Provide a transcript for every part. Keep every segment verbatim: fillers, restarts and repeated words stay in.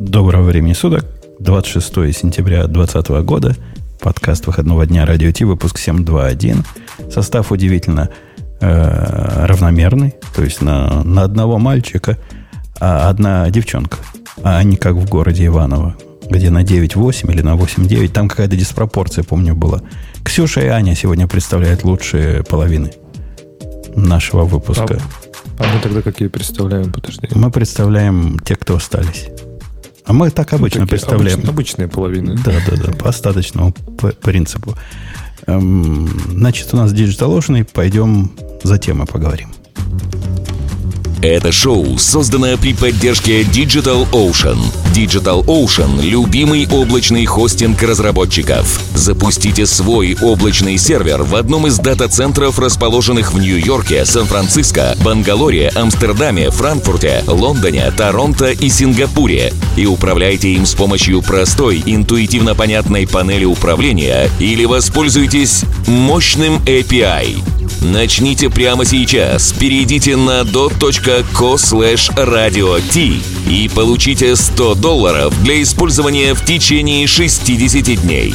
Доброго времени суток. двадцать шестое сентября двадцатого года. Подкаст выходного дня Радио Ти, выпуск семь два один. Состав удивительно э, равномерный. То есть на, на одного мальчика, а одна девчонка. А не как в городе Иваново, где на девять восемь или на восемь девять. Там какая-то диспропорция, помню, была. Ксюша и Аня сегодня представляют лучшие половины нашего выпуска. А, а мы тогда какие представляем? Подожди. Мы представляем тех, кто остались. А мы так обычно ну, представляем. Обычные, обычные половины. Да, да, да, по остаточному принципу. Эм, значит, у нас DigitalOcean, пойдем за темой поговорим. Это шоу создано при поддержке DigitalOcean. DigitalOcean – любимый облачный хостинг разработчиков. Запустите свой облачный сервер в одном из дата-центров, расположенных в Нью-Йорке, Сан-Франциско, Бангалоре, Амстердаме, Франкфурте, Лондоне, Торонто и Сингапуре. И управляйте им с помощью простой, интуитивно понятной панели управления или воспользуйтесь мощным эй пи ай. Начните прямо сейчас. Перейдите на dot.co слэш радио ти и получите сто долларов для использования в течение шестьдесят дней.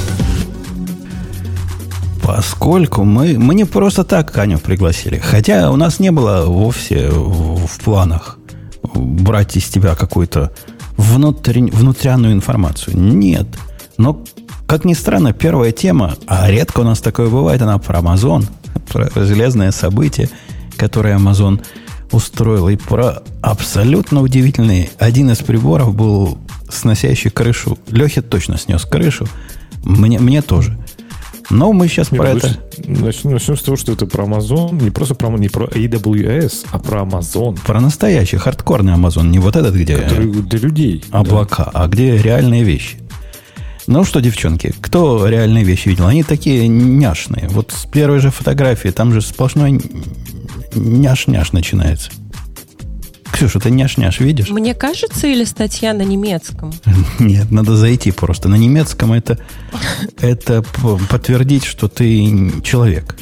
Поскольку мы, мы не просто так Аню пригласили, хотя у нас не было вовсе в, в планах брать из тебя какую-то внутрь, внутрянную информацию. Нет. Но, как ни странно, первая тема, а редко у нас такое бывает, она про Amazon, про железное событие, которое Amazon устроил, и про абсолютно удивительный один из приборов был сносящий крышу. Лехе точно снес крышу, мне, мне тоже. Но мы сейчас не, про это... Начнем, начнем с того, что это про Amazon, не просто про, не про эй дабл ю эс, а про Amazon. Про настоящий, хардкорный Amazon, не вот этот, где... Который для людей. Облака, да. А где реальные вещи. Ну что, девчонки, кто реальные вещи видел? Они такие няшные. Вот с первой же фотографии там же сплошной няш-няш начинается. Ксюша, ты няш-няш видишь? Мне кажется, или статья на немецком? Нет, надо зайти просто. На немецком это, это подтвердить, что ты человек.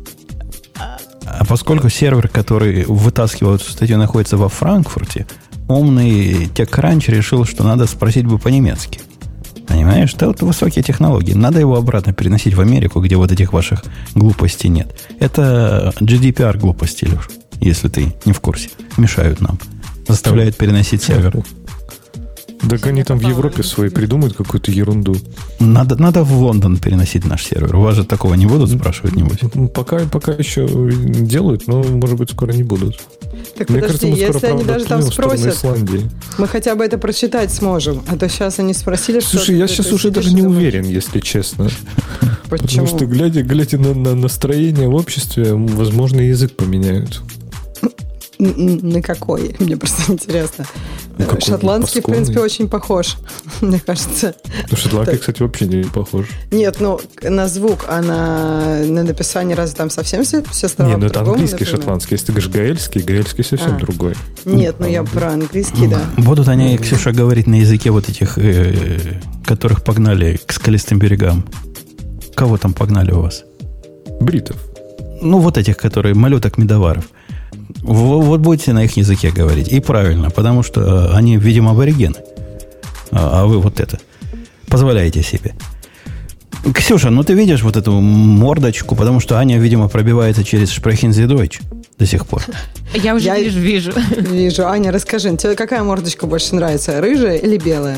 А поскольку сервер, который вытаскивал эту статью, находится во Франкфурте, умный TechCrunch решил, что надо спросить бы по-немецки. Понимаешь? Это вот высокие технологии. Надо его обратно переносить в Америку, где вот этих ваших глупостей нет. Это джи ди пи ар глупости, Леш, если ты не в курсе. Мешают нам. Заставляют переносить сервер. Так они там в Европе свои придумают какую-то ерунду. Надо, надо в Лондон переносить наш сервер. У вас же такого не будут спрашивать, небось? Пока, пока еще делают, но, может быть, скоро не будут. Так Мне подожди, кажется, если они даже там спросят, мы хотя бы это прочитать сможем. А то сейчас они спросили, что... Слушай, я сейчас уже даже не уверен, если честно. Почему? Потому что, глядя, глядя на, на настроение в обществе, возможно, язык поменяют. На какой? Мне просто интересно. Ну, шотландский, в принципе, очень похож, мне кажется. Ну, шотландский, кстати, вообще не похож. Нет, ну, на звук, а на, на написание разве там совсем все, все слова? Нет, ну это английский например? Шотландский. Если ты говоришь гаэльский, гаэльский совсем а. другой. Нет, ну я про английский, да. Будут они, Ксюша, говорить на языке вот этих, э, которых погнали к скалистым берегам. Кого там погнали у вас? Бритов. Ну, вот этих, которые малюток-медоваров. Вот будете на их языке говорить. И правильно, потому что они, видимо, аборигены. А, а вы вот это позволяете себе. Ксюша, ну ты видишь вот эту мордочку, потому что Аня, видимо, пробивается через Sprechen Sie Deutsch до сих пор. Я уже Я вижу, вижу. Вижу. Аня, расскажи, тебе какая мордочка больше нравится? Рыжая или белая?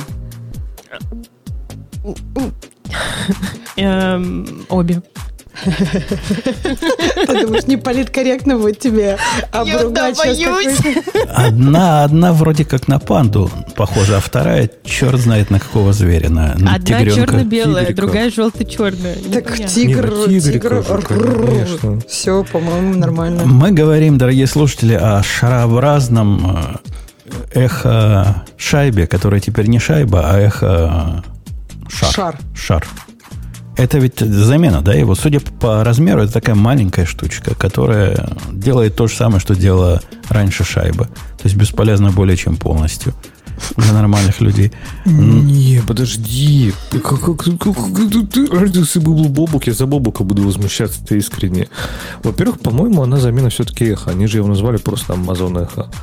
Обе. Думаешь, не политкорректно будет тебе обругать сейчас? Одна, одна вроде как на панду похожа, а вторая черт знает на какого зверя. На, на одна тигренка. Черно-белая, тигрика. Другая желто-черная. Так тигр, не, тигр, тигр все, по-моему, нормально. Мы говорим, дорогие слушатели, о шарообразном эхо-шайбе, которая теперь не шайба, а эхо-шар. Шар. Шар. Это ведь замена, да, его? Судя по размеру, это такая маленькая штучка, которая делает то же самое, что делала раньше шайба. То есть бесполезно более чем полностью для нормальных людей. Не, подожди. Как, как, как, ты родился был Бобук, я за Бобука буду возмущаться искренне. Во-первых, по-моему, она замена все-таки эхо. Они же его назвали просто Amazon эхо.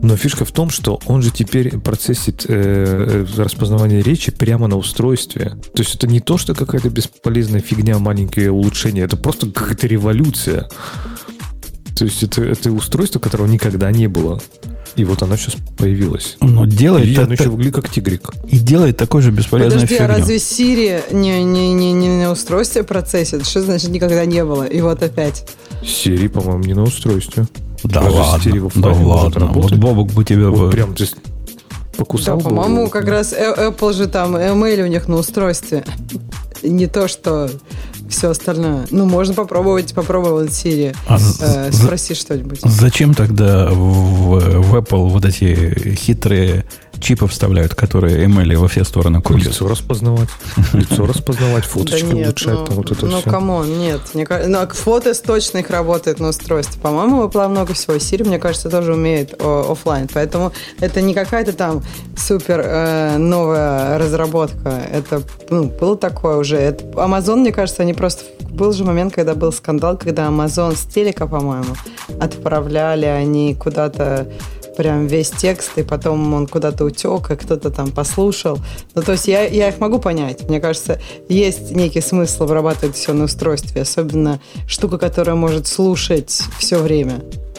Но фишка в том, что он же теперь процессит э, распознавание речи прямо на устройстве. То есть это не то, что какая-то бесполезная фигня, маленькие улучшения. Это просто какая-то революция. То есть это, это устройство, которого никогда не было. И вот оно сейчас появилось. Но делает и это, оно еще выглядит как тигрик. И делает такой же бесполезную Подожди, фигню. а разве Siri не, не, не, не на устройстве процессит? Что значит никогда не было? И вот опять. Siri, по-моему, не на устройстве. Да Разве ладно, Siri в да офлайне может ладно. Вот работать? Бобок бы тебе... Вот бы- прям здесь покусал. Да, бы по-моему, его. как раз э- Apple же там email у них на устройстве. Не то, что все остальное. Ну, можно попробовать, попробовать Siri. А э, з- спроси что-нибудь. Зачем тогда в, в Apple вот эти хитрые чипы вставляют, которые эмэли во все стороны крутят? Лицо распознавать. Лицо распознавать, фоточки Да нет, улучшать, ну, там вот это ну, все. камон, нет. Мне ка- ну, а фото точно их работает на устройстве. По-моему, у Apple много всего. Siri, мне кажется, тоже умеет о- офлайн. Поэтому это не какая-то там супер э, новая разработка. Это, ну, было такое уже. Это, Amazon, мне кажется, они просто... Был же момент, когда был скандал, когда Amazon с телека, по-моему, отправляли они куда-то прям весь текст, и потом он куда-то утек, и кто-то там послушал. Ну, то есть я, я их могу понять. Мне кажется, есть некий смысл вырабатывать все на устройстве, особенно штука, которая может слушать все время.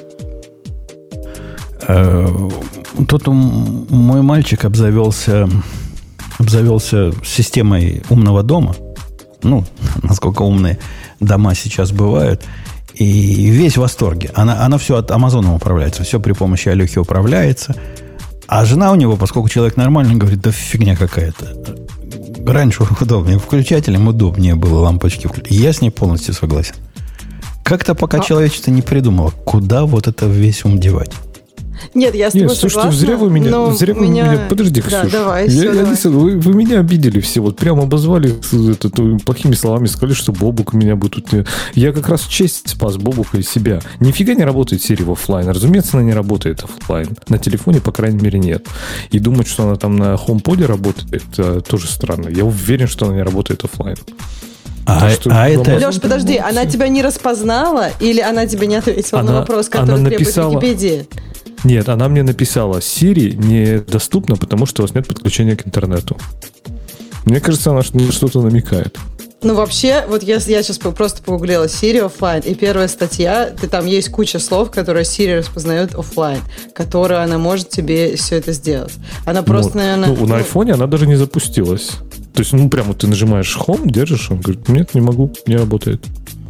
Э, Тут м- мой мальчик обзавелся, обзавелся системой умного дома. Ну, насколько умные дома сейчас бывают. И весь в восторге. Она, она все от Амазона управляется. Все при помощи Алехи управляется. А жена у него, поскольку человек нормальный, говорит, да фигня какая-то. Раньше удобнее. Включателем удобнее было лампочки включать. Я с ней полностью согласен. Как-то пока А- человечество не придумало, куда вот это весь ум девать. Нет, я с Нет, тобой слушайте, согласна. зря вы меня, но зря вы меня... меня, подожди, Да, Ксюша. давай, Я- все, я давай. не знаю, вы, вы меня обидели все, вот прямо обозвали это, то, плохими словами, сказали, что Бобук меня будет тут... не- Я как раз в честь спас Бобука и себя. Нифига не работает Siri в офлайн. Разумеется, она не работает офлайн. На телефоне, по крайней мере, нет. И думать, что она там на HomePod работает, это тоже странно. Я уверен, что она не работает офлайн. А, Так что а это... Amazon Леш, подожди, молодцы. она тебя не распознала или она тебе не ответила на Она- вопрос, она который требует написала- Википедии? Нет, она мне написала, Siri недоступна, потому что у вас нет подключения к интернету. Мне кажется, она на что-то намекает. Ну, вообще, вот я, я сейчас просто погуглила Siri офлайн, и первая статья, ты, там есть куча слов, которые Siri распознает офлайн, которые она может тебе все это сделать. Она просто, Ну, наверное... ну, на айфоне она даже не запустилась. То есть, ну, прямо ты нажимаешь Home, держишь, он говорит, нет, не могу, не работает.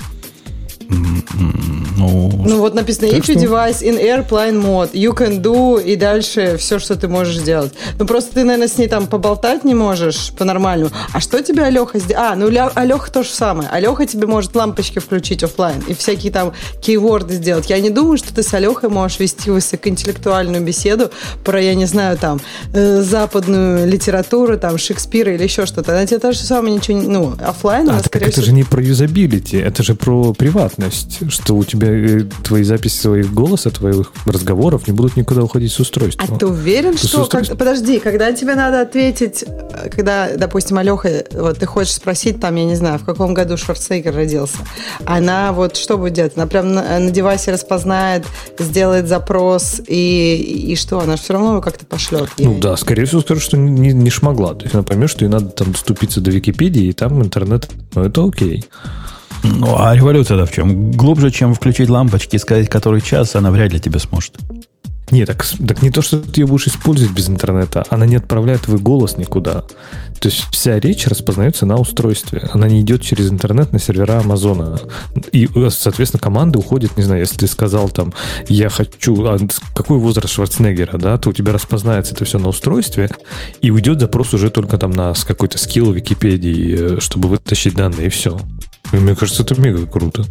Ну, Ну, вот написано, Так if your что- device in airplane mode, you can do, и дальше все, что ты можешь сделать. Ну, просто ты, наверное, с ней там поболтать не можешь по-нормальному. А что тебе Алеха сделает? А, ну, Ля- Алеха то же самое. Алеха тебе может лампочки включить офлайн и всякие там кейворды сделать. Я не думаю, что ты с Алехой можешь вести высокоинтеллектуальную беседу про, я не знаю, там, э, западную литературу, там, Шекспира или еще что-то. Она тебе то же самое ничего не... Ну, офлайн, А, она, так скорее это всего... же не про юзабилити, это же про приватность, что у тебя э, твои записи своих голоса, твоих разговоров не будут никуда уходить с устройства. А ты уверен, Ты что... с устройств- как- Подожди, когда тебе надо ответить, когда, допустим, Алеха, вот ты хочешь спросить, там, я не знаю, в каком году Шварценеггер родился, она вот что будет делать? Она прям на, на девайсе распознает, сделает запрос, и, и что? Она же все равно его как-то пошлет. Ну ей. да, скорее всего, скажу, что не, не шмогла. То есть она поймет, что ей надо там доступиться до Википедии, и там интернет, ну это окей. ну, а революция-то в чем? Глубже, чем включить лампочки и сказать, который час, она вряд ли тебе сможет. Не, так, так не то, что ты ее будешь использовать без интернета, она не отправляет твой голос никуда. То есть вся речь распознается на устройстве. Она не идет через интернет на сервера Амазона. И, соответственно, команды уходят, не знаю, если ты сказал там, я хочу, а какой возраст Шварценеггера, да, то у тебя распознается это все на устройстве, и уйдет запрос уже только там на какой-то скилл Википедии, чтобы вытащить данные, и все. И мне кажется, это мега круто.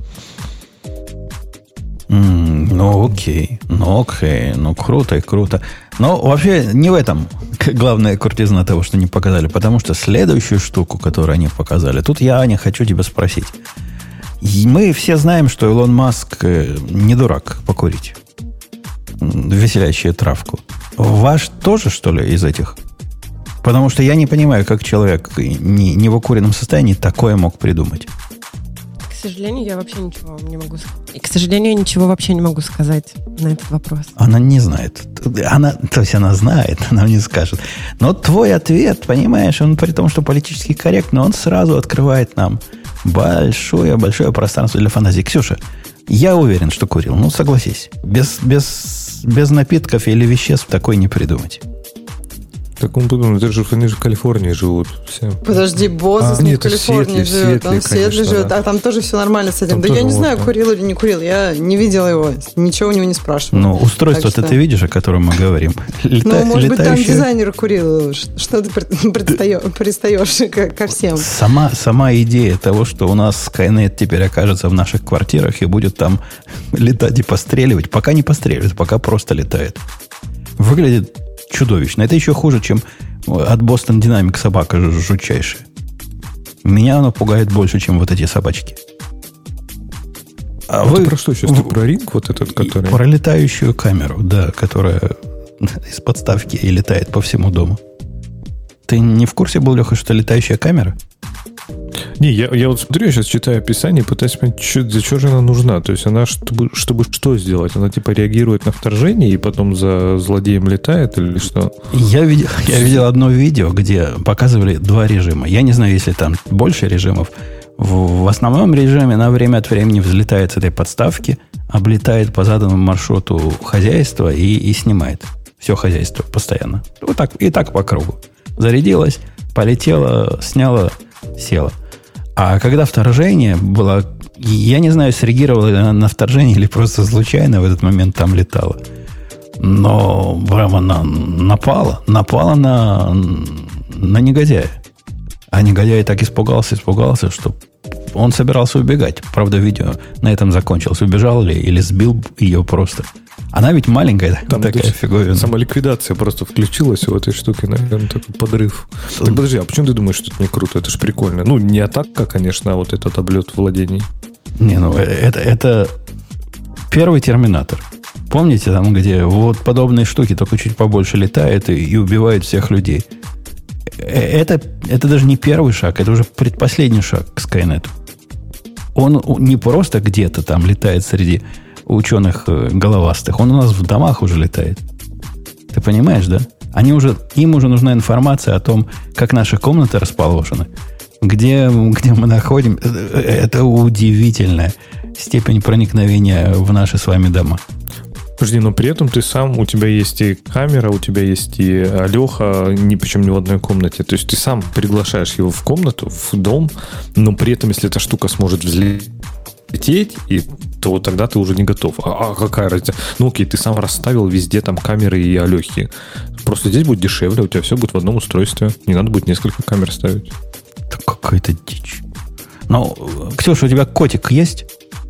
М, ну, окей. Ну, окей. Ну, круто и круто. Но вообще не в этом главная крутизна того, что не показали. Потому что следующую штуку, которую они показали, тут я, Аня, хочу тебя спросить. И мы все знаем, что Илон Маск э, не дурак покурить. М, Веселящую травку. Ваш тоже, что ли, из этих? Потому что я не понимаю, как человек не, не в укуренном состоянии такое мог придумать. сожалению, я вообще ничего не могу сказать. И, к сожалению, ничего вообще не могу сказать на этот вопрос. Она не знает. Она, то есть она знает, она не скажет. Но твой ответ, понимаешь, он при том, что политически корректно, он сразу открывает нам большое-большое пространство для фантазии. Ксюша, я уверен, что курил. Ну, согласись. Без, без, без напитков или веществ такой не придумать. Так он подумал, это же они же в Калифорнии живут все. Подожди, Бозос а, не нет, в Калифорнии в Сиэтле, живет, в Сиэтле, он в Сиэтле конечно, живет, да. а там тоже все нормально с этим. Там да я не знаю, можно. Курил или не курил, я не видела его, ничего у него не спрашивала. Ну, устройство-то что... ты видишь, о котором мы говорим. Лета... Ну, может летающее... быть, там дизайнер курил, что ты предстаешь, пристаешь ко, ко всем. Сама, сама идея того, что у нас Skynet теперь окажется в наших квартирах и будет там летать и постреливать, пока не постреливает, пока просто летает. Выглядит чудовищно. Это еще хуже, чем от Boston Dynamics собака жутчайшая. Меня она пугает больше, чем вот эти собачки. А вы... Ты про что сейчас? Ты про ринг вот этот, который... Про летающую камеру, да, которая из подставки и летает по всему дому. Ты не в курсе был, Леха, что летающая камера? Не, я, я вот смотрю, я сейчас читаю описание, пытаюсь понять, что, для чего же она нужна. То есть она, чтобы, чтобы что сделать? Она типа реагирует на вторжение и потом за злодеем летает или что? Я видел, я видел одно видео, где показывали два режима. Я не знаю, если там больше режимов. В, в основном режиме она время от времени взлетает с этой подставки, облетает по заданному маршруту хозяйства и, и снимает все хозяйство постоянно. Вот так, и так по кругу. Зарядилась, полетела, сняла, села. А когда вторжение было, я не знаю, среагировала она на вторжение или просто случайно в этот момент там летала. Но прямо она напала, напала на, на негодяя. А негодяй так испугался, испугался, что он собирался убегать. Правда, видео на этом закончилось. Убежал ли или сбил ее просто. Она ведь маленькая, там такая фиговина. Самоликвидация просто включилась у этой штуки, наверное, такой подрыв. Так подожди, а почему ты думаешь, что это не круто? Это же прикольно. Ну, не атака, конечно, а вот этот облет владений. Не, ну, это, это первый терминатор. Помните, там, где вот подобные штуки, только чуть побольше летает и, и убивает всех людей. Это, это даже не первый шаг, это уже предпоследний шаг к Скайнету. Он не просто где-то там летает среди ученых головастых, он у нас в домах уже летает. Ты понимаешь, да? Они уже, им уже нужна информация о том, как наши комнаты расположены, где, где мы находим. Это удивительная степень проникновения в наши с вами дома. Подожди, но при этом ты сам, у тебя есть и камера, у тебя есть и Алеха, ни причем ни в одной комнате. То есть ты сам приглашаешь его в комнату, в дом, но при этом, если эта штука сможет взлететь, и, то тогда ты уже не готов. А, а какая разница? Ну окей, ты сам расставил везде там камеры и Алехи. Просто здесь будет дешевле, у тебя все будет в одном устройстве. Не надо будет несколько камер ставить. Это какая-то дичь. Ну, Ксюша, у тебя котик есть?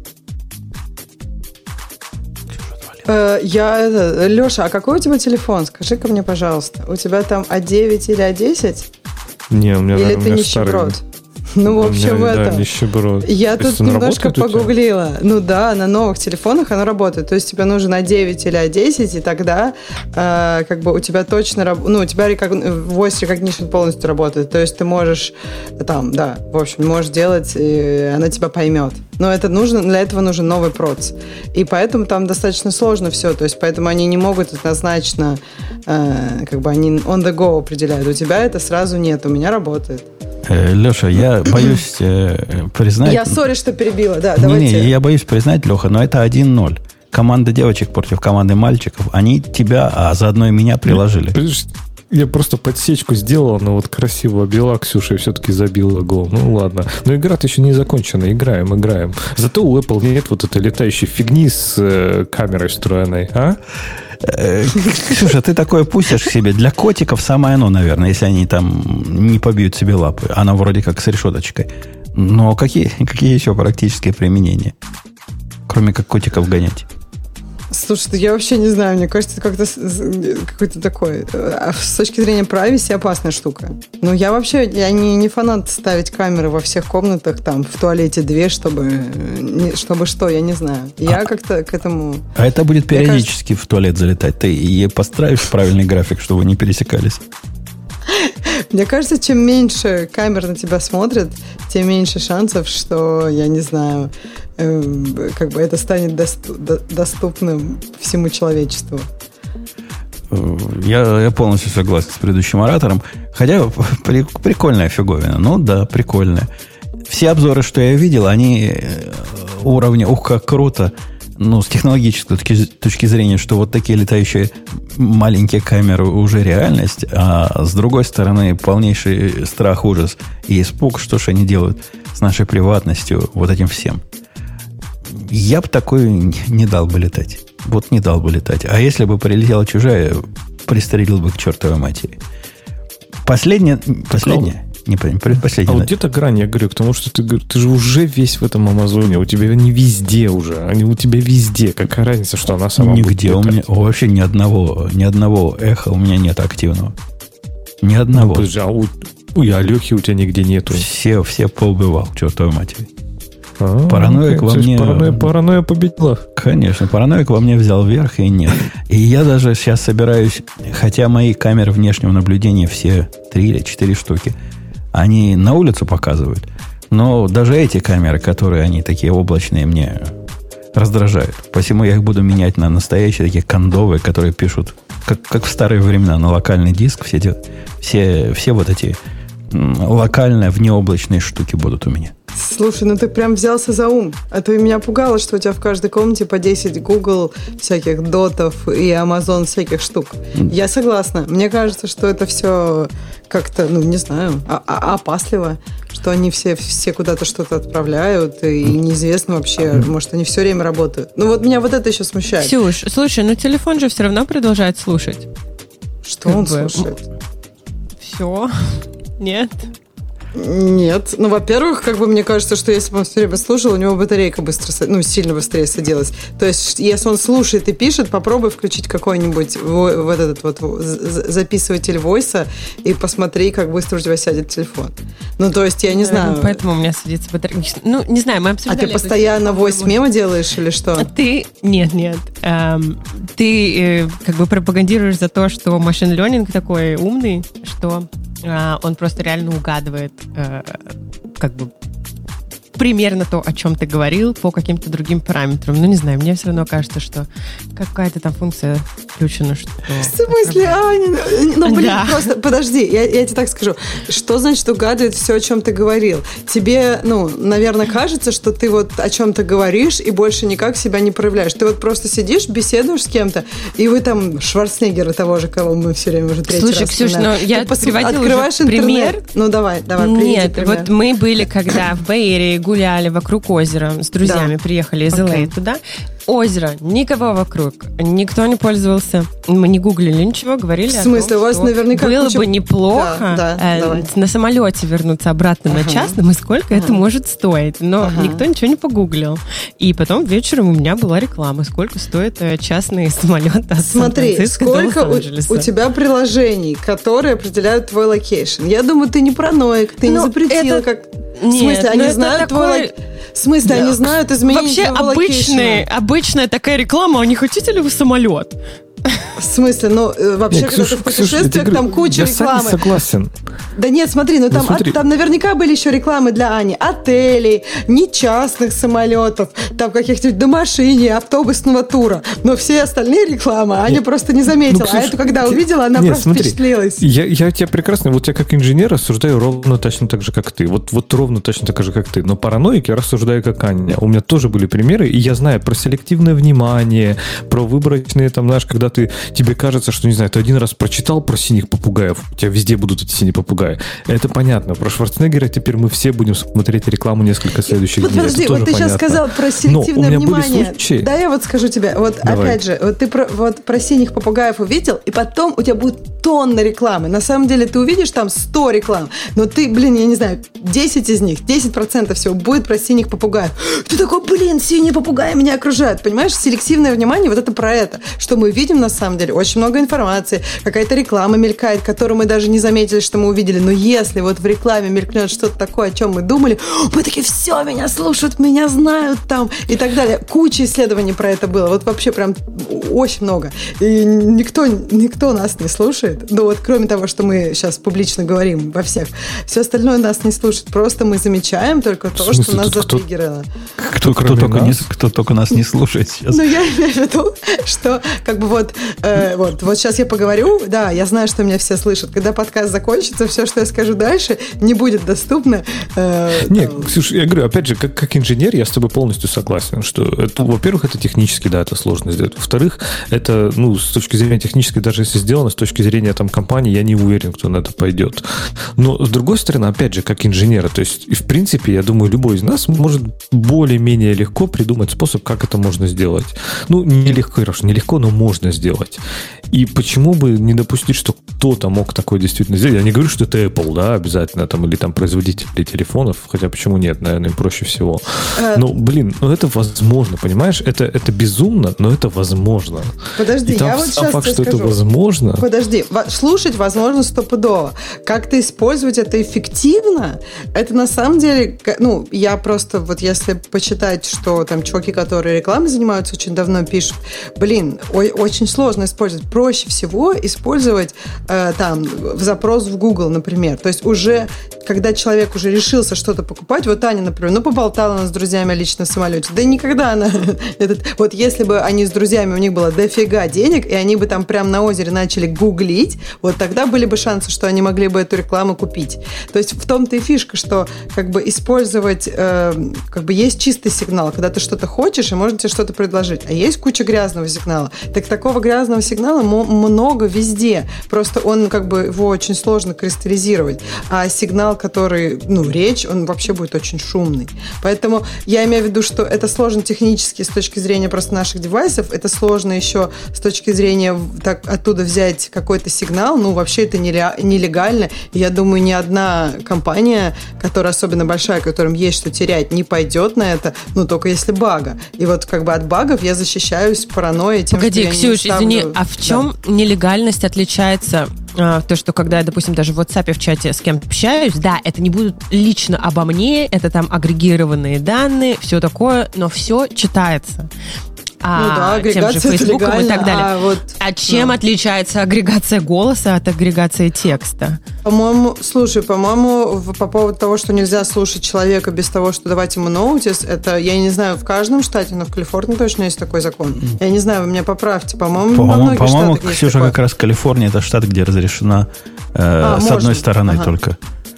Я, Леша, а какой у тебя телефон? Скажи-ка мне, пожалуйста. У тебя там а девять или а десять? Не, у меня, или у ты меня нищеброд? старый. Ну, в общем, меня, это... Да, нищеброд. Я То тут немножко погуглила. Ну да, на новых телефонах оно работает. То есть тебе нужен а девять или а десять, и тогда э, как бы у тебя точно... Раб... Ну, у тебя voice recognition полностью работает. То есть ты можешь там, да, в общем, можешь делать, и она тебя поймет. Но это нужно, для этого нужен новый проц. И поэтому там достаточно сложно все. То есть поэтому они не могут однозначно, э, как бы они on the go определяют. У тебя это сразу нет, у меня работает. Леша, я боюсь э, признать... Я сори, что перебила, да, не, давайте. Не, я боюсь признать, Леха, но это один ноль. Команда девочек против команды мальчиков. Они тебя, а заодно и меня приложили. Я просто подсечку сделал, но вот красиво обвела Ксюша и все-таки забила гол. Ну ладно. Но игра-то еще не закончена. Играем, играем. Зато у Apple нет вот этой летающей фигни с э, камерой встроенной, а? Ксюша, ты такое пустишь к себе. Для котиков самое оно, наверное, если они там не побьют себе лапы. Она вроде как с решеточкой. Но какие, какие еще практические применения? Кроме как котиков гонять. Слушай, я вообще не знаю, мне кажется, это как-то какой-то такой, с точки зрения privacy, опасная штука. Но я вообще, я не, не фанат ставить камеры во всех комнатах, там, в туалете две, чтобы, чтобы что, я не знаю. Я а, как-то к этому... А это будет периодически кажется... в туалет залетать. Ты ей построишь правильный график, чтобы не пересекались. Мне кажется, чем меньше камер на тебя смотрят, тем меньше шансов, что, я не знаю, э, как бы это станет досту- доступным всему человечеству. Я, я полностью согласен с предыдущим оратором. Хотя при, прикольная фиговина. Ну да, прикольная. Все обзоры, что я видел, они уровня «ух, как круто», ну, с технологической точки, точки зрения, что вот такие летающие маленькие камеры уже реальность, а с другой стороны полнейший страх, ужас и испуг, что же они делают с нашей приватностью, вот этим всем. Я бы такой не дал бы летать. Вот не дал бы летать. А если бы прилетела чужая, пристрелил бы к чертовой матери. Последняя... Последняя... Не понимаю, предпоследняя. А вот где-то грань, я говорю, потому что ты, ты же уже весь в этом Амазоне. У тебя они везде уже. Они у тебя везде. Какая разница, что она сама Нигде у меня... Вообще ни одного, ни одного эха у меня нет активного. Ни одного. Ну, подожди, а у, у Алехи у тебя нигде нету. Все, все поубивал, к чертовой матери. А, параноик во мне... Паранойя, паранойя победила. Конечно, параноик во мне взял верх, и нет. И я даже сейчас собираюсь, хотя мои камеры внешнего наблюдения все три или четыре штуки, они на улицу показывают, но даже эти камеры, которые они такие облачные, мне раздражают. Посему я их буду менять на настоящие такие кондовые, которые пишут, как, как в старые времена, на локальный диск. Все, эти, все, все вот эти локальные внеоблачные штуки будут у меня. Слушай, ну ты прям взялся за ум. А то меня пугало, что у тебя в каждой комнате по десять Google всяких дотов и Amazon всяких штук. Я согласна. Мне кажется, что это все как-то, ну, не знаю, опасливо, что они все, все куда-то что-то отправляют, и неизвестно вообще, может, они все время работают. Ну вот меня вот это еще смущает. Ксюш, слушай, ну телефон же все равно продолжает слушать. Что он слушает? Все. Нет. Нет. Ну, во-первых, как бы мне кажется, что если бы он все время слушал, у него батарейка быстро, ну, сильно быстрее садилась. То есть, если он слушает и пишет, попробуй включить какой-нибудь вот этот вот записыватель войса и посмотри, как быстро у тебя сядет телефон. Ну, то есть, я не знаю. Ну, поэтому у меня садится батарейка. Ну, не знаю, мы обсуждали. А ты постоянно войс-мемо делаешь или что? Ты... Нет, нет. Эм, ты э, как бы пропагандируешь за то, что машин learning такой умный, что э, он просто реально угадывает э, как бы примерно то, о чем ты говорил, по каким-то другим параметрам. Ну, не знаю, мне все равно кажется, что какая-то там функция включена. Что... В смысле, Аня? Ну, блин, да. Просто, подожди, я, я тебе так скажу. Что значит угадывает все, о чем ты говорил? Тебе, ну, наверное, кажется, что ты вот о чем-то говоришь и больше никак себя не проявляешь. Ты вот просто сидишь, беседуешь с кем-то, и вы там Шварценеггера того же, кого мы все время уже третий Слушай, раз Ксюш, ну, я пос... приводила открываешь уже пример. Интернет. Ну, давай, давай, Нет, пример. вот мы были, когда в Бэй-Эрии гуляли вокруг озера с друзьями, да. Приехали из okay. эл эй туда. Озеро, никого вокруг, никто не пользовался, мы не гуглили ничего, говорили в смысле, о том, у вас что наверняка было куча... бы неплохо да, да, э, на самолете вернуться обратно ага. на частном, и сколько ага. это может стоить. Но ага. никто ничего не погуглил. И потом вечером у меня была реклама, сколько стоит частный самолет от Смотри, Сан-Франциско сколько до Лос-Анджелеса. У, у тебя приложений, которые определяют твой локейшн. Я думаю, ты не параноик, ты ну, не запретила, это... как... Нет, в смысле, они знают такой... твой... В смысле, да. они знают изменения твоего локейшна. Вообще обычная такая реклама, а не хотите ли вы самолет? В смысле, ну, вообще, нет, когда Ксюша, ты в путешествиях, Ксюша, там куча я рекламы. Я согласен. Да нет, смотри, ну там, ну, смотри. От, там наверняка были еще рекламы для Ани. Отелей, не частных самолетов, там каких-нибудь домашине, автобусного тура. Но все остальные рекламы Аня нет. просто не заметила. Ну, Ксюша, а эту, когда ты... увидела, она нет, просто смотри, впечатлилась. Я, я тебя прекрасно, вот я как инженер рассуждаю ровно точно так же, как ты. Вот, вот ровно точно так же, как ты. Но параноик я рассуждаю, как Аня. У меня тоже были примеры, и я знаю про селективное внимание, про выборочные, там, знаешь, когда ты тебе кажется, что, не знаю, ты один раз прочитал про синих попугаев, у тебя везде будут эти синие попугаи. Это понятно. Про Шварценеггера теперь мы все будем смотреть рекламу несколько следующих Подожди, дней. Это вот тоже ты понятно. сейчас сказал про селективное внимание. Случаи... Да, я вот скажу тебе. Вот Давай. Опять же, вот ты про, вот про синих попугаев увидел, и потом у тебя будет тонна рекламы. На самом деле ты увидишь там сто реклам, но ты, блин, я не знаю, десять из них, десять процентов всего будет про синих попугаев. Ты такой, блин, синие попугаи меня окружают. Понимаешь, селективное внимание, вот это про это, что мы видим на самом деле, очень много информации, какая-то реклама мелькает, которую мы даже не заметили, что мы увидели. Но если вот в рекламе мелькнет что-то такое, о чем мы думали, мы такие, все, меня слушают, меня знают там и так далее. Куча исследований про это было. Вот вообще прям очень много. И никто, никто нас не слушает. Ну вот кроме того, что мы сейчас публично говорим во всех. Все остальное нас не слушает. Просто мы замечаем только то, смысле, что нас затриггерило. Кто, кто, кто, только не, кто только нас не слушает сейчас. Ну, я имею в виду, что как бы вот, э, вот, вот сейчас я поговорю, да, я знаю, что меня все слышат. Когда подкаст закончится, все, что я скажу дальше, не будет доступно. Э, Нет, там... Ксюша, я говорю, опять же, как, как инженер, я с тобой полностью согласен, что, это, во-первых, это технически, да, это сложно сделать. Во-вторых, это, ну, с точки зрения технической, даже если сделано, с точки зрения там компании, я не уверен, кто на это пойдет. Но, с другой стороны, опять же, как инженера, то есть, и в принципе, я думаю, любой из нас может более-менее легко придумать способ, как это можно сделать. Ну, нелегко, хорошо, нелегко, но можно сделать. И почему бы не допустить, что кто-то мог такое действительно сделать? Я не говорю, что это Apple, да, обязательно, там, или там производители телефонов, хотя почему нет, наверное, им проще всего. Но, блин, ну это возможно, понимаешь? Это, это безумно, но это возможно. Подожди, там я вот сейчас факт, тебе что скажу. Это возможно. Подожди, слушать возможно стопудово. Как-то использовать это эффективно, это на самом деле, ну, я просто, вот если почитать, что там чуваки, которые рекламой занимаются, очень давно пишут, блин, ой, очень сложно использовать. Проще всего использовать э, там в запрос в Google, например. То есть уже, когда человек уже решился что-то покупать, вот Аня, например, ну, поболтала она с друзьями лично в самолете. Да никогда она... Этот, вот если бы они с друзьями, у них было дофига денег, и они бы там прямо на озере начали гуглить, вот тогда были бы шансы, что они могли бы эту рекламу купить. То есть в том-то и фишка, что как бы использовать, э, как бы есть чистый сигнал, когда ты что-то хочешь, и можно тебе что-то предложить. А есть куча грязного сигнала. Так такого грязного сигнала много везде. Просто он как бы его очень сложно кристаллизировать. А сигнал, который, ну, речь, он вообще будет очень шумный. Поэтому я имею в виду, что это сложно технически с точки зрения просто наших девайсов, это сложно еще с точки зрения так, оттуда взять какой-то сигнал. Ну, вообще это нелегально. И я думаю, ни одна компания, которая особенно большая, которым есть что терять, не пойдет на это, ну, только если бага. И вот как бы от багов я защищаюсь паранойей тем, Погоди, что я Ксюш, не ставлю... извини, а в чем да. нелегальность отличается? А, то, что когда я, допустим, даже в WhatsApp в чате с кем-то общаюсь, да, это не будут лично обо мне, это там агрегированные данные, все такое, но все читается. А, ну да, агрегация тем же Фейсбуком и так далее. А, вот, а чем да. отличается агрегация голоса от агрегации текста? По-моему, слушай, по-моему, по поводу того, что нельзя слушать человека без того, что давать ему ноутис, это, я не знаю, в каждом штате, но в Калифорнии точно есть такой закон. Я не знаю, вы меня поправьте. По-моему, по-моему, во многих по-моему штатах есть Ксюша, такое. как раз Калифорния, это штат, где разрешена э, а, с можно. одной стороны ага. только.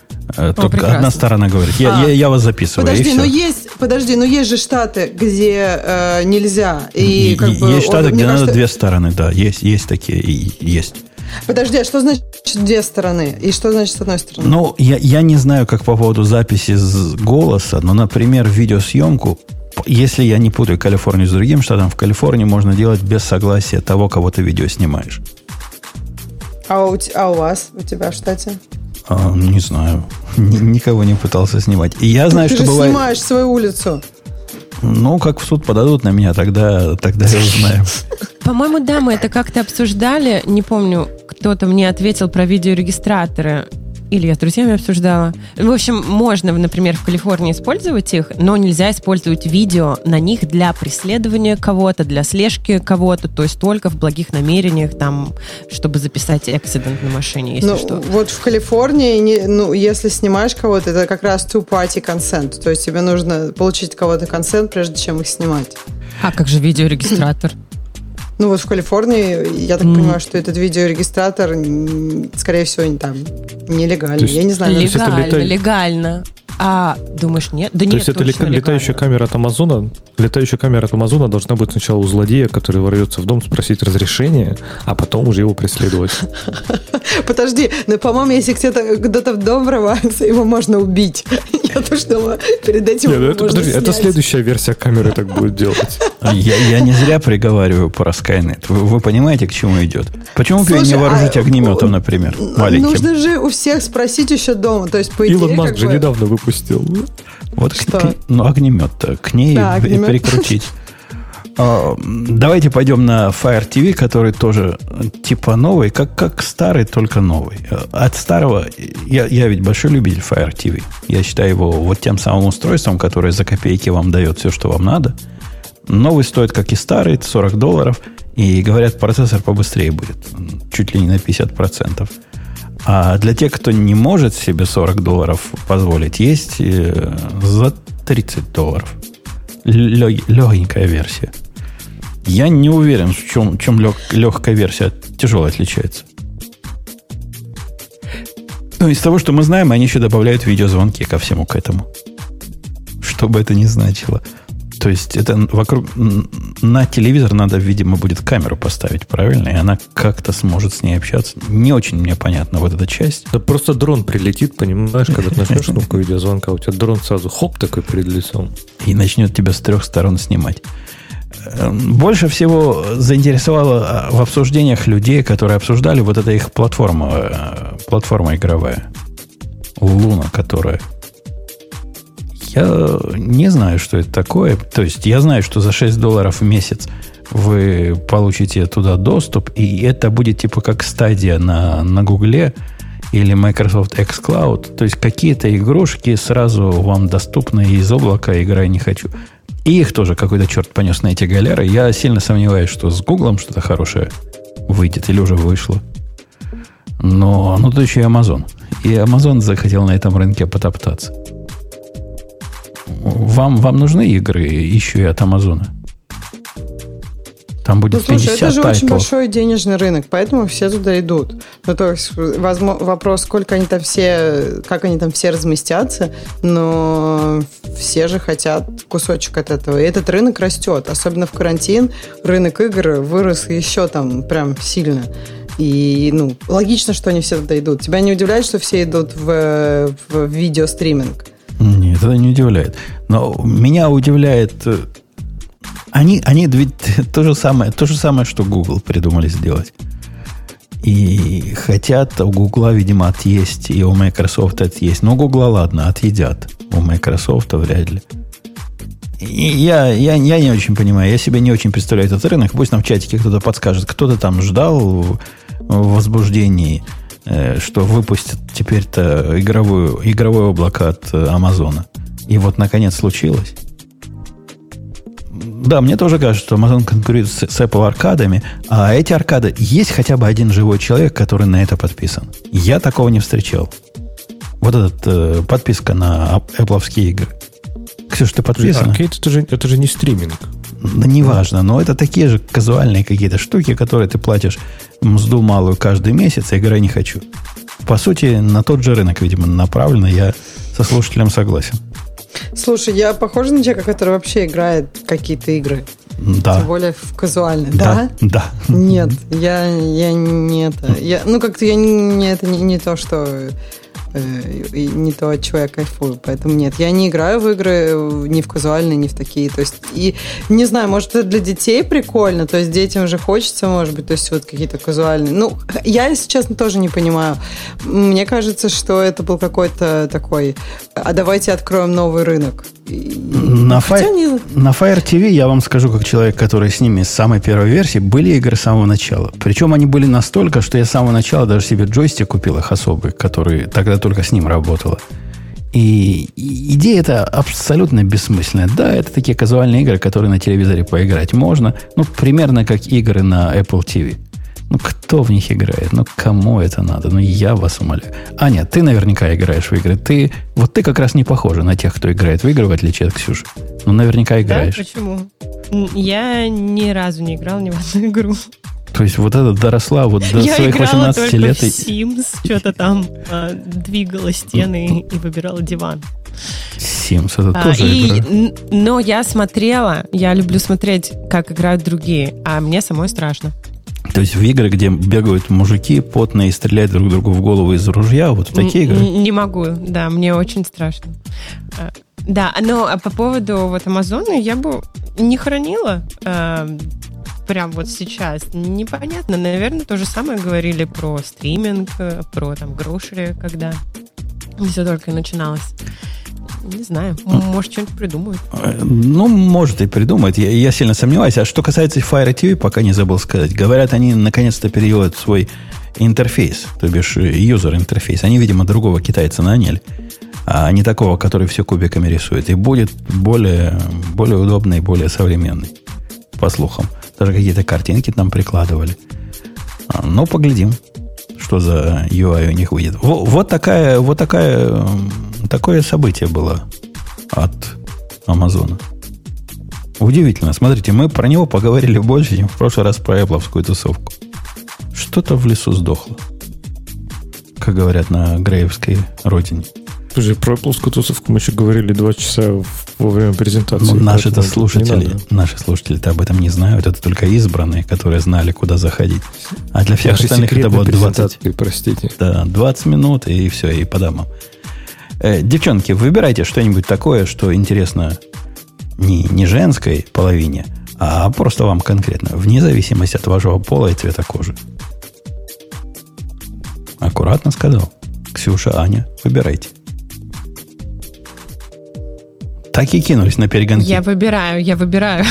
О, Только прекрасно. одна сторона говорит. Я, а, я, я вас записываю. Подожди, но есть, подожди, но есть же штаты, где э, нельзя. И, и, как бы, есть штаты, он, где кажется, надо две стороны, да. Есть, есть такие, и есть. Подожди, а что значит две стороны? И что значит с одной стороны? Ну, я, я не знаю, как по поводу записи с голоса, но, например, видеосъемку, если я не путаю Калифорнию с другим штатом, в Калифорнии можно делать без согласия того, кого ты видео снимаешь. А у, а у вас, у тебя в штате? А, не знаю. Никого не пытался снимать. И я знаю, ты что же бывает... снимаешь свою улицу. Ну, как в суд подадут на меня, тогда, тогда я узнаю. По-моему, да, мы это как-то обсуждали. Не помню, кто-то мне ответил про видеорегистраторы. Или я с друзьями обсуждала. В общем, можно, например, в Калифорнии использовать их, но нельзя использовать видео на них для преследования кого-то, для слежки кого-то, то есть только в благих намерениях, там, чтобы записать эксидент на машине, если ну, что. Вот в Калифорнии, не, ну, если снимаешь кого-то, это как раз two-party consent, то есть тебе нужно получить кого-то консент, прежде чем их снимать. А как же видеорегистратор? Ну вот в Калифорнии, я так mm. понимаю, что этот видеорегистратор, скорее всего, не там нелегальный. Есть, я не знаю. Легально, лета... легально. А думаешь, нет? Да То нет, есть это лета... летающая камера от Амазона, летающая камера от Амазона должна быть сначала у злодея, который ворвется в дом, спросить разрешение, а потом уже его преследовать. Подожди, ну, по-моему, если где-то кто-то в дом врывается, его можно убить. Я тоже думала, перед этим Нет, его это, можно подожди, снять. это следующая версия камеры так будет делать. Я, я не зря приговариваю про Skynet. Вы, вы понимаете, к чему идет? Почему бы не вооружить а, огнеметом, например, маленьким? Нужно же у всех спросить еще дома. То есть, по идее, Илон Маск как же бы... недавно выпустил. Вот Что? к, ну, огнемет-то к ней Да, огнемет. прикрутить. А, давайте пойдем на Fire ти ви, который тоже типа новый, как, как старый, только новый. От старого, я, я ведь большой любитель Fire ти ви. Я считаю его вот тем самым устройством, которое за копейки вам дает все, что вам надо. Новый стоит, как и старый, сорок долларов. И, говорят, процессор побыстрее будет. Чуть ли не на пятьдесят процентов. А для тех, кто не может себе сорок долларов позволить, есть за тридцать долларов. Легенькая версия. Я не уверен, в чем, чем лег, легкая версия от тяжелой отличается. Ну, из того, что мы знаем, они еще добавляют видеозвонки ко всему к этому. Что бы это ни значило. То есть, это вокруг... На телевизор надо, видимо, будет камеру поставить, правильно? И она как-то сможет с ней общаться. Не очень мне понятна вот эта часть. Да просто дрон прилетит, понимаешь, когда ты нажмешь кнопку видеозвонка, у тебя дрон сразу хоп такой перед лицом. И начнет тебя с трех сторон снимать. Больше всего заинтересовало в обсуждениях людей, которые обсуждали вот эта их платформа, платформа игровая. Луна, которая... Я не знаю, что это такое. То есть, я знаю, что за шесть долларов в месяц вы получите туда доступ, и это будет типа как стадия на, на Гугле или Microsoft xCloud. То есть, какие-то игрушки сразу вам доступны из облака, играй не хочу. И их тоже какой-то черт понес на эти галеры. Я сильно сомневаюсь, что с Гуглом что-то хорошее выйдет или уже вышло. Но ну, тут еще и Amazon. И Amazon захотел на этом рынке потоптаться. Вам, вам нужны игры еще и от Амазона? Там будет ну, слушай, это же тайтлов. Очень большой денежный рынок, поэтому все туда идут. Ну, то есть, возможно, вопрос, сколько они там все, как они там все разместятся, но все же хотят кусочек от этого. И этот рынок растет. Особенно в карантин рынок игр вырос еще там прям сильно. И, ну, логично, что они все туда идут. Тебя не удивляет, что все идут в, в видеостриминг? Нет, это не удивляет. Но меня удивляет... Они, они то же самое, то же самое, что Google придумали сделать. И хотят у Google, видимо, отъесть, и у Microsoft отъесть. Но у Google, ладно, отъедят. У Microsoft вряд ли. И я, я, я не очень понимаю. Я себе не очень представляю этот рынок. Пусть нам в чатике кто-то подскажет. Кто-то там ждал в, в возбуждении, что выпустят теперь-то игровую, игровое облако от Амазона. И вот, наконец, случилось. Да, мне тоже кажется, что Amazon конкурирует с, с Apple аркадами, а эти аркады есть хотя бы один живой человек, который на это подписан. Я такого не встречал. Вот эта э, подписка на Apple-овские игры. Ксюш, ты подписана? Аркейд это же, это же не стриминг. Да неважно, но это такие же казуальные какие-то штуки, которые ты платишь мзду малую каждый месяц, а играй не хочу. По сути, на тот же рынок, видимо, направлено. Я со слушателем согласен. Слушай, я похожа на человека, который вообще играет в какие-то игры. Да. Тем более в казуальные. Да? Да. Да. Нет, я, я не это. Я, ну, как-то я не, это не, не то, что... И не то, от чего я кайфую. Поэтому нет, я не играю в игры ни в казуальные, ни в такие. То есть, и не знаю, может, это для детей прикольно, то есть детям же хочется, может быть, то есть вот какие-то казуальные. Ну, я, если честно, тоже не понимаю. Мне кажется, что это был какой-то такой, а давайте откроем новый рынок. На, Fire, они... на Fire ти ви, я вам скажу, как человек, который с ними с самой первой версии, были игры с самого начала. Причем они были настолько, что я с самого начала даже себе джойстик купил их особый, который тогда только с ним работала. И, и идея эта абсолютно бессмысленная. Да, это такие казуальные игры, которые на телевизоре поиграть можно. Ну, примерно как игры на Apple ти ви. Ну, кто в них играет? Ну, кому это надо? Ну, я вас умоляю. Аня, ты наверняка играешь в игры. Ты, вот ты как раз не похожа на тех, кто играет в игры, в отличие от Ксюши. Ну, наверняка играешь. Да, почему? Я ни разу не играл ни в одну игру. То есть вот это доросла вот до я своих восемнадцати лет. Я играла только в Sims, что-то там а, двигала стены и выбирала диван. Sims, это а, тоже и, игра. Но я смотрела, я люблю смотреть, как играют другие, а мне самой страшно. То есть в игры, где бегают мужики потные и стреляют друг другу в голову из ружья, вот в такие игры? Не могу, да, мне очень страшно. Да, но по поводу вот Амазона я бы не хранила э, прям вот сейчас. Непонятно, наверное, то же самое говорили про стриминг, про там грошери, когда все только начиналось. Не знаю. Может, что-нибудь придумают. Ну, может и придумают. Я, я сильно сомневаюсь. А что касается Fire ти ви, пока не забыл сказать. Говорят, они наконец-то переделают свой интерфейс, то бишь юзер-интерфейс. Они, видимо, другого китайца наняли, а не такого, который все кубиками рисует. И будет более, более удобный, более современный, по слухам. Даже какие-то картинки там прикладывали. Ну, поглядим, что за ю ай у них выйдет. Вот, вот, такая, вот такая, такое событие было от Амазона. Удивительно. Смотрите, мы про него поговорили больше, чем в прошлый раз про Apple-овскую тусовку. Что-то в лесу сдохло, как говорят на греевской родине. Слушай, про Apple-овскую тусовку мы еще говорили два часа во время презентации. Ну, наши-то слушатели, наши слушатели-то об этом не знают. Это только избранные, которые знали, куда заходить. А для всех наши остальных это было двадцать, простите. Да, двадцать минут, и все, и по домам. Э, девчонки, выбирайте что-нибудь такое, что интересно не, не женской половине, а просто вам конкретно, вне зависимости от вашего пола и цвета кожи. Аккуратно сказал. Ксюша, Аня, выбирайте. Так и кинулись на перегонки. Я выбираю, я выбираю.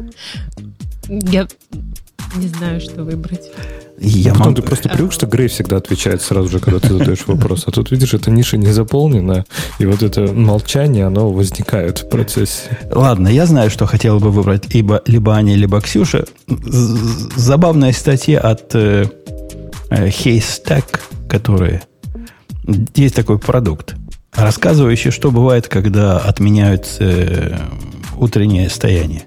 Я не знаю, что выбрать. Я Потом могу... ты просто привык, что Грей всегда отвечает сразу же, когда ты задаешь вопрос. А тут, видишь, эта ниша не заполнена, и вот это молчание, оно возникает в процессе. Ладно, я знаю, что хотела бы выбрать либо, либо Аня, либо Ксюша. Забавная статья от э, Haystack, которая... Есть такой продукт, рассказывающий, что бывает, когда отменяют э, утреннее стояние.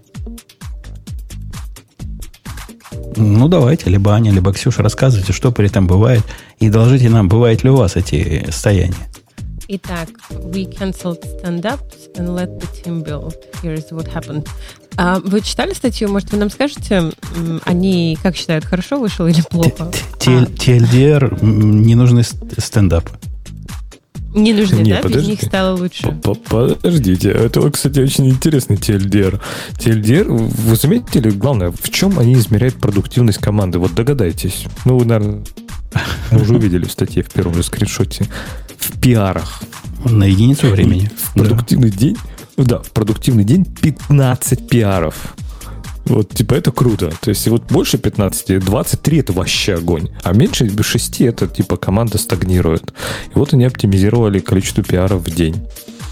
Ну, давайте, либо Аня, либо Ксюша, рассказывайте, что при этом бывает, и доложите нам, бывают ли у вас эти стояния. Итак, we cancelled stand-ups and let the team build. Here's what happened. А вы читали статью? Может, вы нам скажете, они как считают, хорошо вышел или плохо? ти эл ди ар не нужны стендапы. Не нужны, Не, да? Без подожди. них стало лучше. Подождите, это, кстати, очень интересный ти эл ди ар. ти эл ди ар, вы заметили, главное, в чем они измеряют продуктивность команды? Вот догадайтесь. Ну, вы, наверное, мы уже увидели в статье в первом же скриншоте. В пиарах. На единицу времени. В продуктивный день, да, в продуктивный день пятнадцать пиаров. Вот, типа, это круто. То есть, вот больше пятнадцати, двадцать три это вообще огонь. А меньше шести это, типа, команда стагнирует. И вот они оптимизировали количество пиаров в день.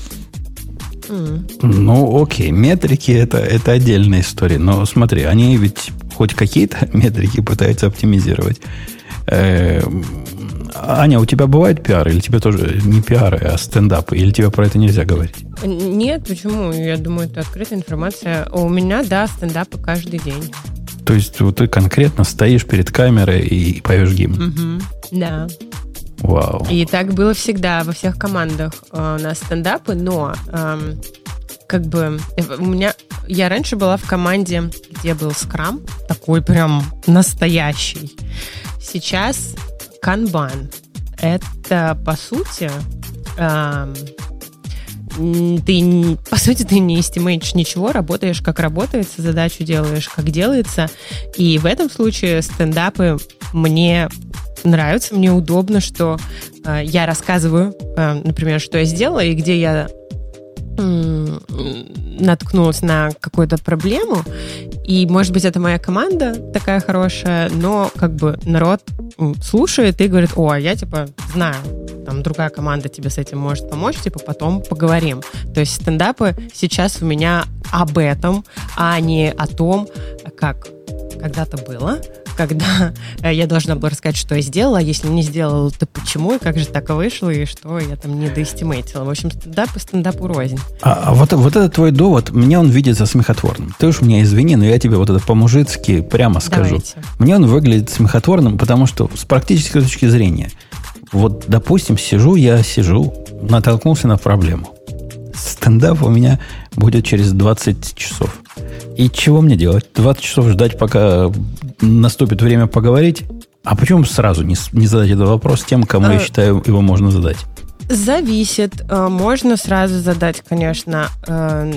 Mm. Ну, окей, метрики это, это отдельная история. Но смотри, они ведь хоть какие-то метрики пытаются оптимизировать. Э, Аня, у тебя бывают пиары? Или тебе тоже не пиары, а стендапы? Или тебе про это нельзя говорить? Нет, почему? Я думаю, это открытая информация. У меня, да, стендапы каждый день. То есть вот ты конкретно стоишь перед камерой и поешь гимн? Угу. Да. Вау. И так было всегда во всех командах. У нас стендапы, но эм, как бы у меня... Я раньше была в команде, где был скрам, такой прям настоящий. Сейчас канбан. Это, по сути... Эм, ты, по сути, ты не эстимейтишь ничего, работаешь, как работается, задачу делаешь, как делается. И в этом случае стендапы мне нравятся, мне удобно, что э, я рассказываю, э, например, что я сделала и где я э, наткнулась на какую-то проблему. И, может быть, это моя команда такая хорошая, но как бы народ слушает и говорит: о, я, типа, знаю, там другая команда тебе с этим может помочь, типа, потом поговорим. То есть стендапы сейчас у меня об этом, а не о том, как когда-то было, когда я должна была рассказать, что я сделала, а если не сделала, то почему, и как же так вышло, и что я там не доэстимейтила. В общем, стендап и стендапу рознь. А, а вот, вот этот твой довод, мне он видится смехотворным. Ты уж меня извини, но я тебе вот это по-мужицки прямо скажу. Давайте. Мне он выглядит смехотворным, потому что с практической точки зрения, вот, допустим, сижу, я сижу, натолкнулся на проблему. Стендап у меня будет через двадцать часов. И чего мне делать? двадцать часов ждать, пока наступит время поговорить? А почему сразу не, не задать этот вопрос тем, кому а, я считаю, его можно задать? Зависит. Можно сразу задать, конечно.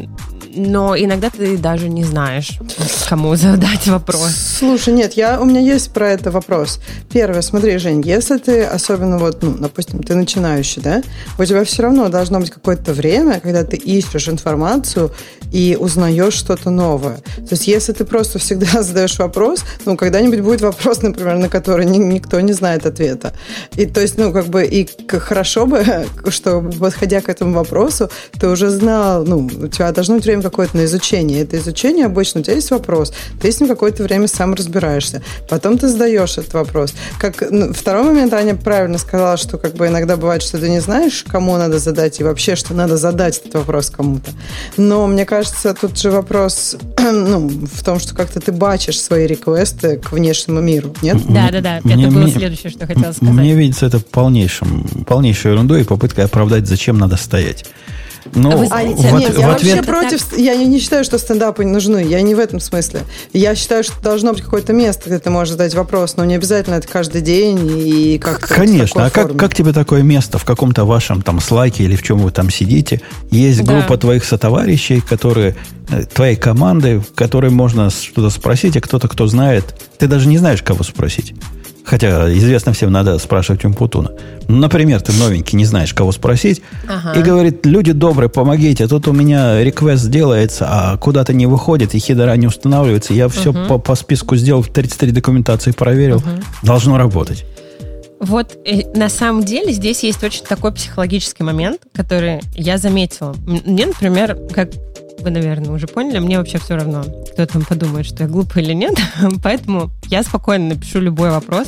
но иногда ты даже не знаешь, кому задать вопрос. Слушай, нет, я, у меня есть про это вопрос. Первое, смотри, Жень, если ты, особенно вот, ну, допустим, ты начинающий, да, у тебя все равно должно быть какое-то время, когда ты ищешь информацию и узнаешь что-то новое. То есть, если ты просто всегда задаешь вопрос, ну, когда-нибудь будет вопрос, например, на который ни, никто не знает ответа. И, то есть, ну, как бы, и хорошо бы, что, подходя к этому вопросу, ты уже знал, ну, у тебя должно быть время какое-то на изучение. Это изучение обычно, у тебя есть вопрос, ты с ним какое-то время сам разбираешься. Потом ты задаешь этот вопрос. Как, ну, второй момент, Аня правильно сказала, что как бы иногда бывает, что ты не знаешь, кому надо задать, и вообще, что надо задать этот вопрос кому-то. Но, мне кажется, тут же вопрос ну, в том, что как-то ты бачишь свои реквесты к внешнему миру, нет? Да-да-да, это мне, было мне, следующее, что хотела сказать. Мне видится это полнейшим, полнейшей ерундой и попыткой оправдать, зачем надо стоять. Но а вы знаете, в, нет, в я ответ... вообще против, я не, не считаю, что стендапы не нужны, я не в этом смысле. Я считаю, что должно быть какое-то место, где ты можешь задать вопрос, но не обязательно это каждый день и как-то. Конечно, а как, как тебе такое место в каком-то вашем там слайке или в чем вы там сидите? Есть да. группа твоих сотоварищей, которые, твоей команды, которой можно что-то спросить, а кто-то, кто знает, ты даже не знаешь, кого спросить. Хотя известно всем, надо спрашивать Умпутуна. Например, ты новенький, не знаешь, кого спросить, ага. и говорит, люди добрые, помогите, тут у меня реквест делается, а куда-то не выходит, и хедера не устанавливается. Я все угу. по, по списку сделал, тридцать три документации проверил. Угу. Должно работать. Вот на самом деле здесь есть очень такой психологический момент, который я заметила. Мне, например, как вы, наверное, уже поняли, мне вообще все равно, кто там подумает, что я глупая или нет. Поэтому я спокойно напишу любой вопрос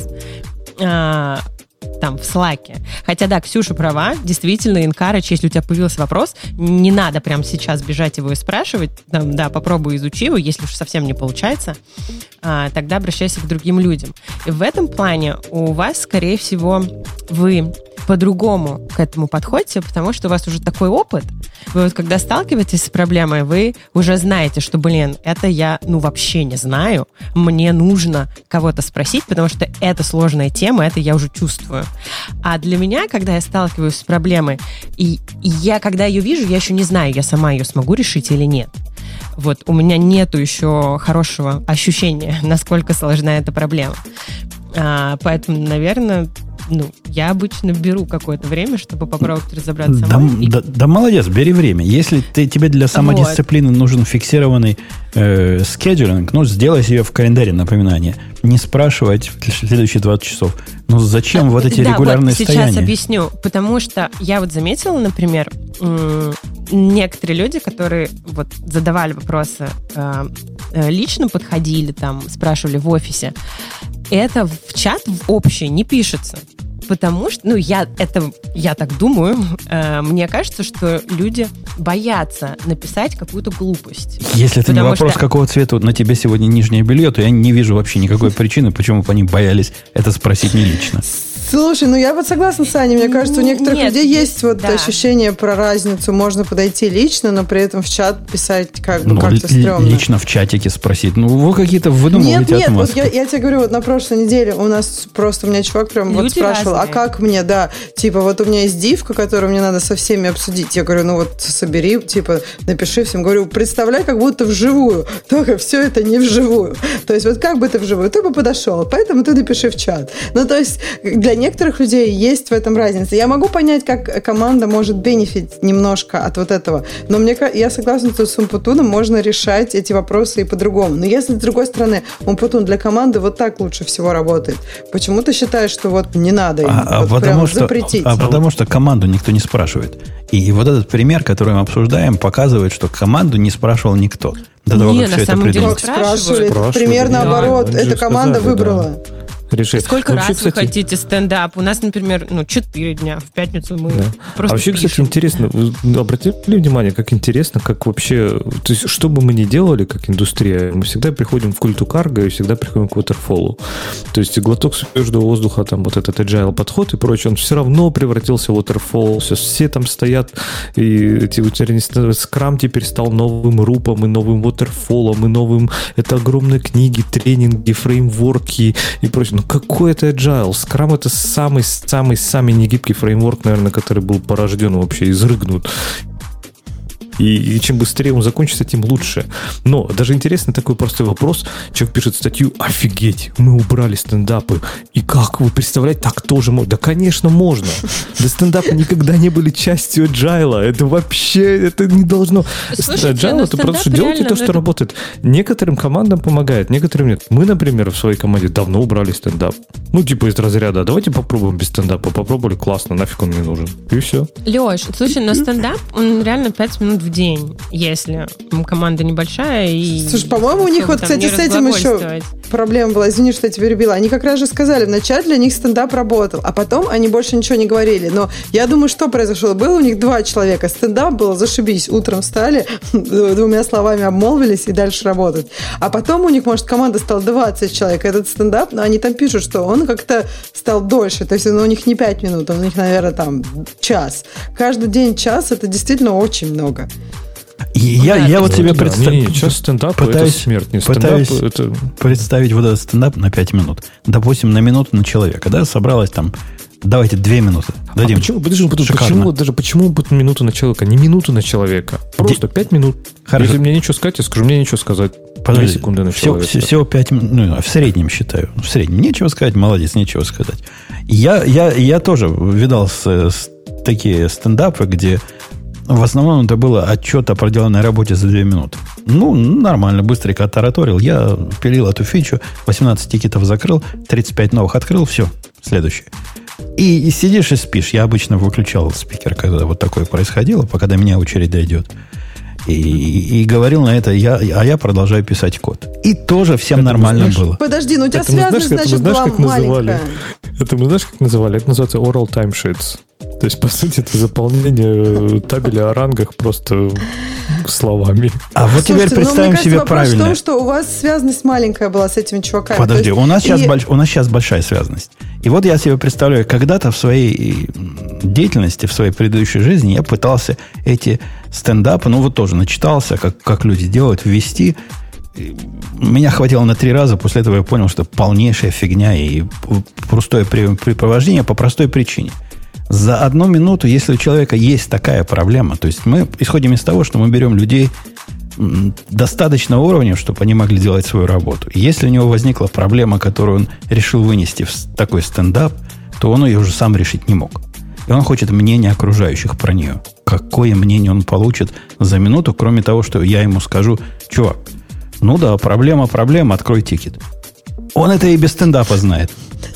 а, там в Slack'е. Хотя, да, Ксюша права, действительно, encourage, если у тебя появился вопрос, не надо прямо сейчас бежать его и спрашивать. Там, да, попробуй изучи его, если уж совсем не получается, а, тогда обращайся к другим людям. И в этом плане у вас, скорее всего, вы по-другому к этому подходите, потому что у вас уже такой опыт. Вы вот когда сталкиваетесь с проблемой, вы уже знаете, что, блин, это я, ну, вообще не знаю. Мне нужно кого-то спросить, потому что это сложная тема, это я уже чувствую. А для меня, когда я сталкиваюсь с проблемой, и, и я, когда ее вижу, я еще не знаю, я сама ее смогу решить или нет. Вот, у меня нету еще хорошего ощущения, насколько сложна эта проблема. А, поэтому, наверное, ну, я обычно беру какое-то время, чтобы попробовать разобраться да, самой. Да, да, молодец, бери время. Если ты, тебе для самодисциплины вот. нужен фиксированный э, скеджулинг, ну, сделай себе в календаре напоминание. Не спрашивать в следующие двадцать часов. Ну, зачем вот эти да, регулярные вот стояния? Сейчас объясню. Потому что я вот заметила, например, некоторые люди, которые вот задавали вопросы, э, лично подходили, там, спрашивали в офисе, это в чат в общий не пишется. Потому что, ну, я это, я так думаю, э, мне кажется, что люди боятся написать какую-то глупость. Если это не вопрос, что... какого цвета на тебе сегодня нижнее белье, то я не вижу вообще никакой причины, почему бы они боялись это спросить не лично. Слушай, ну я вот согласна с Аней. Мне кажется, у некоторых Нет, людей есть вот да. ощущение про разницу. Можно подойти лично, но при этом в чат писать как бы ну, как-то стрёмно. Лично в чатике спросить. Ну, вы какие-то выдумываете Нет, нет, отмазки. вот я, я тебе говорю, вот на прошлой неделе у нас просто у меня чувак прям люди вот спрашивал, разные. а как мне, да, типа вот у меня есть дивка, которую мне надо со всеми обсудить. Я говорю, ну вот собери, типа напиши всем. Говорю, представляй, как будто вживую. Только все это не вживую. То есть вот как бы ты вживую, ты бы подошел, поэтому ты напиши в чат. Ну, то есть для некоторых людей есть в этом разница. Я могу понять, как команда может бенефить немножко от вот этого, но мне, я согласна, что с Умпутуном можно решать эти вопросы и по-другому. Но если, с другой стороны, Умпутун для команды вот так лучше всего работает, почему ты считаешь, что вот не надо им а, вот а потому что, запретить? А потому что команду никто не спрашивает. И вот этот пример, который мы обсуждаем, показывает, что команду не спрашивал никто. До того, не, как на все это самом деле придумали. Спрашивали. Спрашивали. Пример Да, наоборот. да, Эта команда сказали, выбрала. Да. Решить. Сколько вообще, раз вы кстати, хотите стендап? У нас, например, ну, четыре дня. В пятницу мы да. просто А вообще, пишем. кстати, интересно, вы обратили внимание, как интересно, как вообще, то есть, что бы мы ни делали, как индустрия, мы всегда приходим в культу карго и всегда приходим к waterfall. То есть глоток свежего воздуха, там вот этот agile подход и прочее, он все равно превратился в waterfall. Все, все там стоят, и эти скрам теперь стал новым рупом и новым waterfall'ом, и новым, это огромные книги, тренинги, фреймворки и прочее. Ну, какой это agile? Scrum — это самый-самый-самый негибкий фреймворк, наверное, который был порожден, вообще изрыгнут. И, и чем быстрее он закончится, тем лучше. Но даже интересный такой простой вопрос. Человек пишет статью: офигеть, мы убрали стендапы. И как вы представляете, так тоже можно? Да, конечно, можно. Да, стендапы никогда не были частью agile. Это вообще, это не должно. Agile — это просто делайте то, что работает. Некоторым командам помогает, некоторым нет. Мы, например, в своей команде давно убрали стендап. Ну, типа из разряда: давайте попробуем без стендапа. Попробовали, классно, нафиг он мне нужен. И все. Леш, слушай, но стендап, он реально пять минут в день, если команда небольшая. И слушай, по-моему, у них вот, кстати, с этим еще проблема была. Извини, что я тебя перебила. Они как раз же сказали, вначале для них стендап работал, а потом они больше ничего не говорили. Но я думаю, что произошло? Было у них два человека. Стендап было зашибись. Утром встали, двумя словами обмолвились и дальше работать. А потом у них, может, команда стала двадцать человек. Этот стендап, но они там пишут, что он как-то стал дольше. То есть он у них не пять минут, он у них, наверное, там час. Каждый день час — это действительно очень много. И ну, я, да, я вот себе представляю. Сейчас стендап — это смерть. Не пытаюсь стендап, это... представить вот этот стендап на пять минут. Допустим, на минуту на человека. Да, собралось там, давайте две минуты. Дадим. А почему, подожди, подожди, почему, даже почему минуту на человека? Не минуту на человека. Просто пять минут. Хорошо. Если мне нечего сказать, я скажу, мне нечего сказать. Две секунды на человека. Все, всего пять минут. Ну, в среднем считаю. В среднем. Нечего сказать, молодец, нечего сказать. Я, я, я тоже видал с, с такие стендапы, где в основном это было отчет о проделанной работе за две минуты. Ну, нормально, быстренько оттараторил. Я пилил эту фичу, восемнадцать тикетов закрыл, тридцать пять новых открыл, все, следующее. И, и сидишь и спишь. Я обычно выключал спикер, когда вот такое происходило, пока до меня очередь дойдет. И, и, и говорил на это, я, а я продолжаю писать код. И тоже всем это нормально знаешь, было. Подожди, ну у тебя это связность, знаешь, значит, знаешь, была маленькая. Это мы знаешь, как называли? Это называется oral timesheets. То есть, по сути, это заполнение табеля о рангах просто словами. А вот слушайте, теперь представим ну, себе кажется, правильно. В том, что у вас связность маленькая была с этими чуваками. Подожди, есть, у, нас и... сейчас больш... у нас сейчас большая связность. И вот я себе представляю, когда-то в своей деятельности, в своей предыдущей жизни я пытался эти стендапы, ну вот тоже начитался, как, как люди делают, ввести. Меня хватило на три раза, после этого я понял, что полнейшая фигня и простое препровождение по простой причине. За одну минуту, если у человека есть такая проблема, то есть мы исходим из того, что мы берем людей достаточного уровня, чтобы они могли делать свою работу. И если у него возникла проблема, которую он решил вынести в такой стендап, то он ее уже сам решить не мог. И он хочет мнения окружающих про нее. Какое мнение он получит за минуту, кроме того, что я ему скажу: чувак, ну да, проблема, проблема, открой тикет. Он это и без стендапа знает.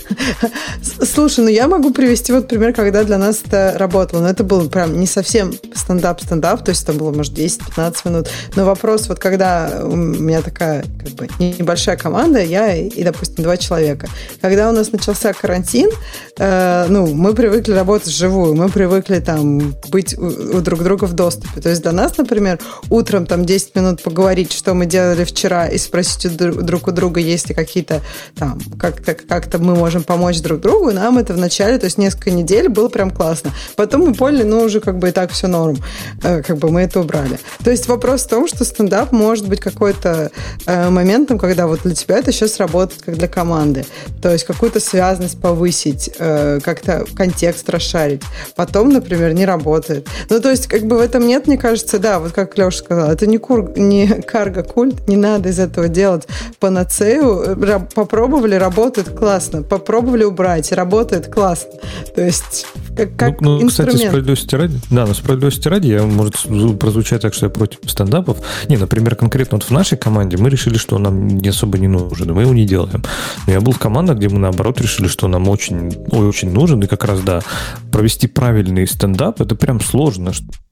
Слушай, ну я могу привести вот пример, когда для нас это работало. Но это был прям не совсем стендап-стендап, то есть там было, может, десять-пятнадцать минут. Но вопрос, вот когда у меня такая как бы небольшая команда, я и, допустим, два человека. Когда у нас начался карантин, э, ну, мы привыкли работать вживую, мы привыкли там быть у, у друг друга в доступе. То есть для нас, например, утром там десять минут поговорить, что мы делали вчера, и спросить у друг у друга, есть ли какие-то там, как-то, как-то мы можем помочь друг другу, и нам это вначале, то есть несколько недель было прям классно. Потом мы поняли, ну, уже как бы и так все норм. Как бы мы это убрали. То есть вопрос в том, что стендап может быть какой-то э, моментом, когда вот для тебя это сейчас работает как для команды. То есть какую-то связность повысить, э, как-то контекст расшарить. Потом, например, не работает. Ну, то есть как бы в этом нет, мне кажется, да, вот как Леша сказал, это не, кур, не карго-культ, не надо из этого делать панацею. Попробовали, работает классно. Попробовали убрать, работает классно. То есть, как, как ну, ну, инструмент. Кстати, справедливости ради, да, но справедливости ради, я, может прозвучать так, что я против стендапов. Не, например, конкретно вот в нашей команде мы решили, что нам не особо не нужен, и мы его не делаем. Но я был в командах, где мы, наоборот, решили, что нам очень, ой, очень нужен, и как раз, да, провести правильный стендап, это прям сложно,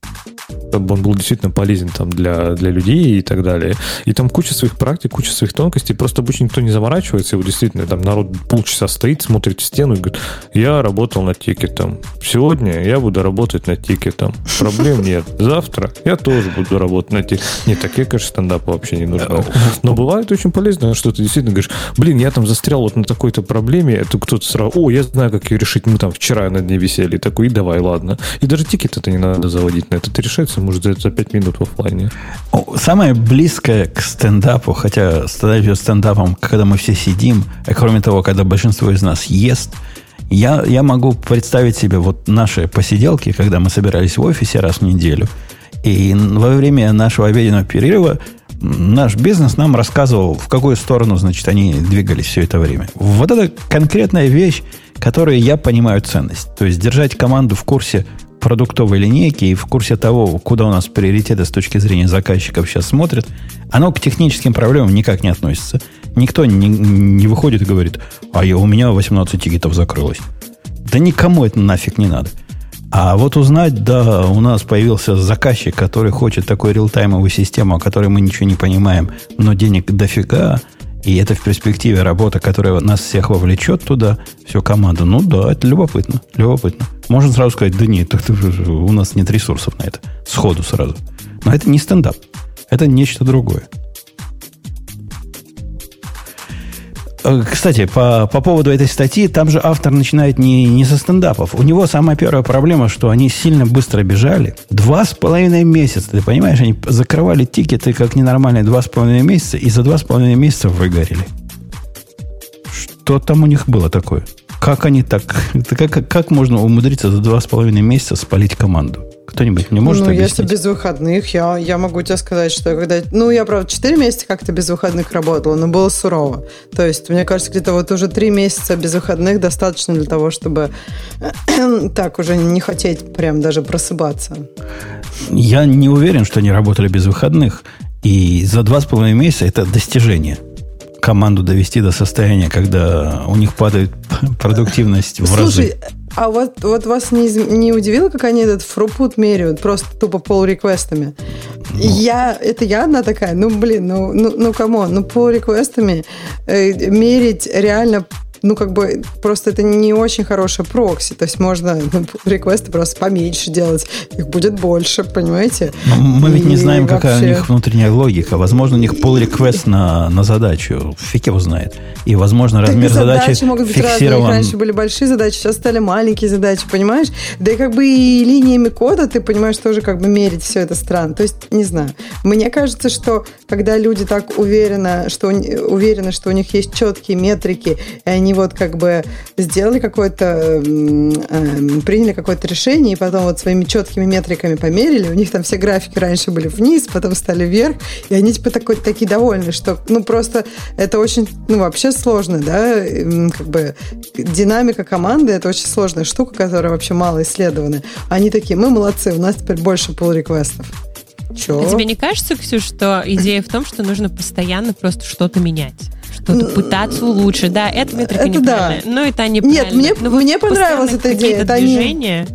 чтобы он был действительно полезен там для, для людей и так далее. И там куча своих практик, куча своих тонкостей. Просто обычно никто не заморачивается. И вот действительно там народ полчаса стоит, смотрит в стену и говорит: я работал над тикетом. Сегодня я буду работать над тикетом. Проблем нет. Завтра я тоже буду работать над тикетом. Нет, такие, конечно, стендапы вообще не нужны. Но бывает очень полезно, что ты действительно говоришь: блин, я там застрял вот на такой-то проблеме. Это кто-то сразу: о, я знаю, как ее решить. Мы там вчера над ней висели. Такой: и давай, ладно. И даже тикет это не надо заводить на это. Это решается, может, за, за пять минут в офлайне. Самое близкое к стендапу, хотя стать стендапом, когда мы все сидим, а кроме того, когда большинство из нас ест, я, я могу представить себе вот наши посиделки, когда мы собирались в офисе раз в неделю, И во время нашего обеденного перерыва наш бизнес нам рассказывал, в какую сторону, значит, они двигались все это время. Вот это конкретная вещь, которой я понимаю ценность. То есть держать команду в курсе продуктовой линейки и в курсе того, куда у нас приоритеты с точки зрения заказчиков сейчас смотрят, оно к техническим проблемам никак не относится. Никто не, не выходит и говорит, а я, у меня восемнадцать тикетов закрылось. Да никому это нафиг не надо. А вот узнать, да, у нас появился заказчик, который хочет такую реалтаймовую систему, о которой мы ничего не понимаем, но денег дофига, и это в перспективе работа, которая нас всех вовлечет туда, всю команду. Ну да, это любопытно, любопытно. Можно сразу сказать, да нет, у нас нет ресурсов на это, сходу сразу. Но это не стендап, это нечто другое. Кстати, по, по поводу этой статьи, там же автор начинает не, не со стендапов. У него самая первая проблема, что они сильно быстро бежали. Два с половиной месяца, ты понимаешь, они закрывали тикеты как ненормальные два с половиной месяца, и за два с половиной месяца выгорели. Что там у них было такое? Как они так... Как, как можно умудриться за два с половиной месяца спалить команду? Кто-нибудь мне может ну, объяснить? Ну, если без выходных, я, я могу тебе сказать, что когда... Ну, я, правда, четыре месяца как-то без выходных работала, но было сурово. То есть, мне кажется, где-то вот уже три месяца без выходных достаточно для того, чтобы так уже не хотеть прям даже просыпаться. Я не уверен, что они работали без выходных. И за два с половиной месяца это достижение. Команду довести до состояния, когда у них падает продуктивность в разы. Слушай, а вот, вот вас не, не удивило, как они этот фрупут меряют просто тупо pull-реквестами? Ну. Я, это я одна такая? Ну, блин, ну, ну, ну камон, ну, pull-реквестами э, мерить реально... Ну, как бы, просто это не очень хорошая прокси. То есть можно ну, реквесты просто поменьше делать. Их будет больше, понимаете? Но мы ведь и не знаем, вообще... какая у них внутренняя логика. Возможно, у них pull request на, на задачу. Фиг его знает. И, возможно, размер задачи, задачи могут быть фиксирован. Разные. Раньше были большие задачи, сейчас стали маленькие задачи, понимаешь? Да и как бы и линиями кода ты понимаешь, тоже как бы мерить все это странно. То есть, не знаю. Мне кажется, что когда люди так уверены, что, уверены, что у них есть четкие метрики, и они вот как бы сделали какое-то, э, приняли какое-то решение, и потом вот своими четкими метриками померили, у них там все графики раньше были вниз, потом стали вверх, и они типа такой, такие довольны, что ну просто это очень, ну вообще сложно, да, как бы динамика команды это очень сложная штука, которая вообще мало исследована. Они такие, мы молодцы, у нас теперь больше pull-реквестов. Чё? А тебе не кажется, Ксюш, что идея в том, что нужно постоянно просто что-то менять? Что-то пытаться улучшить. Да, это метрика это неправильная. Да. Но это неправильно. Нет, мне, но мне понравилась эта идея. Это движения,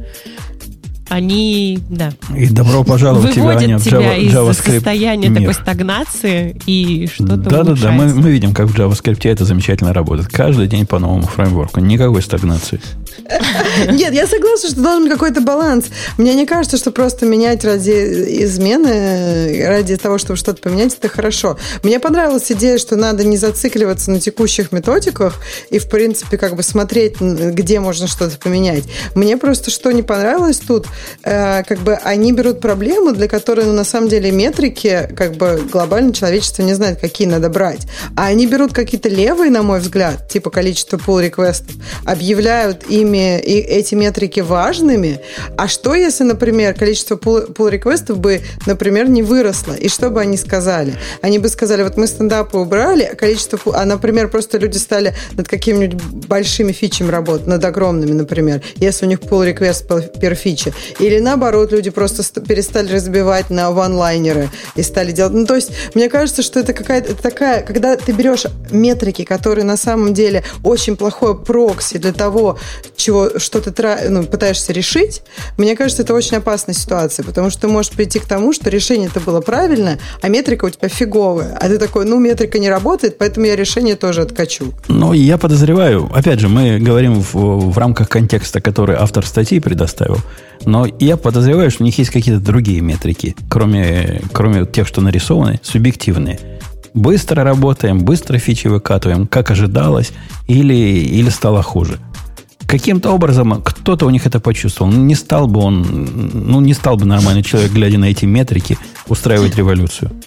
они, да. И добро пожаловать тебя, Аня, в тебя из JavaScript состояния мир. такой стагнации и что-то Да-да-да, мы, мы видим, как в JavaScript это замечательно работает. Каждый день по новому фреймворку. Никакой стагнации. Нет, я согласна, что должен быть какой-то баланс. Мне не кажется, что просто менять ради измены, ради того, чтобы что-то поменять, это хорошо. Мне понравилась идея, что надо не зацикливаться на текущих методиках и, в принципе, как бы смотреть, где можно что-то поменять. Мне просто что не понравилось тут, э, как бы они берут проблему, для которой, ну, на самом деле, метрики, как бы глобально человечество не знает, какие надо брать. А они берут какие-то левые, на мой взгляд, типа количество pull-реквестов, объявляют ими и эти метрики важными. А что, если, например, количество pull-реквестов бы, например, не выросло? И что бы они сказали? Они бы сказали, вот мы стендапы убрали, а количество... А, например, просто люди стали над какими-нибудь большими фичами работать, над огромными, например, если у них pull-реквест per фиче. Или, наоборот, люди просто перестали разбивать на ванлайнеры и стали делать... Ну, то есть, мне кажется, что это какая-то такая... Когда ты берешь метрики, которые на самом деле очень плохое прокси для того, чего, что ты ну, пытаешься решить, мне кажется, это очень опасная ситуация, потому что ты можешь прийти к тому, что решение-то было правильное, а метрика у тебя фиговая. А ты такой, ну, метрика не работает, поэтому я решение тоже откачу. Ну, я подозреваю, опять же, мы говорим в, в рамках контекста, который автор статьи предоставил, но я подозреваю, что у них есть какие-то другие метрики, кроме, кроме тех, что нарисованы, субъективные. Быстро работаем, быстро фичи выкатываем, как ожидалось, или, или стало хуже. Каким-то образом кто-то у них это почувствовал. Не стал бы он, ну, не стал бы нормальный человек, глядя на эти метрики, устраивать революцию.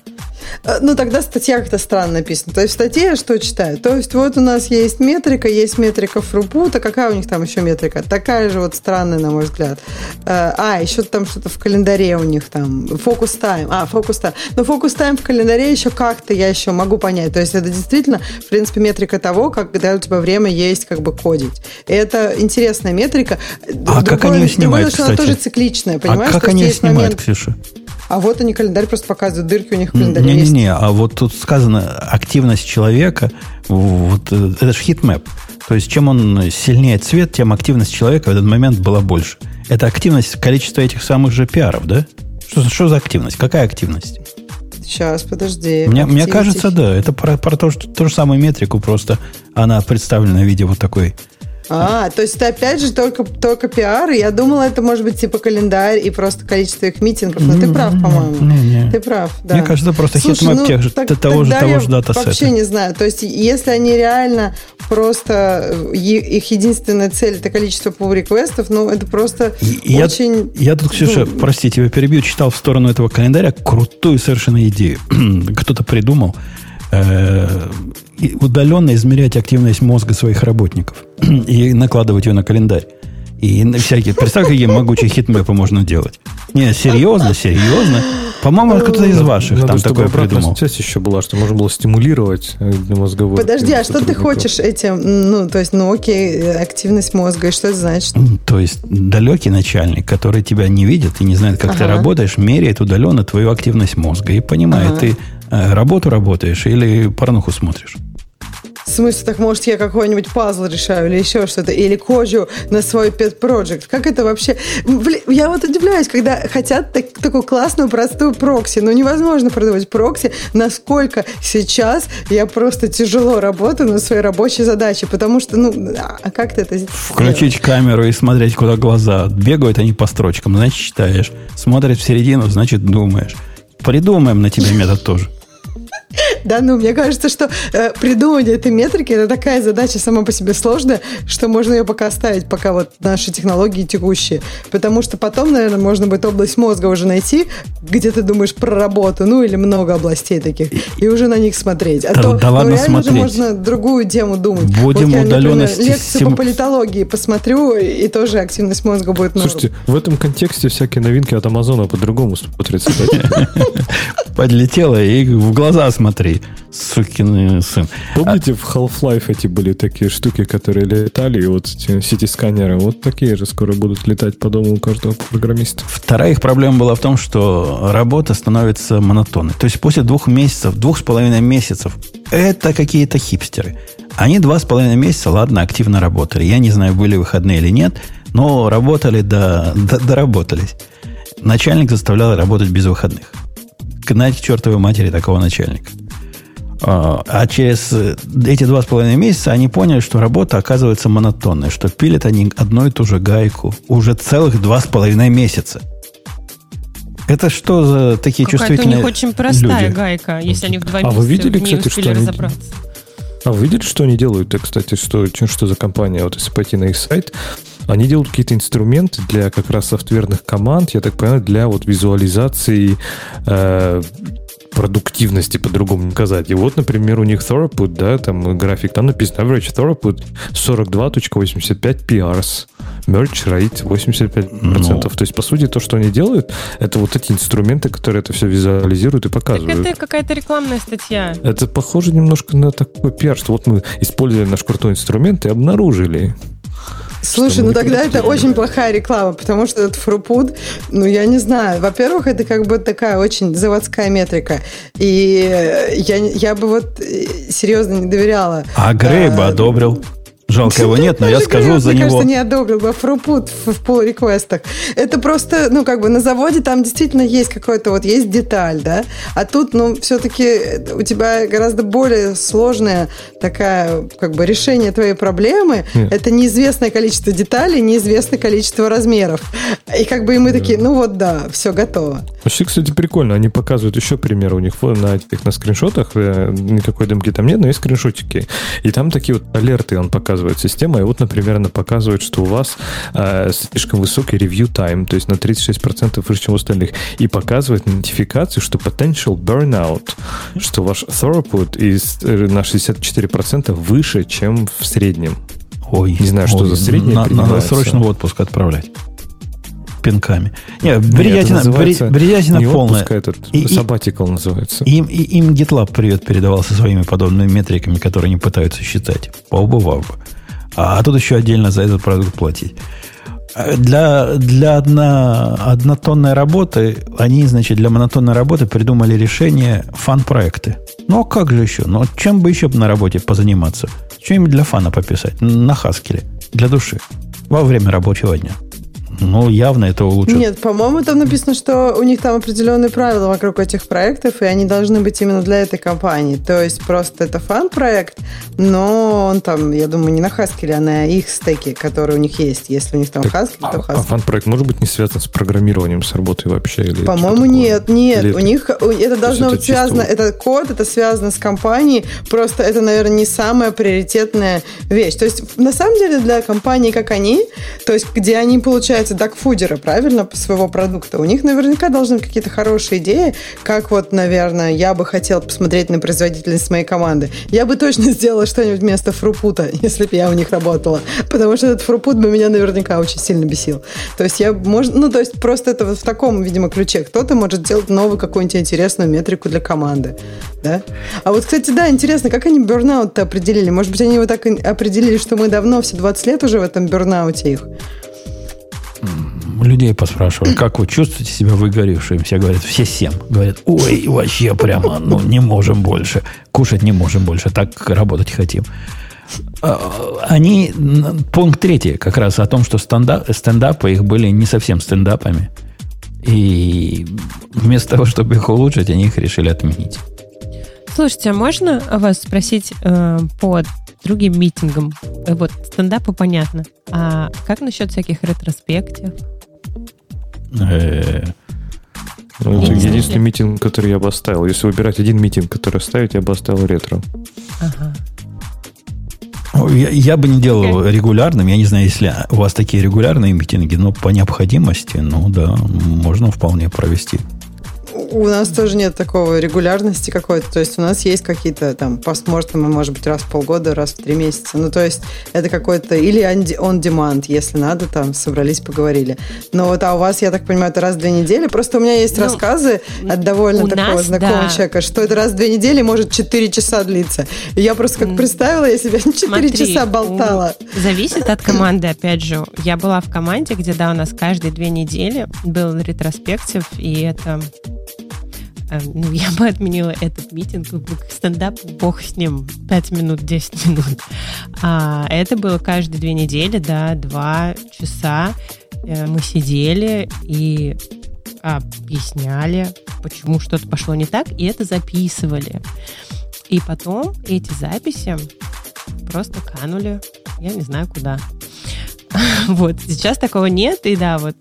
Ну, тогда статья как-то странно написана. То есть в статье я что читаю? То есть вот у нас есть метрика, есть метрика Throughput, а какая у них там еще метрика? Такая же вот странная, на мой взгляд. А, еще там что-то в календаре у них там. Focus Time. А, Focus Time. Но Focus Time в календаре еще как-то я еще могу понять. То есть это действительно, в принципе, метрика того, когда у тебя время есть как бы кодить. И это интересная метрика. А другое, как они ее снимают, другое, кстати? Она тоже цикличная, понимаешь? А как они ее снимают, момент... Ксюша? А вот они календарь просто показывают, дырки у них в календаре не, есть. Не-не-не, а вот тут сказано активность человека, вот, это же хитмэп. То есть чем он сильнее цвет, тем активность человека в этот момент была больше. Это активность, количество этих самых же пиаров, да? Что, что за активность? Какая активность? Сейчас, подожди. Мне, мне кажется, да. Это про, про то, что, ту же самую метрику, просто она представлена в виде вот такой... А, то есть это опять же только, только пиар. Я думала, это может быть типа календарь и просто количество их митингов. Но ты прав, по-моему. Не, не. Ты прав, да. Мне кажется, просто хитмэп ну, тех же, так, того же, того же датасета. Вообще не знаю. То есть если они реально просто... Их единственная цель — это количество pull-реквестов, ну, это просто и очень... Я, я тут, Ксюша, ну, прости, тебя перебью, читал в сторону этого календаря крутую совершенно идею. Кто-то придумал удаленно измерять активность мозга своих работников и накладывать ее на календарь. И всякие... Представь, какие могучие хитмэпы можно делать. Не, серьезно, серьезно. По-моему, кто-то из ваших Надо, там чтобы такое придумал. Связь еще была, что можно было стимулировать мозговую. Подожди, а что ты хочешь этим? Ну, то есть, ну окей, активность мозга, и что это значит? То есть, далекий начальник, который тебя не видит и не знает, как ага. ты работаешь, меряет удаленно твою активность мозга и понимает, ага. ты работу работаешь или порнуху смотришь. В смысле, так может я какой-нибудь пазл решаю или еще что-то, или кожу на свой pet project. Как это вообще? Блин, я вот удивляюсь, когда хотят так, такую классную, простую прокси. Но невозможно продавать прокси, насколько сейчас я просто тяжело работаю на своей рабочей задаче, потому что, ну, а как ты это сделаешь? Включить камеру и смотреть, куда глаза. Бегают они по строчкам, значит, читаешь. Смотрят в середину, значит, думаешь. Придумаем на тебе метод тоже. Да, ну, мне кажется, что э, придумывание этой метрики — это такая задача сама по себе сложная, что можно ее пока оставить, пока вот наши технологии текущие. Потому что потом, наверное, можно будет область мозга уже найти, где ты думаешь про работу, ну, или много областей таких, и уже на них смотреть. А да, то да ну, ладно реально смотреть. уже можно другую тему думать. Будем вот я, удаленно... например, лекцию сим... по политологии посмотрю, и тоже активность мозга будет норм. Слушайте, в этом контексте всякие новинки от Амазона по-другому смотрятся. Подлетела и в глаза смотри, сукин сын. Помните, а... в Half-Life эти были такие штуки, которые летали, и вот эти сити-сканеры, вот такие же скоро будут летать по дому у каждого программиста. Вторая их проблема была в том, что работа становится монотонной. То есть после двух месяцев, двух с половиной месяцев, это какие-то хипстеры. Они два с половиной месяца, ладно, активно работали. Я не знаю, были выходные или нет, но работали, да, до, доработались. Начальник заставлял работать без выходных. Знаете, чертовой матери такого начальника. А через эти два с половиной месяца они поняли, что работа оказывается монотонной, что пилят они одну и ту же гайку уже целых два с половиной месяца. Это что за такие Какая-то чувствительные у них очень простая люди? Гайка, если они в два а месяца вы видели, не кстати, успели что разобраться. Они... А вы видели, что они делают? Кстати, что, что за компания? Вот если пойти на их сайт, они делают какие-то инструменты для как раз софтверных команд, я так понимаю, для вот визуализации э, продуктивности, по-другому сказать. И вот, например, у них throughput, да, там график, там написано average throughput сорок два целых восемьдесят пять пи ар эс, merge rate восемьдесят пять процентов. Ну. То есть, по сути, то, что они делают, это вот эти инструменты, которые это все визуализируют и показывают. Так это какая-то рекламная статья. Это похоже немножко на такой пиар, что вот мы использовали наш крутой инструмент и обнаружили. Слушай, ну тогда это очень плохая реклама, потому что этот Throughput, ну я не знаю, во-первых, это как бы такая очень заводская метрика, и я, я бы вот серьезно не доверяла. А Грей бы одобрил. Жалко его нет, но я скажу за него. Мне кажется, не одобрил бы Throughput в pull-реквестах. Это просто, ну, как бы на заводе там действительно есть какой-то вот, есть деталь, да, а тут, ну, все-таки у тебя гораздо более сложная такая, как бы, решение твоей проблемы. Нет. Это неизвестное количество деталей, неизвестное количество размеров. И как бы и мы такие, ну, вот, да, все готово. Вообще, кстати, прикольно. Они показывают еще примеры у них на этих, на скриншотах. Никакой демки там нет, но есть скриншотики. И там такие вот алерты он показывает. показывает система. И вот, например, она показывает, что у вас э, слишком высокий review time, то есть на тридцать шесть процентов выше, чем у остальных. И показывает нотификацию, что potential burnout, что ваш throughput из, на шестьдесят четыре процента выше, чем в среднем. Ой, не знаю, что ой, за среднее. На, надо срочно в отпуск отправлять. Пинками. Нет, бредятина, Нет, бредятина не полная. Отпуск, этот, и, sabbatical называется. Им, и, им GitLab привет передавал со своими подобными метриками, которые они пытаются считать. Пауба-вауба. А, а тут еще отдельно за этот продукт платить. Для, для одно, однотонной работы они, значит, для монотонной работы придумали решение фан-проекты. Ну, а как же еще? Ну, чем бы еще на работе позаниматься? Что-нибудь для фана пописать? На Хаскеле. Для души. Во время рабочего дня. Ну, явно это улучшит. Нет, по-моему, там написано, что у них там определенные правила вокруг этих проектов, и они должны быть именно для этой компании. То есть просто это фан-проект, но он там, я думаю, не на Haskell, а на их стеке, которые у них есть. Если у них там так, Haskell, а, то Haskell. А фан-проект может быть не связан с программированием, с работой вообще? Или по-моему, нет, нет. Или у них это должно быть это связано, чисто... это код, это связано с компанией, просто это, наверное, не самая приоритетная вещь. То есть, на самом деле, для компаний, как они, то есть, где они, получается, дагфудеры, правильно, своего продукта, у них наверняка должны быть какие-то хорошие идеи, как вот, наверное, я бы хотел посмотреть на производительность моей команды. Я бы точно сделала что-нибудь вместо фрупута, если бы я у них работала, потому что этот фрупут бы меня наверняка очень сильно бесил. То есть я, может, ну, то есть просто это вот в таком, видимо, ключе. Кто-то может сделать новую какую-нибудь интересную метрику для команды, да? А вот, кстати, да, интересно, как они бернаут-то определили? Может быть, они его так определили, что мы давно, все двадцать лет уже в этом бернауте их? Людей поспрашивают, как вы чувствуете себя выгоревшим? Все говорят, все семь. Говорят, ой, вообще прямо, ну, не можем больше. Кушать не можем больше, так работать хотим. Они, пункт третий, как раз о том, что стендап, стендапы их были не совсем стендапами. И вместо того, чтобы их улучшить, они их решили отменить. Слушайте, а можно вас спросить э, по другим митингам? Вот, стендапы понятно. А как насчет всяких ретроспектив? Ну, это единственный митинг, который я бы оставил. Если выбирать один митинг, который оставить, я бы оставил ретро. Ага. Я, я бы не делал okay. регулярным. Я не знаю, если у вас такие регулярные митинги, но по необходимости, ну да, можно вполне провести. У нас тоже нет такого регулярности какой-то. То есть у нас есть какие-то там постмортемы, может быть, раз в полгода, раз в три месяца. Ну, то есть это какой-то или on demand, если надо, там собрались, поговорили. Но вот, а у вас, я так понимаю, это раз в две недели. Просто у меня есть ну, рассказы от довольно такого нас, знакомого да. человека, что это раз в две недели может четыре часа длиться. И я просто как представила, я себя четыре часа болтала. Зависит от команды, опять же. Я была в команде, где, да, у нас каждые две недели был ретроспектив, и это... Ну, я бы отменила этот митинг. Стендап, бог с ним, пять минут, десять минут. А это было каждые две недели, да, два часа. Мы сидели и объясняли, почему что-то пошло не так, и это записывали. И потом эти записи просто канули, я не знаю куда. Вот, сейчас такого нет, и да, вот...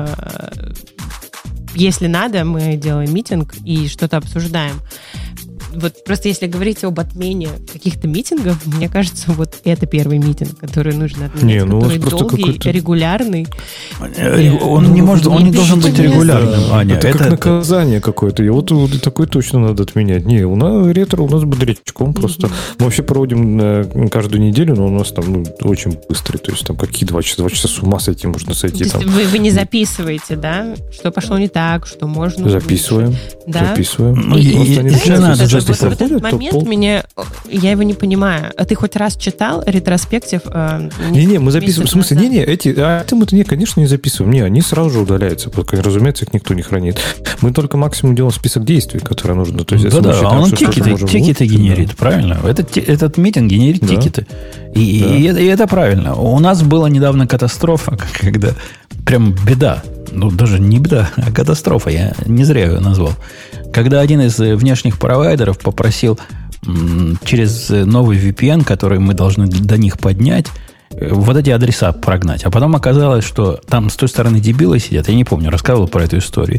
Если надо, мы делаем митинг и что-то обсуждаем. Вот просто если говорить об отмене каких-то митингов, мне кажется, вот это первый митинг, который нужно отменять, не, ну который долгий, регулярный. Он не, не может, он не должен быть регулярным, Аня. Это, это как это... наказание какое-то. И вот, вот такое точно надо отменять. Не, у нас ретро у нас бодрячком mm-hmm. просто. Мы вообще проводим каждую неделю, но у нас там ну, очень быстрый. То есть там какие два часа, два часа с ума сойти можно сойти. Там. Вы, вы не записываете, да? Что пошло не так, что можно... Записываем. Да? Записываем. Ну, и, и, и, и надо вот в этот момент меня, я его не понимаю. А ты хоть раз читал ретроспектив? Э, Не-не, мы записываем. В смысле, не-не, эти, а это мы-то, не, конечно, не записываем. Не, они сразу же удаляются. Разумеется, их никто не хранит. Мы только максимум делаем список действий, которые нужно. То есть, да, да, а он тикеты, тикеты генерит, да. Правильно? Этот, этот митинг генерит да. тикеты. И, да. и, и, это, и это правильно. У нас была недавно катастрофа, когда прям беда. Ну, даже не беда, а катастрофа. Я не зря ее назвал. Когда один из внешних провайдеров попросил м, через новый ви пи эн, который мы должны до них поднять, вот эти адреса прогнать. А потом оказалось, что там с той стороны дебилы сидят. Я не помню, рассказывал про эту историю.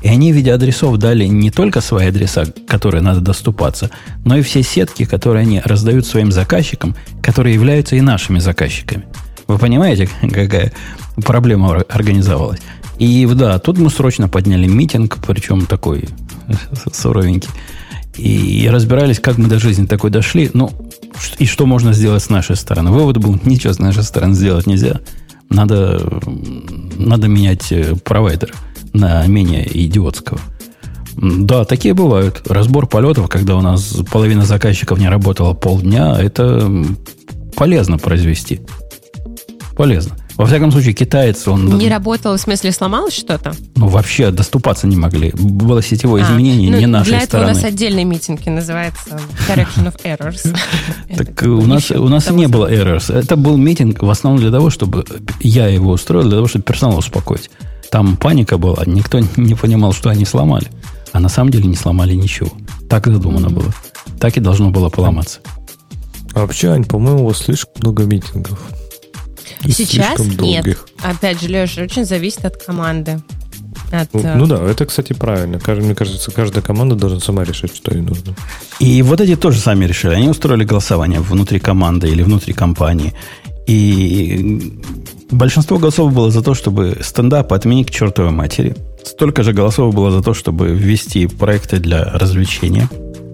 И они в виде адресов дали не только свои адреса, которые надо доступаться, но и все сетки, которые они раздают своим заказчикам, которые являются и нашими заказчиками. Вы понимаете, какая проблема организовалась? И да, тут мы срочно подняли митинг, причем такой суровенький, и разбирались, как мы до жизни такой дошли, ну, и что можно сделать с нашей стороны. Вывод был, ничего с нашей стороны сделать нельзя. Надо, надо менять провайдера на менее идиотского. Да, такие бывают. Разбор полетов, когда у нас половина заказчиков не работала полдня, это полезно произвести. Полезно. Во всяком случае, китаец, он... Не работал, в смысле, сломалось что-то? Ну, вообще доступаться не могли. Было сетевое а, изменение ну, не нашей для этого стороны. У нас отдельный митинг называется Correction of Errors. Так у нас, у нас не было errors. Это был митинг в основном для того, чтобы... Я его устроил для того, чтобы персонал успокоить. Там паника была. Никто не понимал, что они сломали. А на самом деле не сломали ничего. Так задумано было. Так и должно было поломаться. А вообще, Ань, по-моему, у вас слишком много митингов. Сейчас нет. Опять же, Леша, очень зависит от команды. От, ну, ну да, это, кстати, правильно. Мне кажется, каждая команда должна сама решать, что ей нужно. И вот эти тоже сами решили. Они устроили голосование внутри команды или внутри компании. И большинство голосов было за то, чтобы стендап отменить к чертовой матери. Столько же голосов было за то, чтобы ввести проекты для развлечения.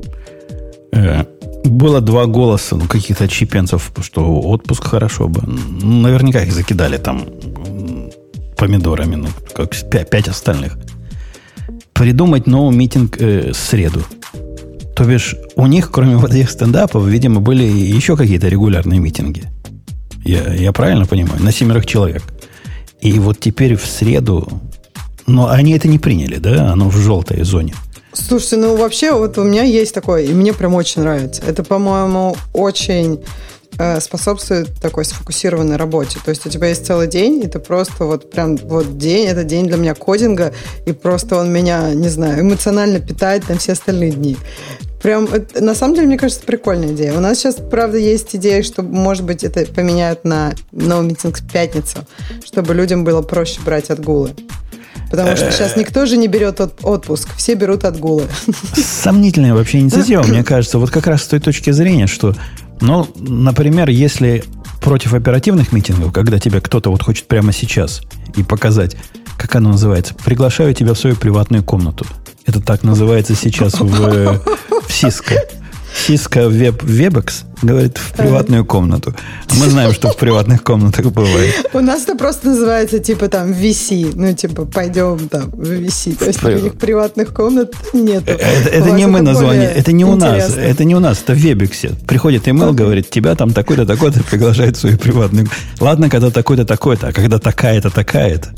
Было два голоса, ну, каких-то чипенцев, что отпуск хорошо бы. Ну, наверняка их закидали там помидорами, ну, как пять, пять остальных. Придумать новый митинг э, в среду. То бишь, у них, кроме вот этих стендапов, видимо, были еще какие-то регулярные митинги. Я, я правильно понимаю? На семерых человек. И вот теперь в среду... Но они это не приняли, да? Оно в желтой зоне. Слушайте, ну вообще вот у меня есть такое, и мне прям очень нравится. Это, по-моему, очень э, способствует такой сфокусированной работе. То есть у тебя есть целый день, и ты просто вот прям вот день, это день для меня кодинга, и просто он меня, не знаю, эмоционально питает на все остальные дни. Прям, это, на самом деле, мне кажется, прикольная идея. У нас сейчас, правда, есть идея, что, может быть, это поменяют на новый митинг в пятницу, чтобы людям было проще брать отгулы. Потому что сейчас никто же не берет отпуск, все берут отгулы. Сомнительная вообще инициатива, мне кажется, вот как раз с той точки зрения, что, ну, например, если против оперативных митингов, когда тебя кто-то вот хочет прямо сейчас и показать, как оно называется, приглашаю тебя в свою приватную комнату. Это так называется сейчас в, в Cisco. Cisco Web, Webex говорит в приватную комнату. Мы знаем, что в приватных комнатах бывает. У нас это просто называется типа там ви си. Ну, типа, пойдем там в ви си. То есть никаких приватных комнат нет. Это, это не мы название, это не у нас. Это не у нас, это в Вебексе. Приходит имейл, говорит, тебя там такой-то, такой-то приглашает в свою приватную. Ладно, когда такой-то, такой-то, а когда такая-то, такая-то.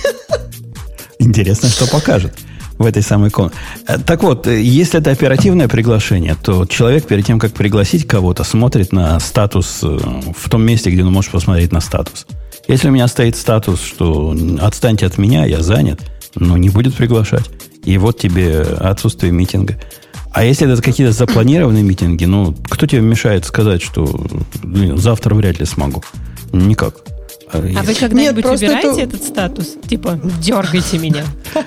Интересно, что покажет в этой самой комнате. Так вот, если это оперативное приглашение, то человек перед тем, как пригласить кого-то, смотрит на статус в том месте, где он может посмотреть на статус. Если у меня стоит статус, что отстаньте от меня, я занят, ну, не будет приглашать. И вот тебе отсутствие митинга. А если это какие-то запланированные митинги, ну, кто тебе мешает сказать, что блин, завтра вряд ли смогу? Никак. А вы когда-нибудь Нет, убираете это... этот статус? Типа, дергайте меня.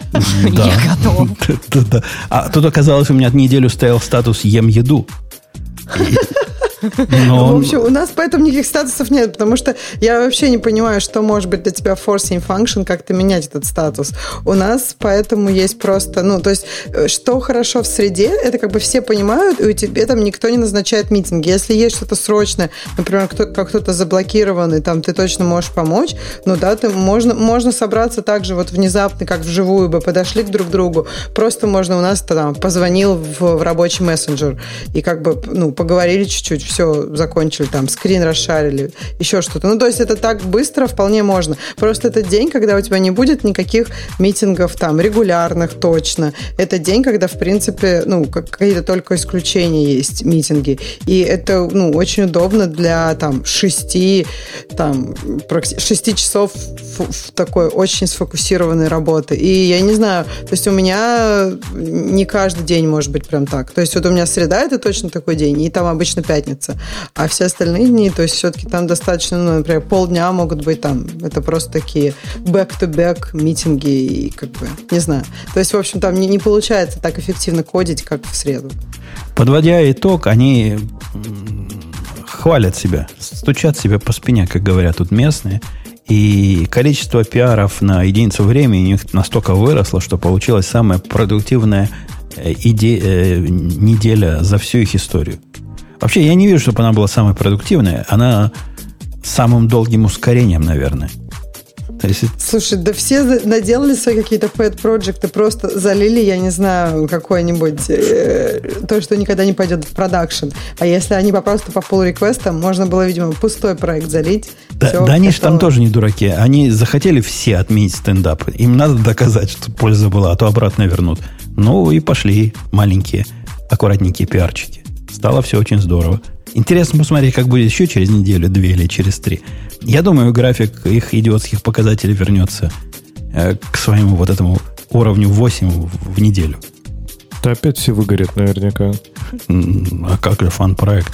Я готов. А тут оказалось, у меня неделю стоял статус «Ем еду». Но... В общем, у нас поэтому никаких статусов нет, потому что я вообще не понимаю, что может быть для тебя forcing function, как-то менять этот статус. У нас поэтому есть просто, ну, то есть, что хорошо в среде, это как бы все понимают, и у тебя там никто не назначает митинги. Если есть что-то срочное, например, кто, как кто-то заблокированный, там ты точно можешь помочь, ну да, ты, можно, можно собраться так же вот внезапно, как вживую бы, подошли к друг другу, просто можно у нас там позвонил в, в рабочий мессенджер и как бы, ну, поговорили чуть-чуть, все, закончили, там, скрин расшарили, еще что-то. Ну, то есть это так быстро вполне можно. Просто это день, когда у тебя не будет никаких митингов там регулярных точно. Это день, когда, в принципе, ну, какие-то только исключения есть митинги. И это, ну, очень удобно для, там, шести, там, шести часов в, в такой очень сфокусированной работы. И я не знаю, то есть у меня не каждый день может быть прям так. То есть вот у меня среда — это точно такой день, и там обычно пятница. созваниваться. А все остальные дни, то есть все-таки там достаточно, ну, например, полдня могут быть там, это просто такие back-to-back митинги и как бы, не знаю. То есть, в общем, там не, не получается так эффективно кодить, как в среду. Подводя итог, они хвалят себя, стучат себя по спине, как говорят тут местные, и количество пиаров на единицу времени у них настолько выросло, что получилась самая продуктивная иде- неделя за всю их историю. Вообще, я не вижу, чтобы она была самой продуктивной, она самым долгим ускорением, наверное. То есть... Слушай, да все наделали свои какие-то pet-проекты, просто залили, я не знаю, какой-нибудь э, то, что никогда не пойдет в продакшн. А если они просто по pull-реквестам, можно было, видимо, пустой проект залить. Да, да они же там тоже не дураки. Они захотели все отменить стендап. Им надо доказать, что польза была, а то обратно вернут. Ну и пошли маленькие, аккуратненькие пиарчики. Стало все очень здорово. Интересно посмотреть, как будет еще через неделю, две или через три. Я думаю, график их идиотских показателей вернется э, к своему вот этому уровню восемь в, в неделю. Да опять все выгорят наверняка. А как же фан-проект?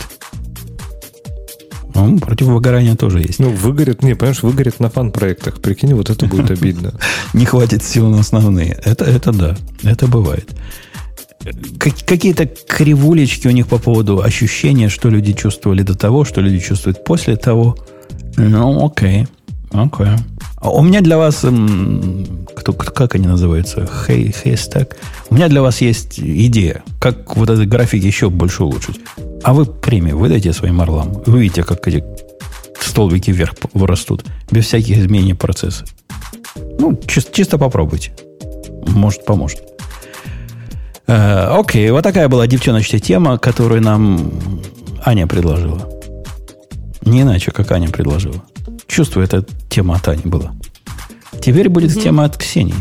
Ну, против выгорания тоже есть. Ну, выгорят, не, понимаешь, выгорят на фан-проектах. Прикинь, вот это будет обидно. Не хватит сил на основные. Это, это да, это бывает. Какие-то кривулечки у них по поводу ощущения, что люди чувствовали до того, что люди чувствуют после того. Ну, окей. Окей. А у меня для вас... Кто, как они называются? Хей, хейстаг. У меня для вас есть идея, как вот этот график еще больше улучшить. А вы премию выдайте своим орлам. Вы видите, как эти столбики вверх вырастут. Без всяких изменений процесса. Ну, чисто, чисто попробуйте. Может, поможет. Э, окей, вот такая была девчоночная тема, которую нам Аня предложила. Не иначе, как Аня предложила. Чувствую, эта тема от Ани была. Теперь будет mm-hmm. тема от Ксении.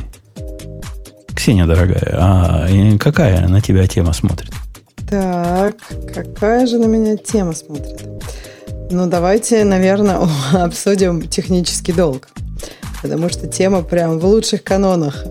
Ксения, дорогая, а какая на тебя тема смотрит? Так, какая же на меня тема смотрит? Ну, давайте, наверное, обсудим технический долг. Потому что тема прям в лучших канонах.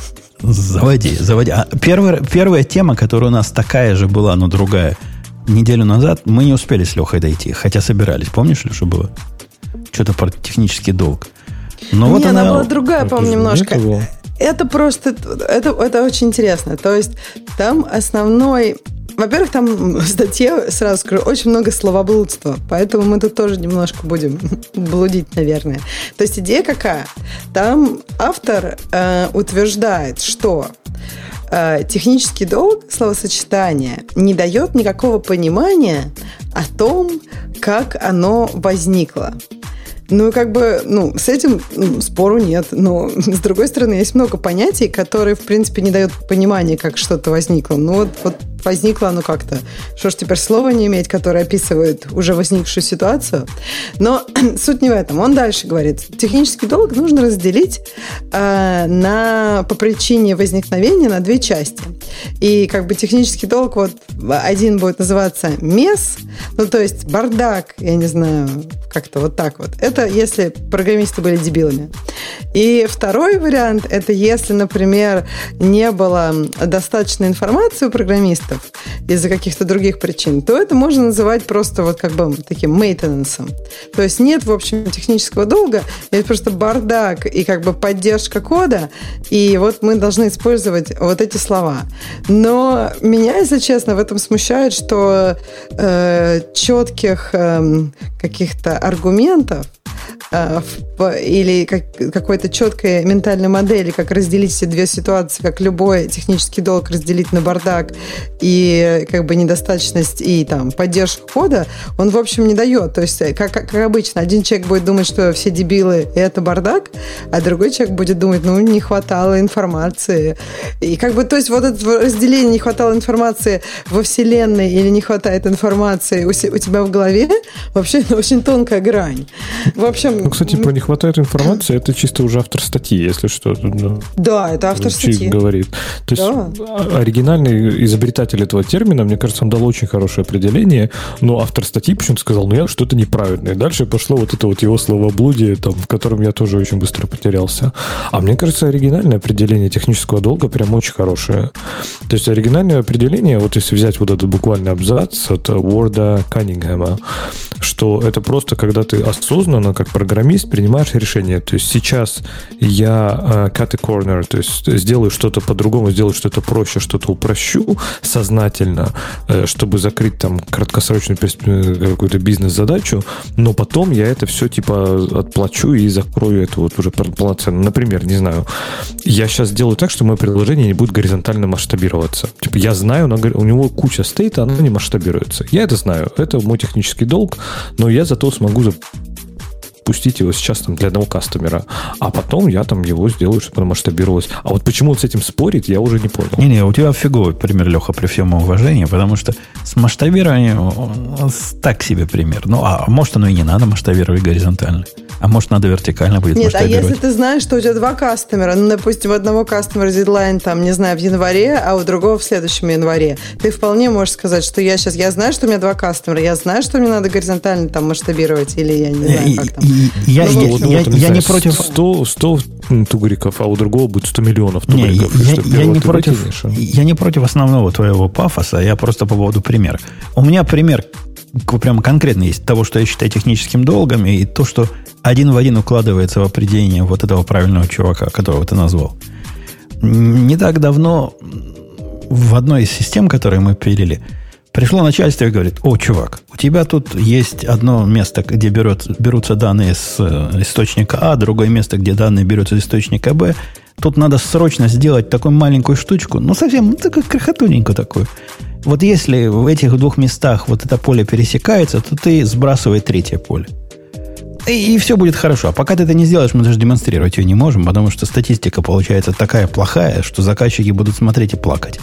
Заводи, заводи. А первая, первая тема, которая у нас такая же была, но другая, неделю назад, мы не успели с Лехой дойти, хотя собирались. Помнишь, Леша, было? Что-то про технический долг. Но не, вот она, она была другая, по-моему, немножко. Это просто, это, это очень интересно. То есть там основной... Во-первых, там в статье, сразу скажу, очень много словоблудства, поэтому мы тут тоже немножко будем блудить, наверное. То есть идея какая? Там автор э, утверждает, что э, технический долг, словосочетание, не дает никакого понимания о том, как оно возникло. Ну, как бы, ну, с этим ну, спору нет. Но, с другой стороны, есть много понятий, которые, в принципе, не дают понимания, как что-то возникло. Ну, вот, вот возникло оно как-то. Что ж теперь слова не иметь, которое описывает уже возникшую ситуацию? Но суть не в этом. Он дальше говорит, технический долг нужно разделить э, на, по причине возникновения на две части. И как бы технический долг, вот один будет называться мес, ну, то есть бардак, я не знаю, как-то вот так вот. Это если программисты были дебилами. И второй вариант, это если, например, не было достаточной информации у программистов из-за каких-то других причин, то это можно называть просто вот как бы таким мейтенансом. То есть нет, в общем, технического долга, есть просто бардак и как бы поддержка кода, и вот мы должны использовать вот эти слова. Но меня, если честно, в этом смущает, что э, четких э, каких-то аргументов или как, какой-то четкой ментальной модели, как разделить все две ситуации, как любой технический долг разделить на бардак и как бы недостаточность и там поддержку кода, он, в общем, не дает. То есть, как, как обычно, один человек будет думать, что все дебилы и это бардак, а другой человек будет думать, ну, не хватало информации. И как бы, то есть, вот это разделение не хватало информации во Вселенной или не хватает информации у, у тебя в голове, вообще, это очень тонкая грань. В общем, Ну, кстати, про не хватает информации, это чисто уже автор статьи, если что. Да, да это автор статьи. Говорит. То есть да. Оригинальный изобретатель этого термина, мне кажется, он дал очень хорошее определение, но автор статьи почему-то сказал, ну, я что-то неправильное. И дальше пошло вот это вот его словоблудие, там, в котором я тоже очень быстро потерялся. А мне кажется, оригинальное определение технического долга прям очень хорошее. То есть оригинальное определение, вот если взять вот этот буквальный абзац от Уорда Каннингема, что это просто когда ты осознанно, как программист, принимаешь решение. То есть сейчас я uh, cut a corner, то есть сделаю что-то по-другому, сделаю что-то проще, что-то упрощу сознательно, чтобы закрыть там краткосрочную какую-то бизнес-задачу, но потом я это все типа отплачу и закрою это вот уже полноценно. Например, не знаю, я сейчас сделаю так, что мое приложение не будет горизонтально масштабироваться. Типа я знаю, у него куча стейта, оно не масштабируется. Я это знаю, это мой технический долг, но я зато смогу запустить его сейчас там для одного кастомера, а потом я там его сделаю, чтобы оно масштабировалось. А вот почему он с этим спорит, я уже не понял. Не-не, у тебя фиговый пример, Леха, при всем уважении, потому что с масштабированием так себе пример. Ну, а может, оно и не надо масштабировать горизонтально. А может, надо вертикально будет Нет, масштабировать. А если ты знаешь, что у тебя два кастомера, ну, допустим, у одного кастомера дедлайн, там, не знаю, в январе, а у другого в следующем январе, ты вполне можешь сказать, что я сейчас, я знаю, что у меня два кастомера, я знаю, что мне надо горизонтально там масштабировать, или я не знаю, как там. Я, ну, я, вот, я, вот, я не не против... сто, сто тугриков, а у другого будет сто миллионов тугриков. Не, я, я, не против, я не против основного твоего пафоса, я просто по поводу примера. У меня пример прямо конкретно есть того, что я считаю техническим долгом, и то, что один в один укладывается в определение вот этого правильного чувака, которого ты назвал. Не так давно в одной из систем, которые мы пилили, пришло начальство и говорит: о, чувак, у тебя тут есть одно место, где берет, берутся данные с источника А, другое место, где данные берутся из источника Б. Тут надо срочно сделать такую маленькую штучку, ну, совсем, ну, такую крохотуненькую такую. Вот если в этих двух местах вот это поле пересекается, то ты сбрасывай третье поле. И, и все будет хорошо. А пока ты это не сделаешь, мы даже демонстрировать ее не можем, потому что статистика получается такая плохая, что заказчики будут смотреть и плакать.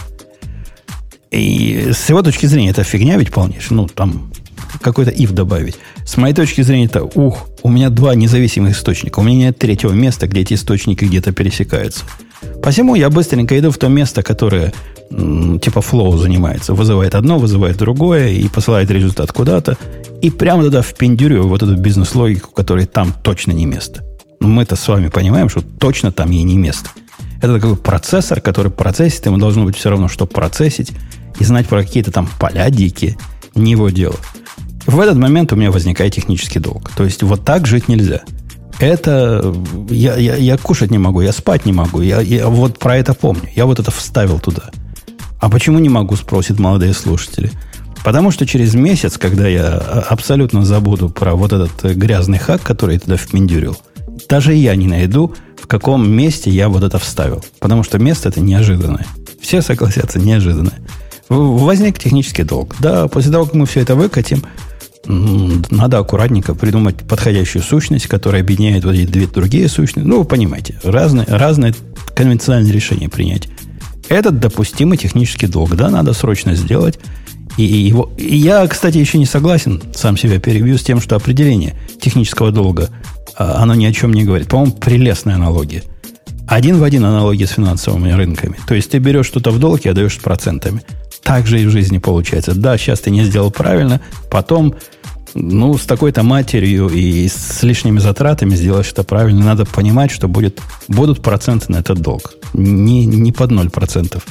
И с его точки зрения это фигня ведь полнейшая. Ну, там какой-то if добавить. С моей точки зрения это, ух, у меня два независимых источника. У меня нет третьего места, где эти источники где-то пересекаются. Посему я быстренько иду в то место, которое м, типа flow занимается. Вызывает одно, вызывает другое и посылает результат куда-то. И прямо туда впендюрю вот эту бизнес-логику, которой там точно не место. Но мы-то с вами понимаем, что точно там ей не место. Это такой процессор, который процессит, ему должно быть все равно, что процессить, и знать про какие-то там поля дикие. Не его дело. В этот момент у меня возникает технический долг. То есть вот так жить нельзя. Это я, я, я кушать не могу, я спать не могу. Я, я вот про это помню. Я вот это вставил туда. А почему не могу, спросят молодые слушатели. Потому что через месяц, когда я абсолютно забуду про вот этот грязный хак, который я туда впендюрил, даже я не найду, в каком месте я вот это вставил. Потому что место это неожиданное. Все согласятся, неожиданное. Возник технический долг. Да, после того, как мы все это выкатим, надо аккуратненько придумать подходящую сущность, которая объединяет вот эти две другие сущности. Ну, вы понимаете, разные, разные конвенциональные решения принять. Этот допустимый технический долг. Да, надо срочно сделать. И, его, и я, кстати, еще не согласен, сам себя перебью, с тем, что определение технического долга, оно ни о чем не говорит. По-моему, прелестная аналогия. Один в один аналогия с финансовыми рынками. То есть ты берешь что-то в долг и отдаешь с процентами. Так же и в жизни получается. Да, сейчас ты не сделал правильно, потом, ну, с такой-то матерью и с лишними затратами сделаешь это правильно. Надо понимать, что будет, будут проценты на этот долг. Не, не под ноль процентов.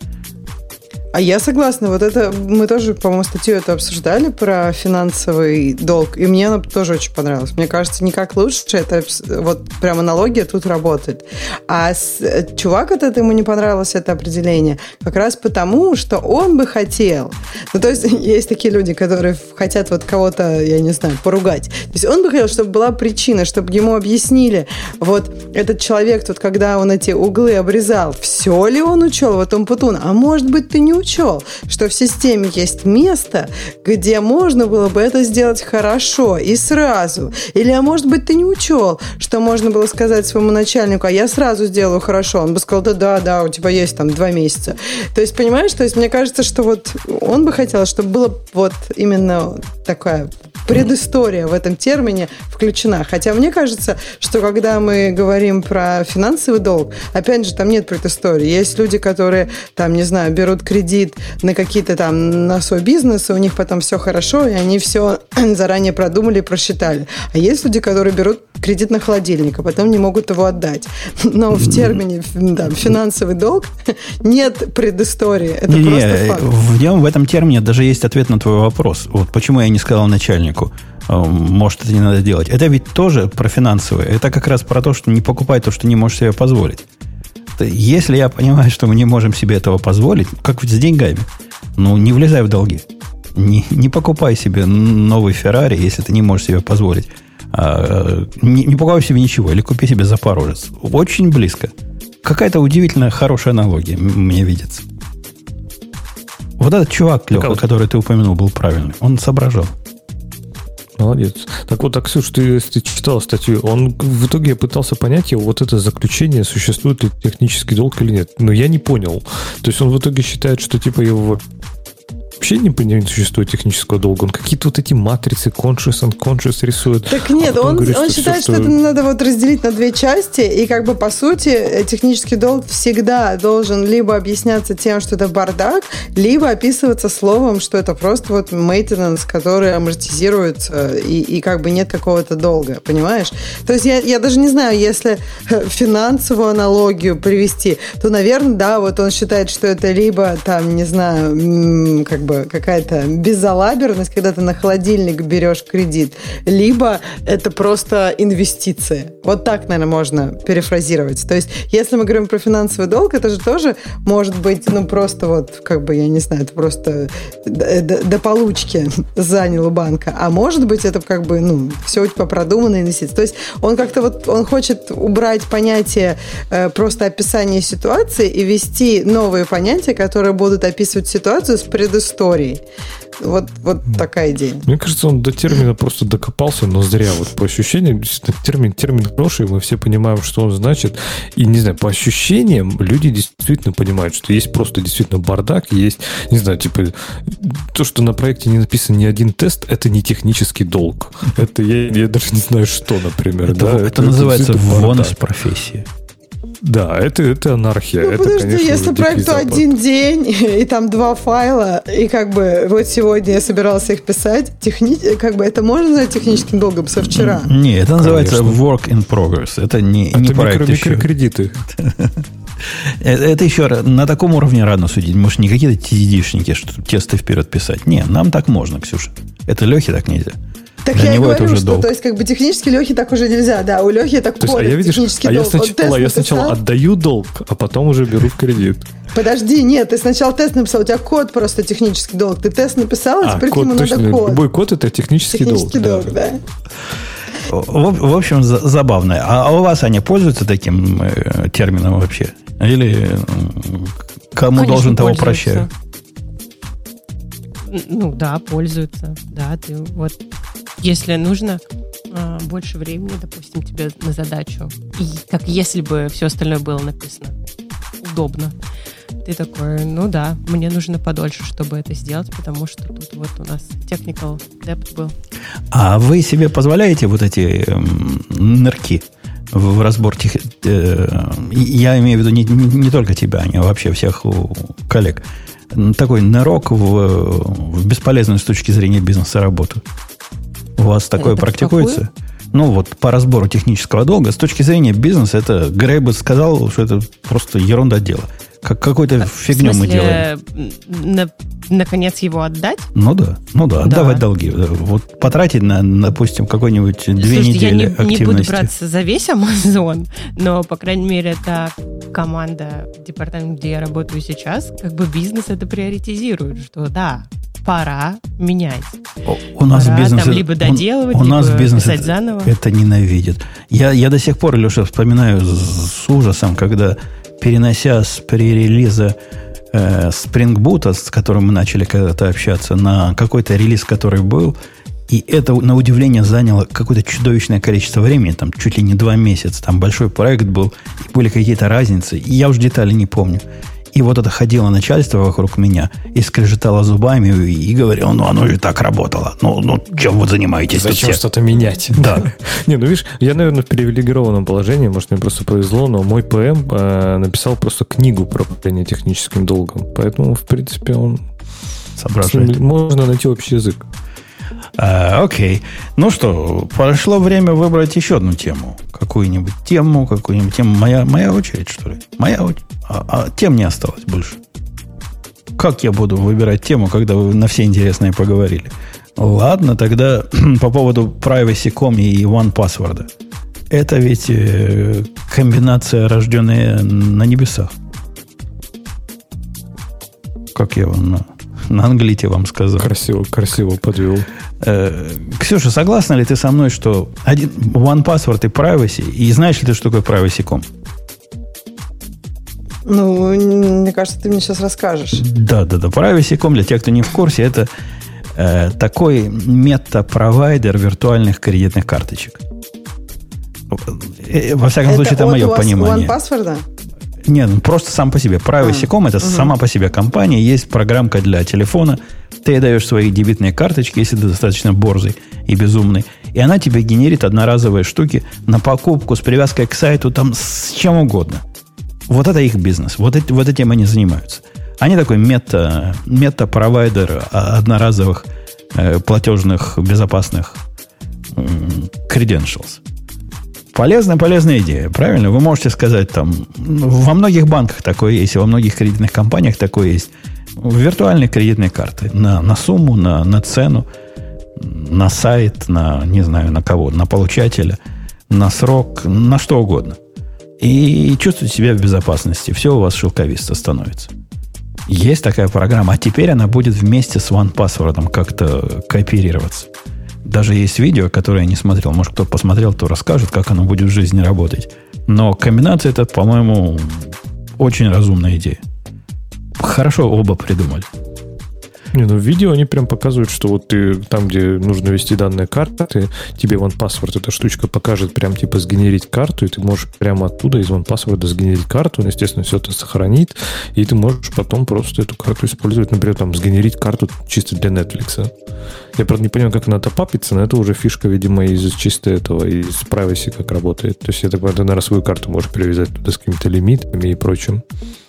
А я согласна. Вот это мы тоже, по-моему, статью эту обсуждали про финансовый долг, и мне она тоже очень понравилась. Мне кажется, никак лучше. Это вот прям аналогия тут работает. А с, чувак от этого ему не понравилось это определение как раз потому, что он бы хотел. Ну, то есть есть такие люди, которые хотят вот кого-то, я не знаю, поругать. То есть он бы хотел, чтобы была причина, чтобы ему объяснили, вот этот человек, вот когда он эти углы обрезал, все ли он учел в этом путун? А может быть, ты не учел, что в системе есть место, где можно было бы это сделать хорошо и сразу. Или, а может быть, ты не учел, что можно было сказать своему начальнику: а я сразу сделаю хорошо. Он бы сказал: да, да, да, у тебя есть там два месяца. То есть, понимаешь, то есть мне кажется, что вот он бы хотел, чтобы было вот именно такая предыстория в этом термине включена. Хотя мне кажется, что когда мы говорим про финансовый долг, опять же, там нет предыстории. Есть люди, которые, там, не знаю, берут кредит на какие-то там, на свой бизнес, и у них потом все хорошо, и они все заранее продумали и просчитали. А есть люди, которые берут кредит на холодильник, а потом не могут его отдать. Но в термине там, финансовый долг нет предыстории. Это не, просто факт. В нем, в этом термине даже есть ответ на твой вопрос. Вот почему я не сказал начальнику, может, это не надо делать. Это ведь тоже про финансовое. Это как раз про то, что не покупай то, что не можешь себе позволить. Если я понимаю, что мы не можем себе этого позволить, как с деньгами, ну, не влезай в долги. Не, не покупай себе новый Феррари, если ты не можешь себе позволить. А, не, не покупай себе ничего, или купи себе Запорожец. Очень близко. Какая-то удивительно хорошая аналогия мне видится. Вот этот чувак, Леха, который ты упомянул, был правильный. Он соображал. Молодец. Так вот, Аксюш, ты, если ты читал статью, он в итоге пытался понять его, вот это заключение, существует ли технический долг или нет. Но я не понял. То есть он в итоге считает, что типа его вообще не, не существует технического долга. Он какие-то вот эти матрицы conscious and unconscious рисует. Так нет, а он, говорит, он что считает, все, что... что это надо вот разделить на две части, и как бы по сути технический долг всегда должен либо объясняться тем, что это бардак, либо описываться словом, что это просто вот maintenance, который амортизируется, и, и как бы нет какого-то долга, понимаешь? То есть я, я даже не знаю, если финансовую аналогию привести, то, наверное, да, вот он считает, что это либо там, не знаю, как бы какая-то безалаберность, когда ты на холодильник берешь кредит, либо это просто инвестиция. Вот так, наверное, можно перефразировать. То есть, если мы говорим про финансовый долг, это же тоже может быть, ну, просто вот, как бы, я не знаю, это просто до, до, до получки занял у банка. А может быть, это как бы, ну, все типа продуманная инвестиция. То есть, он как-то вот, он хочет убрать понятие э, просто описания ситуации и ввести новые понятия, которые будут описывать ситуацию с предысторией. Вот, вот такая идея. Мне кажется, он до термина просто докопался, но зря. Вот по ощущениям, термин, термин хороший, мы все понимаем, что он значит. И, не знаю, по ощущениям люди действительно понимают, что есть просто действительно бардак, есть, не знаю, типа, то, что на проекте не написан ни один тест, это не технический долг. Это я, я даже не знаю, что, например. Это, да? это, это называется вон из профессии. Да, это, это анархия. Ну, это, подожди, конечно, если проекту один день, и там два файла, и как бы вот сегодня я собирался их писать, техни... как бы это можно назвать техническим долгом со вчера? Не, это называется конечно. Work in progress. Это не, это не проект микро, еще. Микрокредиты. Это еще на таком уровне рано судить. Может, не какие-то тизидишники, что тесты вперед писать. Не, нам так можно, Ксюша. Это Лехе так нельзя. Так Для я и говорю, что долг. То есть как бы технически Лехе так уже нельзя, да, у Лехи так кодит, а я, видишь, технический а долг. Я сначала, я сначала отдаю долг, а потом уже беру в кредит. Подожди, нет, ты сначала тест написал, у тебя код просто технический долг. Ты тест написал, а, а теперь к нему точно, надо код. Любой код это технический, технический долг. долг, да. да. В, в общем, за, забавно. А, а у вас, Аня, пользуется таким э, термином вообще? Или э, кому Конечно, должен того прощаю? Ну да, пользуются. Да, ты вот, если нужно а, больше времени, допустим, тебе на задачу, и как если бы все остальное было написано удобно, ты такой, ну да, мне нужно подольше, чтобы это сделать, потому что тут вот у нас technical debt был. А вы себе позволяете вот эти э, нырки в разбор тех... Э, я имею в виду не, не, не только тебя, а вообще всех коллег. Такой нырок в, в бесполезную с точки зрения бизнеса работу. У вас такое это практикуется? Ну, вот по разбору технического долга, с точки зрения бизнеса, это Грей бы сказал, что это просто ерунда дела. Как какой-то фигню мы делаем. На, наконец его отдать? Ну да, ну да, отдавать да. долги. Вот потратить на, допустим, какой-нибудь две Слушайте, недели активности. Я не, не буду браться за весь Amazon, но, по крайней мере, та команда, департамент, где я работаю сейчас, как бы бизнес это приоритизирует, что да, пора менять. У нас пора бизнес там либо доделывать, у, у либо нас бизнес писать это, заново. Это ненавидит. Я, я до сих пор, Леша, вспоминаю с, с ужасом, когда, перенося с пререлиза э, Spring Boot, с которым мы начали когда-то общаться, на какой-то релиз, который был, и это, на удивление, заняло какое-то чудовищное количество времени, там чуть ли не два месяца, там большой проект был, и были какие-то разницы, и я уж детали не помню. И вот это ходило начальство вокруг меня и скрежетало зубами и, и говорило, ну оно же так работало. Ну, ну чем вы занимаетесь? Зачем что-то менять? Да. Не, ну видишь, я, наверное, в привилегированном положении, может, мне просто повезло, но мой ПМ э, написал просто книгу про управление техническим долгом. Поэтому, в принципе, он... Соображает. Можно найти общий язык. А, окей. Ну что, прошло время выбрать еще одну тему. Какую-нибудь тему, какую-нибудь тему. Моя, моя очередь, что ли? Моя очередь. А, а тем не осталось больше. Как я буду выбирать тему, когда вы на все интересные поговорили? Ладно, тогда по поводу privacy.com и OnePassword. Это ведь э, комбинация, рожденная на небесах. Как я вам на, на англите вам сказал. Красиво, красиво подвел. Э, Ксюша, согласна ли ты со мной, что один, OnePassword и privacy, и знаешь ли ты, что такое privacy.com? Ну, мне кажется, ты мне сейчас расскажешь. Да, да, да. privacy.com, для тех, кто не в курсе, это э, такой мета-провайдер виртуальных кредитных карточек. Э, Во всяком случае, это мое понимание. OnePassword? Нет, ну, просто сам по себе. privacy.com это угу. сама по себе компания. Есть программка для телефона. Ты даешь свои дебетные карточки, если ты достаточно борзый и безумный. И она тебе генерит одноразовые штуки на покупку с привязкой к сайту, там с чем угодно. Вот это их бизнес. Вот, эти, вот этим они занимаются. Они такой мета, мета-провайдер одноразовых э, платежных безопасных э, credentials. Полезная, полезная идея, правильно? Вы можете сказать, там, во многих банках такое есть, во многих кредитных компаниях такое есть. Виртуальные кредитные карты на, на сумму, на, на цену, на сайт, на, не знаю, на кого, на получателя, на срок, на что угодно. И чувствуете себя в безопасности. Все у вас шелковисто становится. Есть такая программа, а теперь она будет вместе с OnePassword как-то кооперироваться. Даже есть видео, которое я не смотрел. Может, кто посмотрел, то расскажет, как оно будет в жизни работать. Но комбинация эта, по-моему, очень разумная идея. Хорошо оба придумали. Не, ну в видео они прям показывают, что вот ты там, где нужно ввести данные карты, тебе OnePassword эта штучка покажет прям типа сгенерить карту, и ты можешь прямо оттуда из OnePassword сгенерить карту, он, естественно, все это сохранит, и ты можешь потом просто эту карту использовать, например, там сгенерить карту чисто для Netflix. Я, правда, не понимаю, как она топапится, но это уже фишка, видимо, из чисто этого, из privacy как работает. То есть, я так понимаю, ты, наверное, свою карту можешь привязать туда с какими-то лимитами и прочим.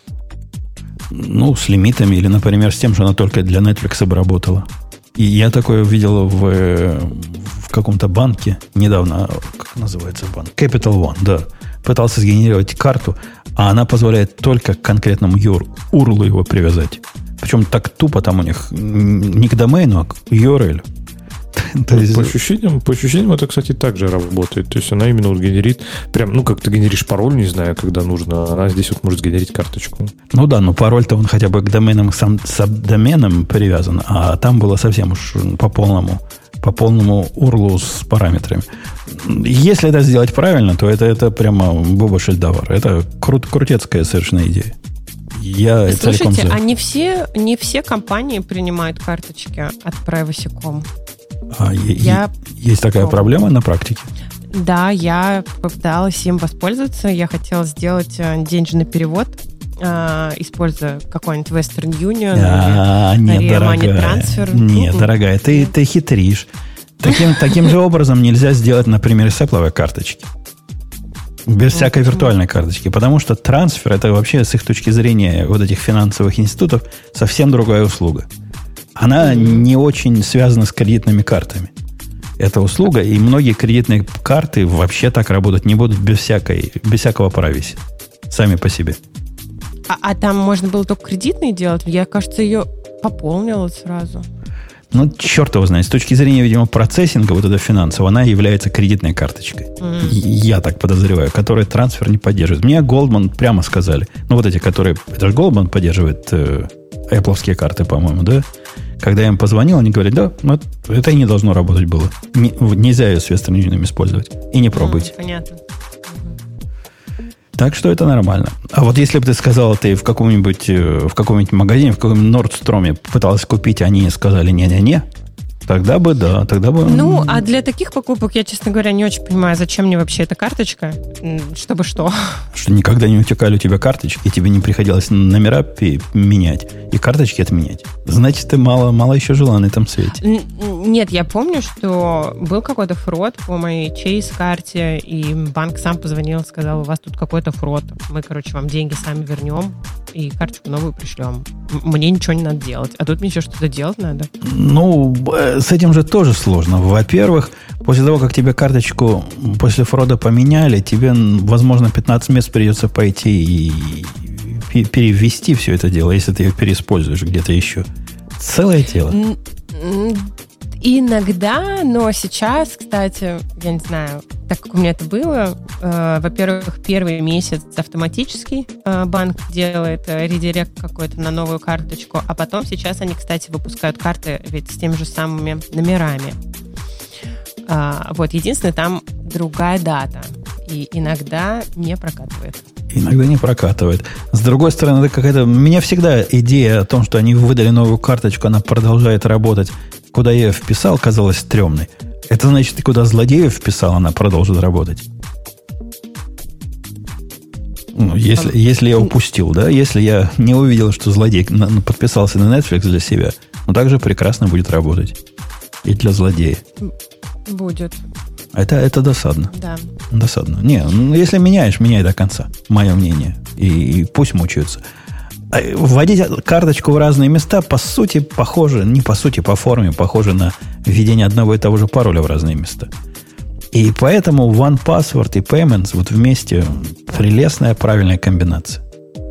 Ну, с лимитами или, например, с тем, что она только для Netflix обработала. И я такое видел в, в каком-то банке недавно. Как называется банк? Capital One, да. Пытался сгенерировать карту, а она позволяет только к конкретному ю ар эл его привязать. Причем так тупо там у них не к домену, а к ю ар эл. То есть... по, ощущениям, по ощущениям это, кстати, так же работает. То есть она именно вот генерит, прям, ну, как ты генеришь пароль, не знаю, когда нужно, она здесь вот может сгенерить карточку. Ну да, но пароль-то он хотя бы к доменам, сам, сабдоменам привязан, а там было совсем уж по полному, по полному ю ар эл с параметрами. Если это сделать правильно, то это, это прямо Буба Шельдовар. Это крут, крутецкая совершенно идея. Я Слушайте, а не все, не все компании принимают карточки от privacy.com? А, я... Есть такая проблема на практике? Да, я попыталась им воспользоваться. Я хотела сделать денежный перевод, используя какой-нибудь Western Union а, или нет, Money Transfer. Нет, mm-hmm. дорогая, ты, ты хитришь. Таким, таким же образом нельзя сделать, например, с Apple карточки. Без всякой виртуальной карточки. Потому что трансфер, это вообще с их точки зрения вот этих финансовых институтов совсем другая услуга. Она mm-hmm. не очень связана с кредитными картами. Это услуга, и многие кредитные карты вообще так работать не будут без, всякой, без всякого privacy. Сами по себе. А, а там можно было только кредитные делать? Я, кажется, ее пополнила сразу. Ну, черт его знает. С точки зрения, видимо, процессинга, вот это финансового, она является кредитной карточкой. Mm. Я так подозреваю, которая трансфер не поддерживает. Мне Goldman прямо сказали. Ну, вот эти, которые... Это же Goldman поддерживает э, Apple-овские карты, по-моему, да? Когда я им позвонил, они говорят, да, ну, это и не должно работать было. Не, нельзя ее с Western Union использовать. И не пробуйте. Mm, понятно. Так что это нормально. А вот если бы ты сказала, ты в каком-нибудь, в каком-нибудь магазине, в каком-нибудь Nordstrom'е пыталась купить, они сказали не-не-не, Тогда бы, да, тогда бы... Ну, а для таких покупок я, честно говоря, не очень понимаю, зачем мне вообще эта карточка, чтобы что? Что никогда не утекали у тебя карточки, и тебе не приходилось номера пи- менять и карточки отменять. Значит, ты мало, мало еще жила на этом свете. Нет, я помню, что был какой-то фрод по моей Chase-карте, и банк сам позвонил, сказал, у вас тут какой-то фрод. Мы, короче, вам деньги сами вернем и карточку новую пришлем. Мне ничего не надо делать. А тут мне еще что-то делать надо. Ну, с этим же тоже сложно. Во-первых, после того, как тебе карточку после фрода поменяли, тебе, возможно, пятнадцать мест придется пойти и перевести все это дело, если ты ее переиспользуешь где-то еще. Целое дело. Иногда, но сейчас, кстати, я не знаю, так как у меня это было, э, во-первых, первый месяц автоматически э, банк делает э, редирект какой-то на новую карточку, а потом сейчас они, кстати, выпускают карты ведь с теми же самыми номерами. А, вот, единственное, там другая дата, и иногда не прокатывает. Иногда не прокатывает. С другой стороны, это какая-то... У меня всегда идея о том, что они выдали новую карточку, она продолжает работать. Куда я ее вписал, казалось стрёмной. Это значит, ты куда злодею вписал, она продолжит работать. Ну, если, если я упустил, да, если я не увидел, что злодей подписался на Netflix для себя, ну, так же прекрасно будет работать. И для злодея. Будет. Это, это досадно. Да. Досадно. Не, ну, если меняешь, меняй до конца. Мое мнение. И, и пусть мучаются. Вводить карточку в разные места, по сути, похоже, не по сути, по форме, похоже на введение одного и того же пароля в разные места. И поэтому OnePassword и Payments вот вместе прелестная, правильная комбинация.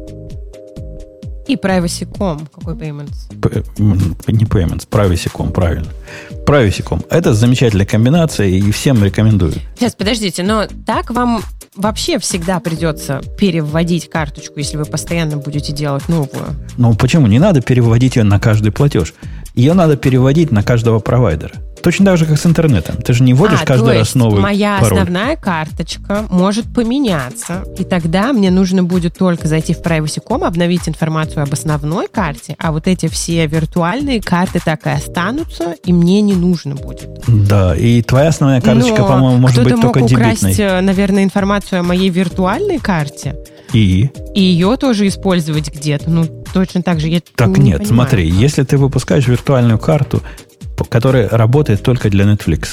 И Privacy.com. Какой Payments? П- не Payments, Privacy.com, правильно. Privacy.com. Это замечательная комбинация, и всем рекомендую. Сейчас, подождите, но так вам вообще всегда придется переводить карточку, если вы постоянно будете делать новую? Ну, почему? Не надо переводить ее на каждый платеж. Ее надо переводить на каждого провайдера. Точно так же, как с интернетом. Ты же не вводишь а, каждый раз новый моя пароль. Основная карточка может поменяться, и тогда мне нужно будет только зайти в Privacy точка ком, обновить информацию об основной карте, а вот эти все виртуальные карты так и останутся, и мне не нужно будет. Да, и твоя основная карточка, Но по-моему, может быть только дебютной. Кто-то мог украсть, наверное, информацию о моей виртуальной карте. И? И ее тоже использовать где-то. Ну, точно так же. Я так не нет, понимаю. Смотри, если ты выпускаешь виртуальную карту, которая работает только для Netflix.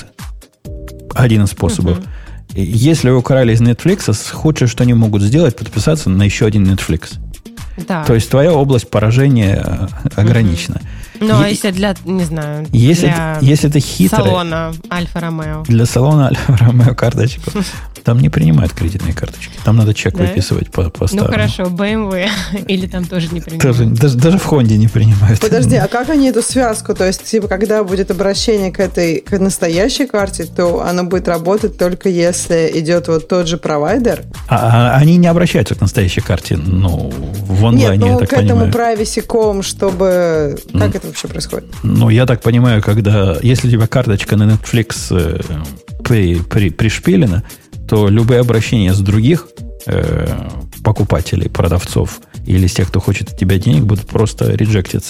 Один из способов. Uh-huh. Если вы украли из Netflix, худшее, что они могут сделать, подписаться на еще один Netflix. Да. То есть твоя область поражения ограничена. Ну, а если для, не знаю, если, для если ты хитрый, салона Альфа-Ромео. Для салона Альфа-Ромео карточку. Там не принимают кредитные карточки. Там надо чек да? выписывать по, по старому. Ну, хорошо, бэ эм вэ. Или там тоже не принимают. Тоже, даже, даже в Хонде не принимают. Подожди, а как они эту связку? То есть, типа, когда будет обращение к этой к настоящей карте, то оно будет работать только если идет вот тот же провайдер? А, а они не обращаются к настоящей карте, ну, в онлайне, Нет, ну, я так к этому понимаю. Privacy точка ком, чтобы... Как mm. это вообще происходит? Ну, я так понимаю, когда... Если у тебя карточка на Netflix э, при, при, пришпилена, то любые обращения с других э, покупателей, продавцов или с тех, кто хочет от тебя денег, будут просто реджектиться.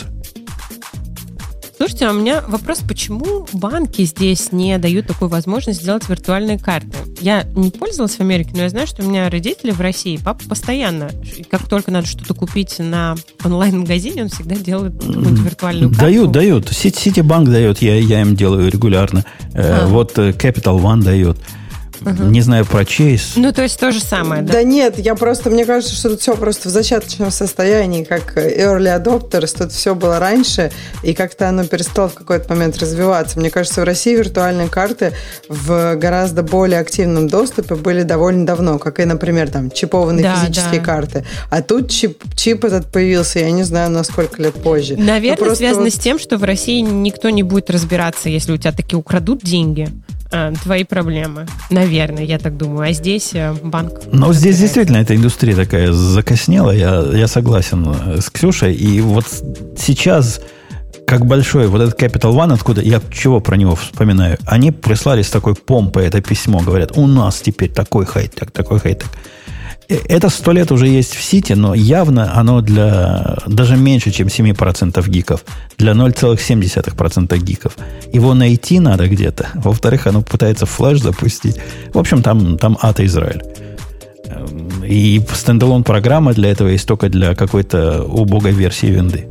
Слушайте, а у меня вопрос, почему банки здесь не дают такую возможность сделать виртуальные карты? Я не пользовалась в Америке, но я знаю, что у меня родители в России, папа постоянно, как только надо что-то купить на онлайн-магазине, он всегда делает какую-нибудь виртуальную карту. Дают, дают. Ситибанк дает, я, я им делаю регулярно. А. Вот Capital One дает. Uh-huh. Не знаю про Chase. Ну, то есть то же самое, да? Да нет, я просто, мне кажется, что тут все просто в зачаточном состоянии, как early adopters, тут все было раньше, и как-то оно перестало в какой-то момент развиваться. Мне кажется, в России виртуальные карты в гораздо более активном доступе были довольно давно, как и, например, там, чипованные да, физические да. карты. А тут чип, чип этот появился, я не знаю, на сколько лет позже. Наверное, связано вот... с тем, что в России никто не будет разбираться, если у тебя таки украдут деньги. А, твои проблемы. Наверное, я так думаю. А здесь банк... Но здесь действительно эта индустрия такая закоснела. Я, я согласен с Ксюшей. И вот сейчас, как большой вот этот Capital One, откуда я чего про него вспоминаю, они прислали с такой помпой это письмо. Говорят, у нас теперь такой хай-тек, такой хай-тек. Это сто лет уже есть в сети, но явно оно для даже меньше, чем семь процентов гиков, для ноль целых семь десятых процента гиков. Его найти надо где-то. Во-вторых, оно пытается флеш запустить. В общем, там, там ад и Израиль. И стендалон программа для этого есть только для какой-то убогой версии винды.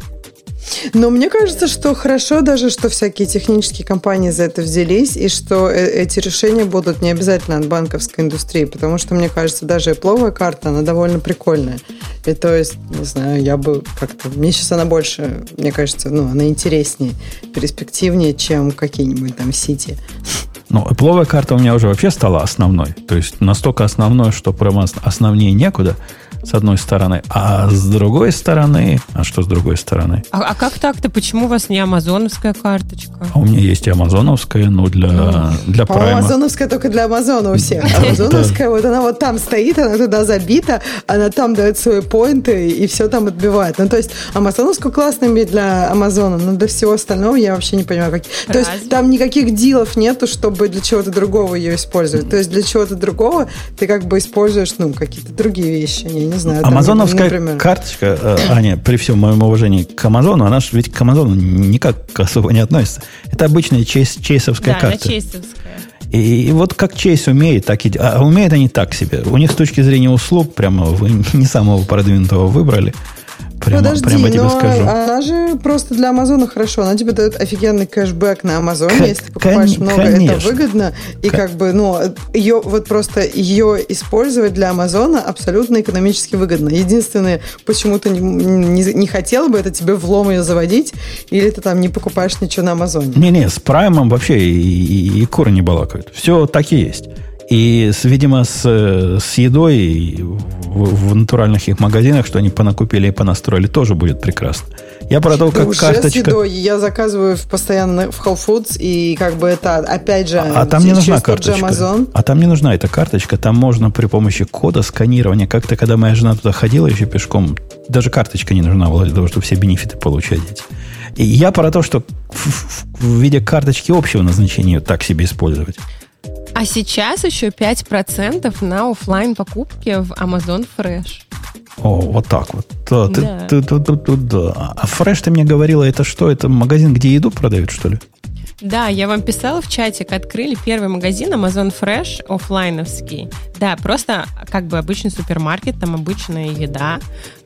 Но мне кажется, что хорошо даже, что всякие технические компании за это взялись, и что эти решения будут не обязательно от банковской индустрии, потому что, мне кажется, даже Apple карта, она довольно прикольная. И то есть, не знаю, я бы как-то... Мне сейчас она больше, мне кажется, ну, она интереснее, перспективнее, чем какие-нибудь там Сити. Ну, Apple карта у меня уже вообще стала основной. То есть настолько основной, что прямо основнее некуда, с одной стороны. А с другой стороны... А что с другой стороны? А, а как так-то? Почему у вас не амазоновская карточка? А у меня есть и амазоновская, ну, для, для прайма. А амазоновская только для Амазона у всех. Амазоновская, вот она вот там стоит, она туда забита, она там дает свои поинты и все там отбивает. Ну, то есть, амазоновскую классно иметь для Амазона, но для всего остального я вообще не понимаю, как... То есть, там никаких дилов нету, чтобы для чего-то другого ее использовать. То есть, для чего-то другого ты как бы используешь, ну, какие-то другие вещи. Я не знаю. Амазоновская там, карточка, э, Аня, при всем моем уважении к Амазону, она же ведь к Амазону никак особо не относится. Это обычная чейс, чейсовская да, карта. Да, чейсовская. И, и вот как чейс умеет, так и... А умеют они так себе. У них с точки зрения услуг прямо вы не самого продвинутого выбрали. Прямо, Подожди, прямо тебе но скажу. Она же просто для Амазона хорошо. Она тебе дает офигенный кэшбэк на Амазоне. К- Если ты покупаешь кон- много, конечно. Это выгодно. И к- как бы, ну, ее, вот просто ее использовать для Амазона абсолютно экономически выгодно. Единственное, почему ты не, не, не хотел бы, это тебе влом ее заводить, или ты там не покупаешь ничего на Амазоне. Не-не, с праймом вообще и, и, и куры не балакают. Все так и есть. И, с, видимо, с, с едой в, в натуральных их магазинах, что они понакупили и понастроили, тоже будет прекрасно. Я про то, как уже карточка... с едой. Я заказываю постоянно в Whole Foods, и как бы это, опять же, а, а там не нужна карточка. Amazon. А там не нужна эта карточка. Там можно при помощи кода сканирования. Как-то, когда моя жена туда ходила еще пешком, даже карточка не нужна была для того, чтобы все бенефиты получать. И я про то, что в, в, в виде карточки общего назначения так себе использовать. А сейчас еще пять процентов на офлайн покупки в Amazon Fresh. О, вот так вот. Да, ты, да. Ты, ты, ты, ты, да. А Fresh, ты мне говорила, это что? Это магазин, где еду продают, что ли? Да, я вам писала в чатик, открыли первый магазин Amazon Fresh офлайновский. Да, просто как бы обычный супермаркет, там обычная еда,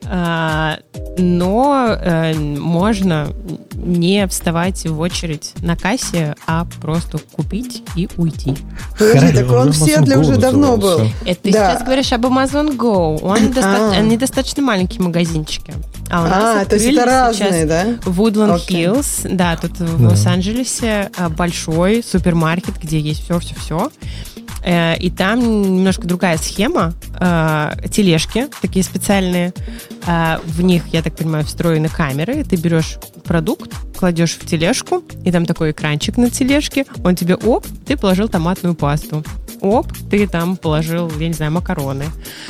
но можно не вставать в очередь на кассе, а просто купить и уйти. Подожди, так он в Сиэтле уже давно был. Это ты да. сейчас говоришь об Amazon Go. Он доста- они достаточно маленькие магазинчики. А у нас а, то есть это разные, да? Woodland okay. Hills, да, тут в да. Лос-Анджелесе большой супермаркет, где есть все-все-все. И там немножко другая схема. Тележки такие специальные. В них, я так понимаю, встроены камеры. Ты берешь продукт, кладешь в тележку, и там такой экранчик на тележке. Он тебе, оп, ты положил томатную пасту. Оп, ты там положил, я не знаю, макароны.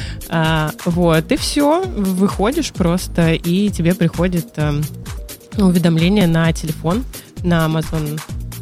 А, вот, и все, выходишь просто, и тебе приходит а, уведомление на телефон, на Amazon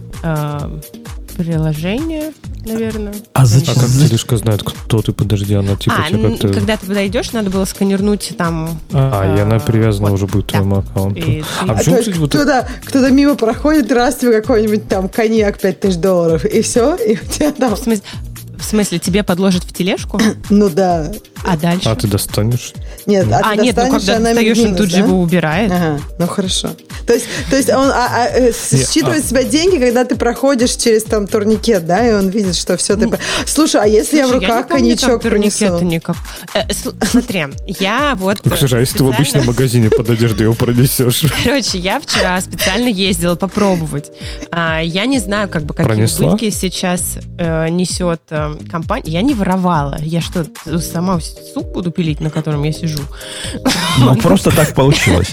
а, приложение, наверное. А зачем? А как тележка знает, кто ты? Подожди, она типа а, тебе как-то... когда ты подойдешь, надо было сканернуть там... А, а и она привязана вот, уже будет к да. твоему аккаунту. И, а а то есть вот кто-то, кто-то мимо проходит, раз тебе какой-нибудь там коньяк пять тысяч долларов, и все, и у тебя там... В смысле, в смысле, тебе подложат в тележку? Ну да. А дальше? А ты достанешь? Нет, а, а ты нет, ну когда она достаешь, минус, он тут да? же его убирает. Ага, ну хорошо. То есть, то есть он а, а, э, считывает а... с себя деньги, когда ты проходишь через там турникет, да, и он видит, что все ты... Слушай, а если Слушай, я в руках я не помню, коньячок принесу? Никак. Э, смотри, я вот... Ну, слушай, а если специально... ты в обычном магазине под одеждой его пронесешь? Короче, я вчера специально ездила попробовать. А, я не знаю, как бы, какие убытки сейчас э, несет э, компания. Я не воровала. Я что, сама суп буду пилить, на котором я сижу? Ну, просто так получилось.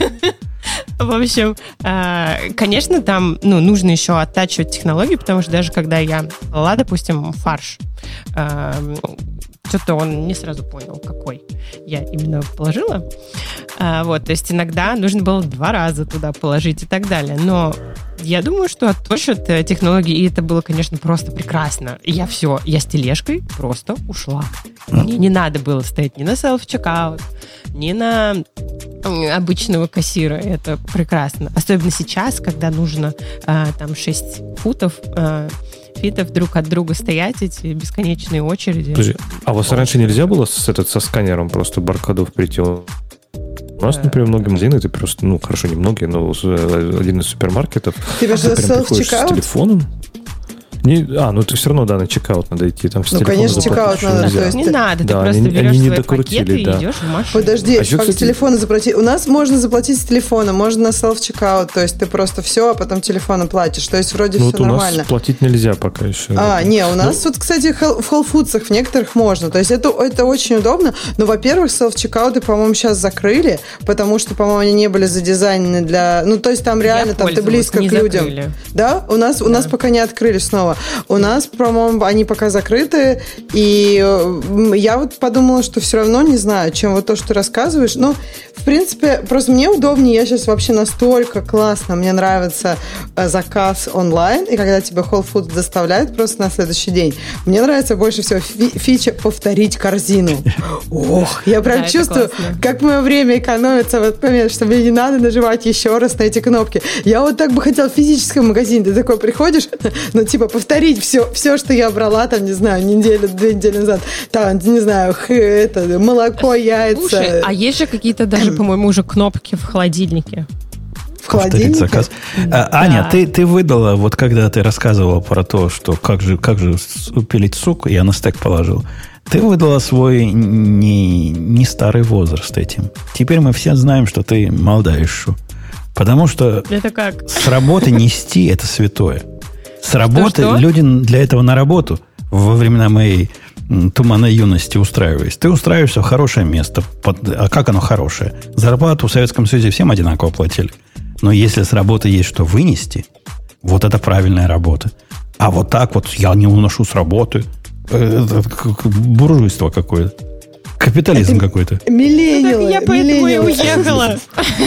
В общем, конечно, там ну, нужно еще оттачивать технологии, потому что даже когда я брала, допустим, фарш, что-то он не сразу понял, какой я именно положила. А, вот, то есть иногда нужно было два раза туда положить и так далее. Но я думаю, что точно от технологий, и это было, конечно, просто прекрасно. И я все, я с тележкой просто ушла. Мне не надо было стоять ни на self-checkout, ни на обычного кассира. Это прекрасно. Особенно сейчас, когда нужно а, там шесть футов, а, фитов друг от друга стоять, эти бесконечные очереди. Подожди, а у вас раньше нельзя было с, этот, со сканером просто баркодов прийти? У нас, например, многие магазины, это просто, ну, хорошо, не многие, но один из супермаркетов. Тебе же self-checkout? С телефоном. Не, а, ну ты все равно, да, на чекаут надо идти. Там ну, конечно, чекаут надо. То есть не надо, ты да, просто они, берешь они не свои докрутили, пакеты да. и идешь в машину. Подожди, а еще, как кстати... с телефона заплатить? У нас можно заплатить с телефона, можно на self-checkout, то есть ты просто все, а потом телефоном платишь. То есть вроде ну, все вот нормально. У нас платить нельзя пока еще. А, не, у нас ну... тут, кстати, в Whole Foods'ах в некоторых можно. То есть это, это очень удобно. Но, во-первых, self-чекауты, по-моему, сейчас закрыли, потому что, по-моему, они не были задизайнены для... Ну, то есть там реально там ты близко к людям. Закрыли. Да? У нас, да. У нас пока не открыли снова. У нас, по-моему, они пока закрыты, и я вот подумала, что все равно не знаю, чем вот то, что ты рассказываешь. Ну, в принципе, просто мне удобнее, я сейчас вообще настолько классно, мне нравится заказ онлайн, и когда тебе Whole Foods доставляют просто на следующий день, мне нравится больше всего фи- фича повторить корзину. Ох, я прям да, чувствую, как мое время экономится в этот момент, что мне не надо нажимать еще раз на эти кнопки. Я вот так бы хотела в физическом магазине, ты такой приходишь, ну, типа, повторить все, все, что я брала, там, не знаю, неделю, две недели назад, там, не знаю, х, это, молоко, яйца. Слушай, а есть же какие-то даже, по-моему, уже кнопки в холодильнике. В холодильнике? Заказ. А, да. Аня, ты, ты выдала, вот когда ты рассказывала про то, что как же, как же пилить сук, я на стек положил, ты выдала свой не, не старый возраст этим. Теперь мы все знаем, что ты молодая еще. Потому что это как? С работы нести это святое. С работы что, что? Люди для этого на работу во времена моей туманной юности устраиваясь. Ты устраиваешься в хорошее место. Под, а как оно хорошее? Зарплату в Советском Союзе всем одинаково платили. Но если с работы есть что вынести, вот это правильная работа. А вот так вот я не уношу с работы. Это буржуйство какое-то. Капитализм это какой-то. Миллениалы. Ну, я поэтому и уехала.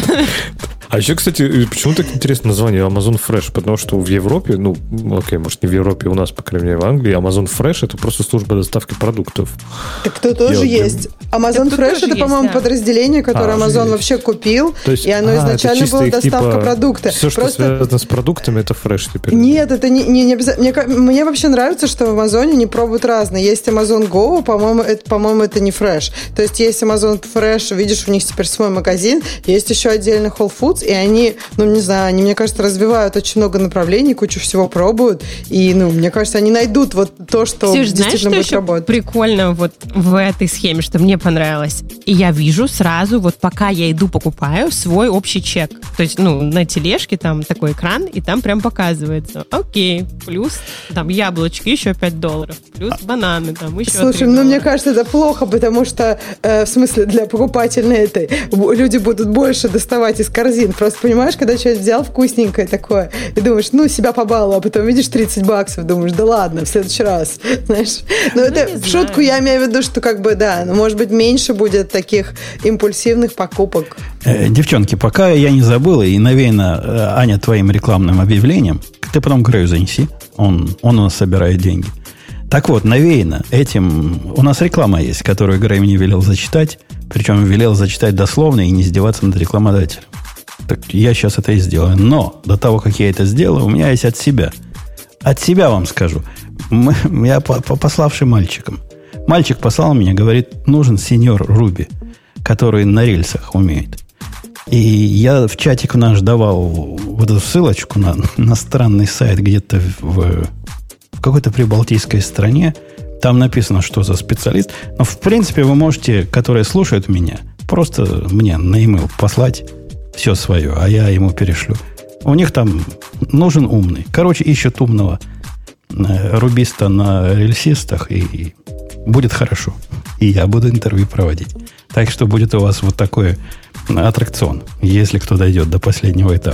А еще, кстати, почему так интересно название Amazon Fresh? Потому что в Европе, ну, окей, может, не в Европе, у нас, по крайней мере, в Англии, Amazon Fresh — это просто служба доставки продуктов. Так тут тоже Я есть. Amazon так Fresh — это, есть, по-моему, да. подразделение, которое а, Amazon есть. вообще купил, То есть, и оно а, изначально было их, доставка типа, продукта. Все, что Просто... связано с продуктами, это Fresh теперь. Нет, это не, не, не обязательно. Мне, мне вообще нравится, что в Амазоне не пробуют разные. Есть Amazon Go, по-моему, это, по-моему, это не Fresh. То есть есть Amazon Fresh, видишь, у них теперь свой магазин, есть еще отдельно Whole Foods, и они, ну, не знаю, они, мне кажется, развивают очень много направлений, кучу всего пробуют, и, ну, мне кажется, они найдут вот то, что Ксюш, действительно знаешь, что будет еще работать. Прикольно вот в этой схеме, что мне понравилось. И я вижу сразу, вот пока я иду покупаю, свой общий чек. То есть, ну, на тележке там такой экран, и там прям показывается. Окей, плюс там яблочки еще пять долларов, плюс бананы там еще Слушай, три ну, доллара. мне кажется, это плохо, потому что, э, в смысле, для покупательной этой люди будут больше доставать из корзин. Просто, понимаешь, когда человек взял вкусненькое такое, и думаешь, ну, себя побаловал, а потом видишь тридцать баксов, думаешь, да ладно, в следующий раз, знаешь. Но ну, это в шутку знаю. Я имею в виду, что как бы, да, ну, может быть, меньше будет таких импульсивных покупок. Э, девчонки, пока я не забыл, и навеяно, э, Аня, твоим рекламным объявлением, ты потом Грею занеси, он, он у нас собирает деньги. Так вот, навеяно этим, у нас реклама есть, которую Грей мне велел зачитать, причем велел зачитать дословно и не издеваться над рекламодателем. Так я сейчас это и сделаю. Но до того, как я это сделаю, у меня есть от себя. От себя вам скажу. Мы, я по, по, пославший мальчиком. Мальчик послал меня, говорит, нужен сеньор Руби, который на рельсах умеет. И я в чатик наш давал вот эту ссылочку на, на странный сайт где-то в, в какой-то прибалтийской стране. Там написано, что за специалист. Но, в принципе, вы можете, которые слушают меня, просто мне на e-mail послать все свое, а я ему перешлю. У них там нужен умный. Короче, ищут умного рубиста на рельсистах, и, и будет хорошо. И я буду интервью проводить. Так что будет у вас вот такой аттракцион, если кто дойдет до последнего этапа.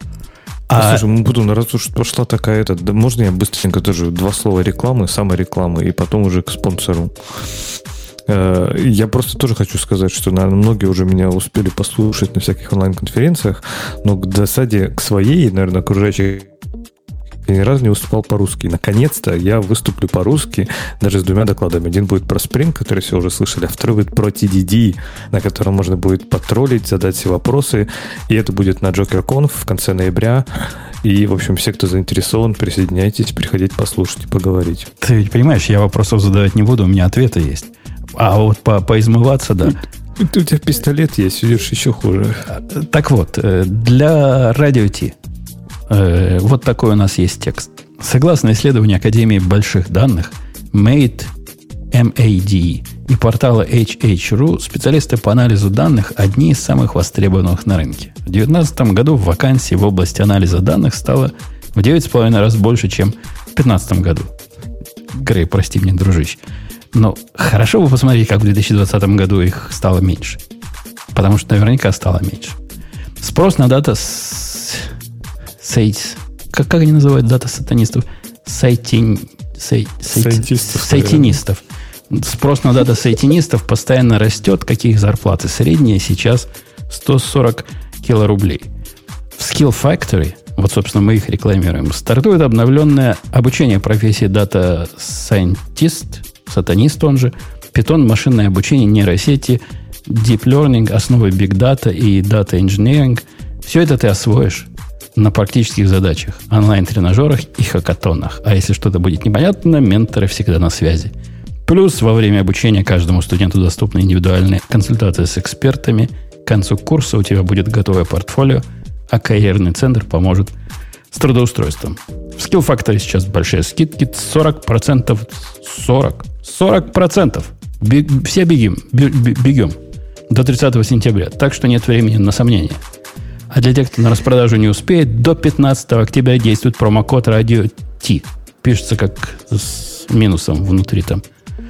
А... Слушай, мы будем, раз уж пошла такая, это, да, можно я быстренько тоже два слова рекламы, самой рекламы, и потом уже к спонсору. Я просто тоже хочу сказать, что, наверное, многие уже меня успели послушать на всяких онлайн-конференциях, но к досаде к своей, наверное, окружающей я ни разу не выступал по-русски. И, наконец-то я выступлю по-русски даже с двумя докладами. Один будет про Spring, который все уже слышали, а второй будет про ти ди ди, на котором можно будет потроллить, задать все вопросы. И это будет на JokerConf в конце ноября. И, в общем, все, кто заинтересован, присоединяйтесь, приходите послушать и поговорить. Ты ведь понимаешь, я вопросов задавать не буду, у меня ответы есть. А вот по поизмываться, да. У тебя пистолет есть, видишь, еще хуже. Так вот, для радио Ти вот такой у нас есть текст. Согласно исследованию Академии больших данных Made эм эй ди и портала эйч эйч точка ру, специалисты по анализу данных одни из самых востребованных на рынке. В две тысячи девятнадцатом году вакансий в области анализа данных стало в девять с половиной раз больше, чем в две тысячи пятнадцатом году. Грей, прости меня, дружище. Но хорошо бы посмотреть, как в две тысячи двадцатом году их стало меньше. Потому что наверняка стало меньше. Спрос на дата с... Сейтс. Как, как они называют дата-сатанистов? Сайтин... Сай... Сайтистов, Сайтинистов. Спрос на дата-сайтинистов постоянно растет. Каких зарплаты? Средняя сейчас сто сорок килорублей. В Skill Factory, вот, собственно, мы их рекламируем, стартует обновленное обучение профессии Data Scientist, сатанист он же, Python, машинное обучение, нейросети, Deep Learning, основы Big Data и Data Engineering. Все это ты освоишь на практических задачах, онлайн-тренажерах и хакатонах. А если что-то будет непонятно, менторы всегда на связи. Плюс во время обучения каждому студенту доступны индивидуальные консультации с экспертами. К концу курса у тебя будет готовое портфолио, а карьерный центр поможет с трудоустройством. В Skill Factory сейчас большие скидки, сорок процентов. сорок. сорок процентов. Бег, все бегим, бегем до тридцатого сентября. Так что нет времени на сомнения. А для тех, кто на распродажу не успеет, до пятнадцатого октября действует промокод радио Ти. Пишется как с минусом внутри там.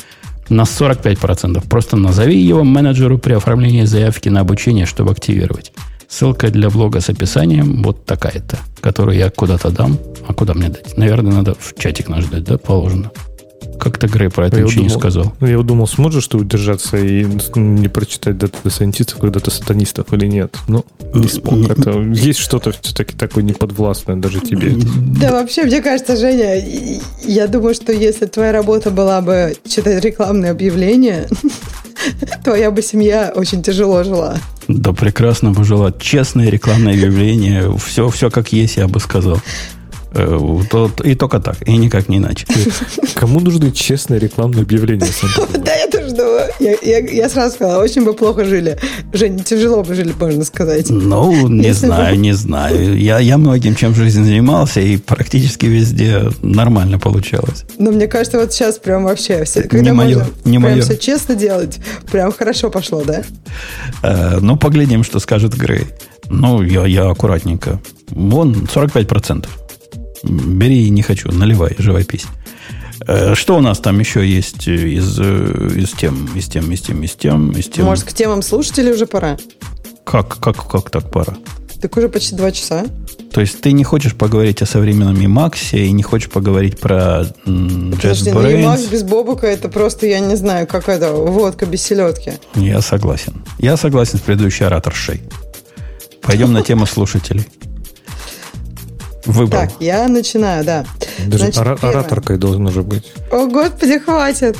На сорок пять процентов. Просто назови его менеджеру при оформлении заявки на обучение, чтобы активировать. Ссылка для блога с описанием вот такая-то, которую я куда-то дам. А куда мне дать? Наверное, надо в чатик наш дать, да, положено. Как-то Грей про это я ничего думал, не сказал. Я думал, сможешь ты удержаться и не прочитать дата-сайентистов, как дата-сатанистов или нет? Ну, не смог. Это, есть что-то все-таки такое неподвластное даже тебе. Да, вообще, мне кажется, Женя, я думаю, что если твоя работа была бы читать рекламные объявления, твоя бы семья очень тяжело жила. Да, прекрасно бы жила. Честное рекламное объявление. Все, все как есть, я бы сказал. И только так, и никак не иначе. Кому нужны честные рекламные объявления? Да, я тоже думаю. Я, я, я сразу сказала, очень бы плохо жили. Жень, тяжело бы жили, можно сказать. Ну, не Если знаю, бы... не знаю. Я, я многим чем в жизни занимался, и практически везде нормально получалось. Но мне кажется, вот сейчас прям вообще все, когда не мое, можно не прям мое. все честно делать, прям хорошо пошло, да? Э, ну, поглядим, что скажет Грей. Ну, я, я аккуратненько. Вон, сорок пять процентов. Бери, не хочу, наливай, живопись. Э, что у нас там еще есть из, из тем, из тем, из тем, из тем, из тем? Может, к темам слушателей уже пора? Как, как, как так пора? Так уже почти два часа. То есть ты не хочешь поговорить о современном Emacs и не хочешь поговорить про м, Подожди, ну Emacs без Бобука это просто, я не знаю, как это, водка без селедки. Я согласен. Я согласен с предыдущей ораторшей. Пойдем на тему слушателей. Выбрал. Так, я начинаю, да. Даже Значит, ора- ораторкой должен уже быть. О, Господи, хватит.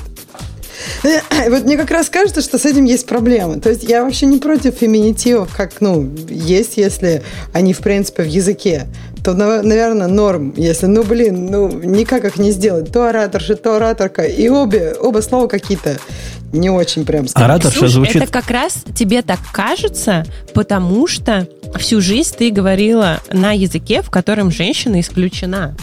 Вот мне как раз кажется, что с этим есть проблемы. То есть я вообще не против феминитивов, как, ну, есть, если они, в принципе, в языке. То, наверное, норм, если, ну, блин, ну, никак их не сделать. То ораторша, то ораторка. И обе, оба слова какие-то не очень прям... Ораторша Слушай, звучит... это как раз тебе так кажется, потому что всю жизнь ты говорила на языке, в котором женщина исключена.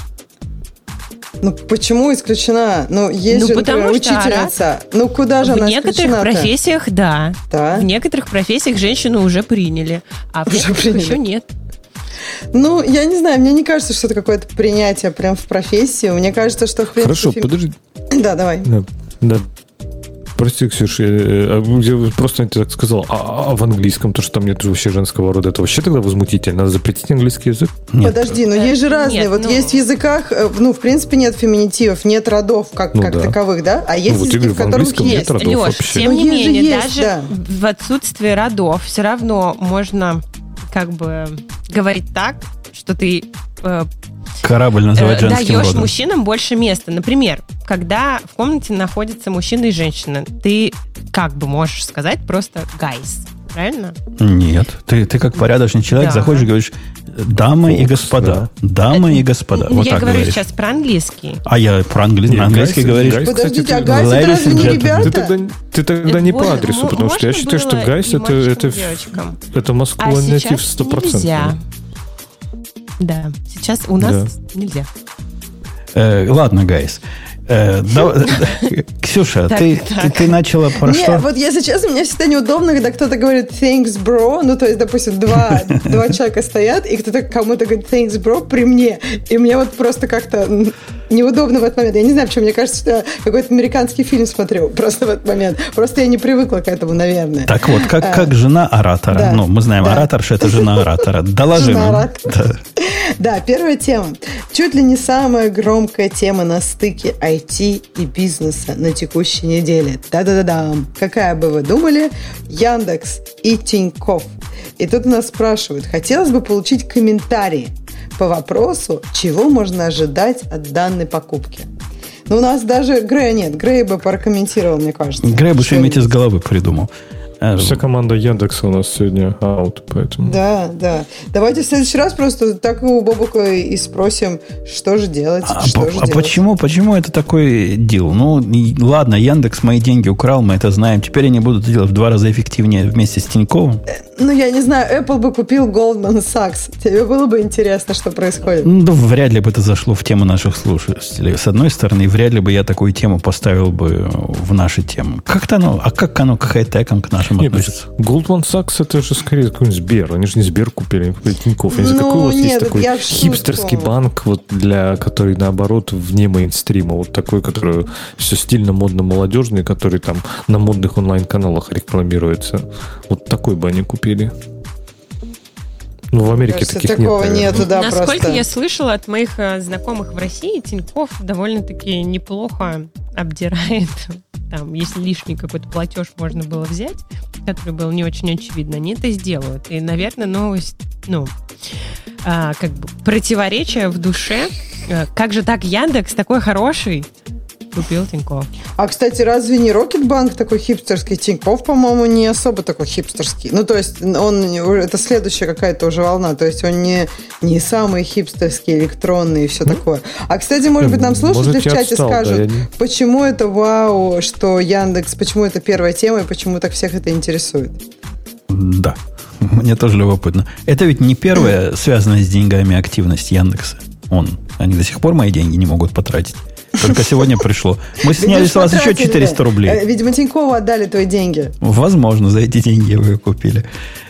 Ну, почему исключена? Ну, есть ну, же, например, учительница. Ара... Ну, куда же в она некоторых исключена-то? профессиях, да. да. В некоторых профессиях женщину уже приняли, а в уже некоторых приняли. еще нет. Ну, я не знаю, мне не кажется, что это какое-то принятие прям в профессии. Мне кажется, что... В принципе, Хорошо, фем... подожди. Да, давай. Да, да. Прости, Ксюша, я, я просто я так сказал, а, а в английском то, что там нет вообще женского рода, это вообще тогда возмутительно? Надо запретить английский язык? Нет. Подожди, но есть же разные. Нет, вот ну... есть в языках, ну, в принципе, нет феминитивов, нет родов как, ну, как да. таковых, да? А есть ну, языки, в которых есть. Родов Леш, вообще. тем ну, не менее, есть, даже да. в отсутствии родов все равно можно как бы говорить так, что ты... Э, Корабль называть женским даешь родом. мужчинам больше места. Например, когда в комнате находятся мужчина и женщина, ты как бы можешь сказать просто guys, правильно? Нет. Ты, ты как порядочный человек да. заходишь и говоришь дамы Фокс, и господа. Да. Дамы и господа. Я Вот так говорю говоришь. сейчас про английский. А я про англи... на английский говоришь. Гайс, Подождите, кстати, а гайс это разве не ребята? Ты тогда, ты тогда не по адресу, потому что я считаю, что гайс это, это, это маскулинитив сто процентов. Нельзя. Да, сейчас у нас да. нельзя. Э, ладно, гайс. Э, да, Ксюша, так, ты, так. Ты, ты начала про Не, что? вот если честно, мне всегда неудобно, когда кто-то говорит thanks, bro. Ну, то есть, допустим, два, два человека стоят, и кто-то кому-то говорит thanks, bro при мне. И мне вот просто как-то неудобно в этот момент. Я не знаю, почему. Мне кажется, что я какой-то американский фильм смотрю просто в этот момент. Просто я не привыкла к этому, наверное. Так вот, как, а, как жена оратора. Да, ну, мы знаем, да. ораторша – это жена оратора. Доложи Жена нам. оратора. Да. Да, первая тема. Чуть ли не самая громкая тема на стыке ай ти и бизнеса на текущей неделе. Да-да-да-да. Какая бы вы думали? Яндекс и Тинькофф. И тут нас спрашивают, хотелось бы получить комментарии по вопросу, чего можно ожидать от данной покупки. Ну, у нас даже Грея нет. Грей бы прокомментировал, мне кажется. Грей бы что-нибудь из головы придумал. Вся команда Яндекса у нас сегодня аут, поэтому... Да, да. Давайте в следующий раз просто так у Бобука и спросим, что же делать, А, что по, же а делать. почему, почему это такой дел? Ну, и, ладно, Яндекс мои деньги украл, мы это знаем. Теперь они будут делать в два раза эффективнее вместе с Тиньковым. Ну, я не знаю, Apple бы купил Goldman Sachs. Тебе было бы интересно, что происходит? Ну, да, вряд ли бы это зашло в тему наших слушателей. С одной стороны, вряд ли бы я такую тему поставил бы в наши темы. Как-то оно, а как оно к хай-текам, к нашим Нет, относится? Goldman Sachs это же скорее какой-нибудь Сбер. Они же не Сбер купили, они купили Тинькофф. Ну, Какой у вас нет, есть такой я в хипстерский шутку. банк, вот для, который наоборот вне мейнстрима, вот такой, который все стильно, модно, молодежный, который там на модных онлайн-каналах рекламируется. Вот такой бы они купили. Ну, в Америке Кажется, таких такого нет. нету, да, Насколько просто. я слышала от моих э, знакомых в России, Тинькофф довольно-таки неплохо обдирает. Там, если лишний какой-то платеж можно было взять, который был не очень очевидно, они это сделают. И, наверное, новость, ну, а, как бы противоречие в душе. А, как же так Яндекс такой хороший купил Тинькофф? А, кстати, разве не Рокетбанк такой хипстерский? Тинькофф, по-моему, не особо такой хипстерский. Ну, то есть, он, это следующая какая-то уже волна. То есть, он не, не самый хипстерский, электронный и все mm. такое. А, кстати, может быть, нам слушатели Может, в чате отстал, скажут, да, не... почему это вау, что Яндекс, почему это первая тема и почему так всех это интересует? Да, мне тоже любопытно. Это ведь не первая связанная с деньгами активность Яндекса. Он, они до сих пор мои деньги не могут потратить. Только сегодня пришло. Мы сняли с вас еще четыреста рублей. Видимо, Тинькову отдали твои деньги. Возможно, за эти деньги вы купили.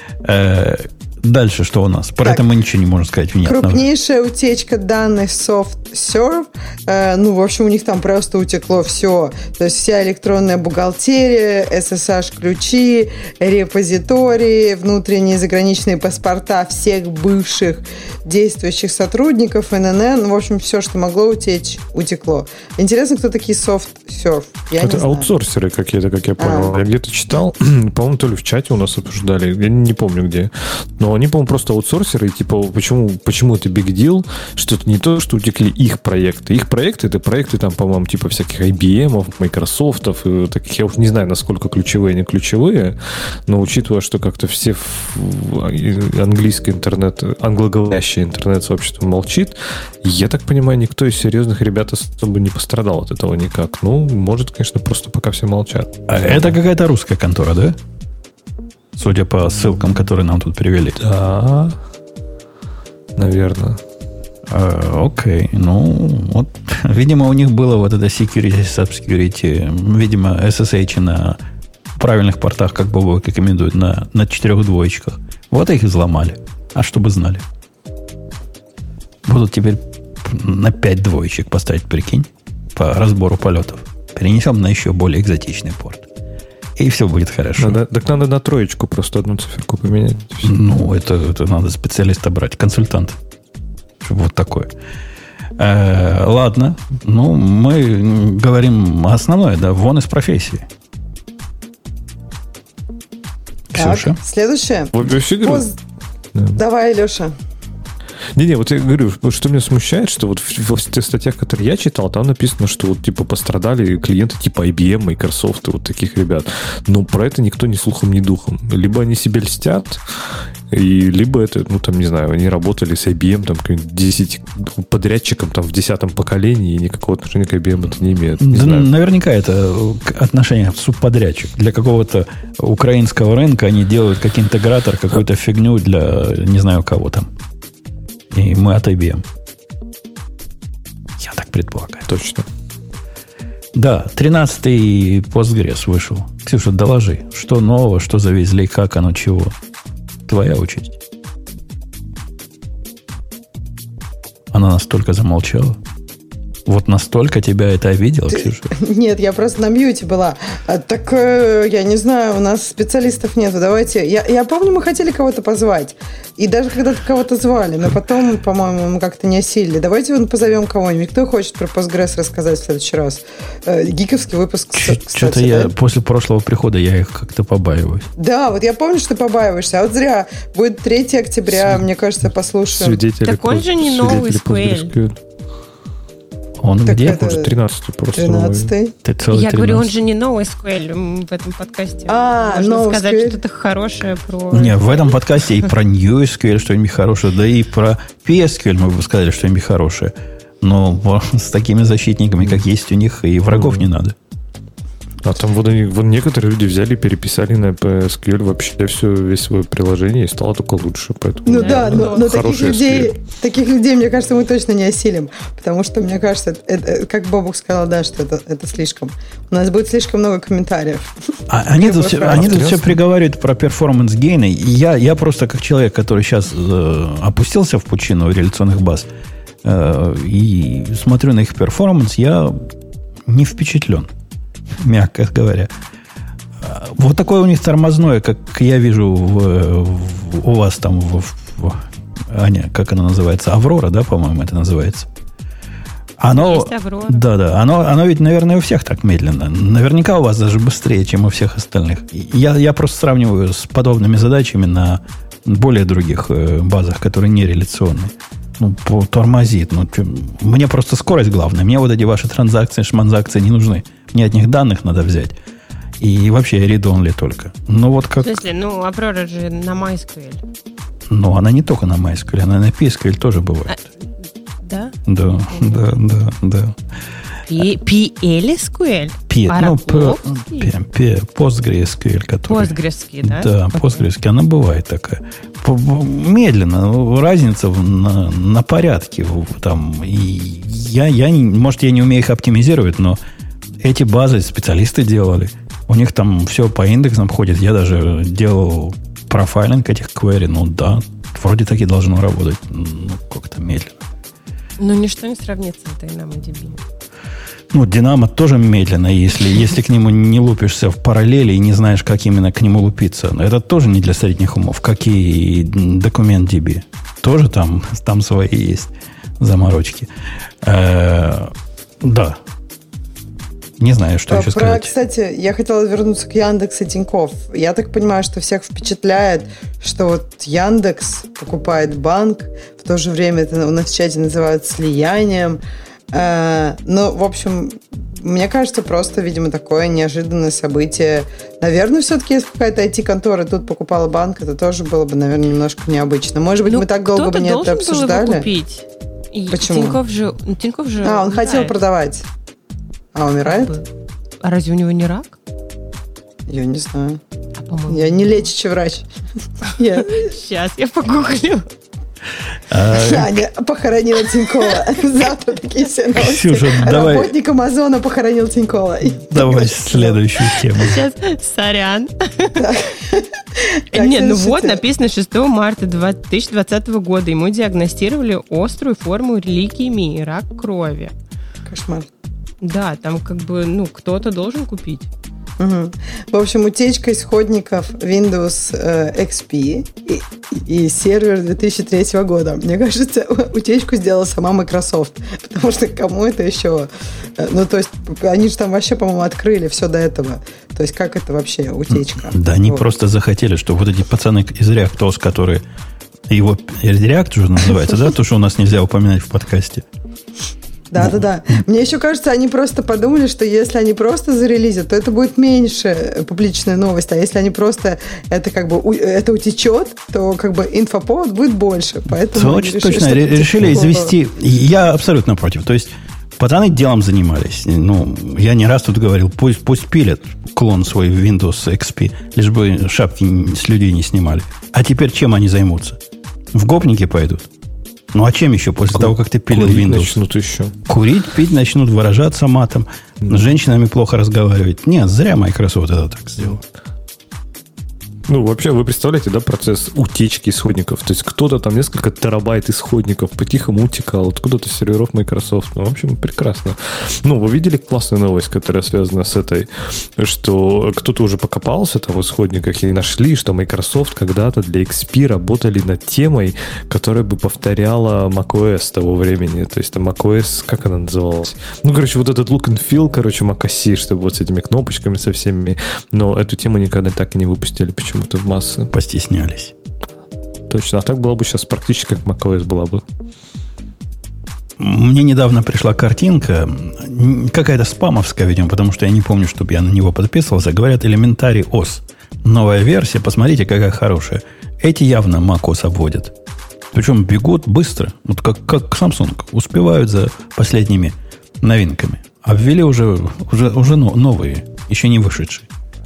Дальше что у нас? Про Так, это мы ничего не можем сказать внятного. Крупнейшая утечка данных SoftServe. Э, ну, в общем, у них там просто утекло все. То есть вся электронная бухгалтерия, эс эс эйч-ключи, репозитории, внутренние заграничные паспорта всех бывших действующих сотрудников, эн эн эн. Ну, в общем, все, что могло утечь, утекло. Интересно, кто такие SoftServe? Я это не знаю. аутсорсеры какие-то, как я понял. А. Я где-то читал, по-моему, то ли в чате у нас обсуждали, я не помню где. Но они, по-моему, просто аутсорсеры, и типа, почему, почему это big deal, что это не то, что утекли их проекты. Их проекты, это проекты, там, по-моему, типа всяких ай би эм, Microsoft, и таких, я уж не знаю, насколько ключевые, не ключевые, но учитывая, что как-то все английский интернет, англоговорящий интернет-сообщество молчит, я так понимаю, никто из серьезных ребят особо не пострадал от этого никак. Ну, может, конечно, просто пока все молчат. А это какая-то русская контора, да? Судя по ссылкам, которые нам тут привели. Да, наверное. А, окей, ну, вот, видимо, у них было вот это security, subsecurity, видимо, эс эс эйч на правильных портах, как Бобок рекомендует, на, на четырех двоечках. Вот их взломали. А чтобы знали. Будут теперь на пять двоечек поставить, прикинь, по разбору полетов. Перенесем на еще более экзотичный порт. и все будет хорошо. Надо, так надо на троечку просто одну циферку поменять. Ну, это, это надо специалиста брать, консультант. Вот такое. Э, ладно. Ну, мы говорим основное, да, вон из профессии. Ксюша. Так, следующее. Поз... Да. Давай, Леша. Не-не, вот я говорю, что меня смущает, что вот в, в тех статьях, которые я читал, там написано, что вот типа пострадали клиенты типа ай би эм, Microsoft и вот таких ребят. Но про это никто ни слухом, ни духом. Либо они себе льстят, и либо это, ну там, не знаю, они работали с ай би эм, там, десять подрядчиком там в десятом поколении, и никакого отношения к ай би эм это не имеет. Не да, знаю. Наверняка это отношение субподрядчик. Для какого-то украинского рынка они делают как интегратор какую-то фигню для не знаю кого там. И мы от ай би эм. Я так предполагаю. Точно. Да, тринадцатый Postgres вышел. Ксюша, доложи, что нового, что завезли, как оно, чего. Твоя очередь. Она настолько замолчала. Вот настолько тебя это обидело, Ксюша? Нет, я просто на мьюте была. А, так, э, я не знаю, у нас специалистов нету. Давайте... Я, я помню, мы хотели кого-то позвать. И даже когда-то кого-то звали. Но потом, по-моему, мы как-то не осилили. Давайте вот позовем кого-нибудь. Кто хочет про Postgres рассказать в следующий раз? Э, гиковский выпуск, кстати. Что-то я да? после прошлого прихода я их как-то побаиваюсь. Да, вот я помню, что ты побаиваешься. А вот зря. Будет третьего октября, С... мне кажется, послушаем. Свидетели так он же не новый эс ку эль. Он так где? Это... Уже тринадцатый просто. тринадцатый. Я тринадцатый. Говорю, он же не новый эс ку эль в этом подкасте. А, можно сказать эс ку эль. Что-то хорошее про... Не, в этом подкасте и про New эс ку эль что-нибудь хорошее, да и про пи эс кью эль мы бы сказали что-нибудь хорошее. Но с такими защитниками, как есть у них, и врагов не надо. А там вот, они, вот некоторые люди взяли и переписали на пи эс кью эль вообще все, весь свое приложение, и стало только лучше. Поэтому, ну да, но, но таких, людей, эс кью эль. таких людей, мне кажется, мы точно не осилим. Потому что, мне кажется, это, как Бобук сказал, да, что это, это слишком. У нас будет слишком много комментариев. А, они тут, все, они тут все приговаривают про перформанс-гейны. И я, я просто как человек, который сейчас э, опустился в пучину реляционных баз э, и смотрю на их перформанс, я не впечатлен. Мягко говоря. Вот такое у них тормозное, как я вижу в, в, у вас там в, в, Аня, как оно называется? Аврора, да, по-моему, это называется. Оно, да, да, оно, оно ведь, наверное, у всех так медленно. Наверняка у вас даже быстрее, чем у всех остальных. Я, я просто сравниваю с подобными задачами на более других базах, которые не реляционные. Ну, тормозит. Ну, мне просто скорость главная. Мне вот эти ваши транзакции, шманзакции не нужны. Мне от них данных надо взять. И вообще read-only только. Ну, вот как... В смысле? Ну, Аврора же на MySQL. Ну, она не только на MySQL, она на пи эс кью эль тоже бывает. А, да? Да, да, да, да. пи эл эс кью эль? P, ну, PostgreSQL, который... PostgreSQL, да? Да, PostgreSQL, она бывает такая. Медленно, разница на, на порядке. Там, и я, я не, может, я не умею их оптимизировать, но эти базы специалисты делали. У них там все по индексам ходит. Я даже делал профайлинг этих query. Ну да, вроде так и должно работать. Ну, как-то медленно. Ну, ничто не сравнится с DynamoDB. Ну, Динамо тоже медленно, если, если к нему не лупишься в параллели и не знаешь, как именно к нему лупиться. Но это тоже не для средних умов, как и DocumentDB. Тоже там, там свои есть заморочки. Э-э- да. Не знаю, что а еще про, сказать. Кстати, я хотела вернуться к Яндекс и Тинькофф. Я так понимаю, что всех впечатляет, что вот Яндекс покупает банк, в то же время это у нас в чате называют слиянием. Э, ну, в общем, мне кажется, просто, видимо, такое неожиданное событие. Наверное, все-таки, если какая-то ай ти-контора тут покупала банк, это тоже было бы, наверное, немножко необычно. Может быть, ну, мы так долго бы не это обсуждали. Был его купить. Почему? Тинькофф же, Тинькофф же а, он умирает. хотел продавать. А, умирает? А разве у него не рак? Я не знаю. А, по-моему, я не лечащий врач. Сейчас я погуглю. Аня похоронила Тинькова. Завтра такие все новости. Ксюша, давай. Работник Амазона похоронил Тинькова. Давай следующую тему. Сейчас, сорян. Нет, ну вот, написано шестого марта две тысячи двадцатого года. Ему диагностировали острую форму лейкемии, рак крови. Кошмар. Да, там как бы, ну, кто-то должен купить. Угу. В общем, утечка исходников Windows э, икс пи и, и сервер две тысячи третьего года. Мне кажется, утечку сделала сама Microsoft, потому что кому это еще... Ну, то есть, они же там вообще, по-моему, открыли все до этого. То есть, как это вообще утечка? Да, они вот. просто захотели, чтобы вот эти пацаны из ReactOS, которые... Его React уже называется, да? То, что у нас нельзя упоминать в подкасте. Да-да-да. Мне еще кажется, они просто подумали, что если они просто зарелизят, то это будет меньше публичная новость, а если они просто это как бы это утечет, то как бы инфоповод будет больше. Поэтому очень решили, точно. Решили извести. Я абсолютно против. То есть пацаны делом занимались. Ну, я не раз тут говорил, пусть, пусть пилят клон свой в Windows икс пи, лишь бы шапки с людей не снимали. А теперь чем они займутся? В гопники пойдут? Ну, а чем еще после Ку- того, как ты пилил курить Windows? начнут еще. Курить, пить начнут, выражаться матом, mm. с женщинами плохо разговаривать. Нет, зря Microsoft это так сделал. Ну, вообще, вы представляете, да, процесс утечки исходников? То есть, кто-то там несколько терабайт исходников по-тихому утекал откуда-то с серверов Microsoft. Ну, в общем, прекрасно. Ну, вы видели классную новость, которая связана с этой, что кто-то уже покопался там в исходниках и нашли, что Microsoft когда-то для икс пи работали над темой, которая бы повторяла macOS того времени. То есть, там macOS, как она называлась? Ну, короче, вот этот look and feel, короче, macOS, чтобы вот с этими кнопочками со всеми. Но эту тему никогда так и не выпустили. Почему? В массы. Постеснялись. Точно. А так была бы сейчас практически как macOS была бы. Мне недавно пришла картинка, какая-то спамовская, видимо, потому что я не помню, чтобы я на него подписывался. Говорят, Elementary о эс. Новая версия, посмотрите, какая хорошая. Эти явно macOS обводят. Причем бегут быстро, вот как, как Samsung. Успевают за последними новинками. Обвели уже, уже, уже новые, еще не вышедшие.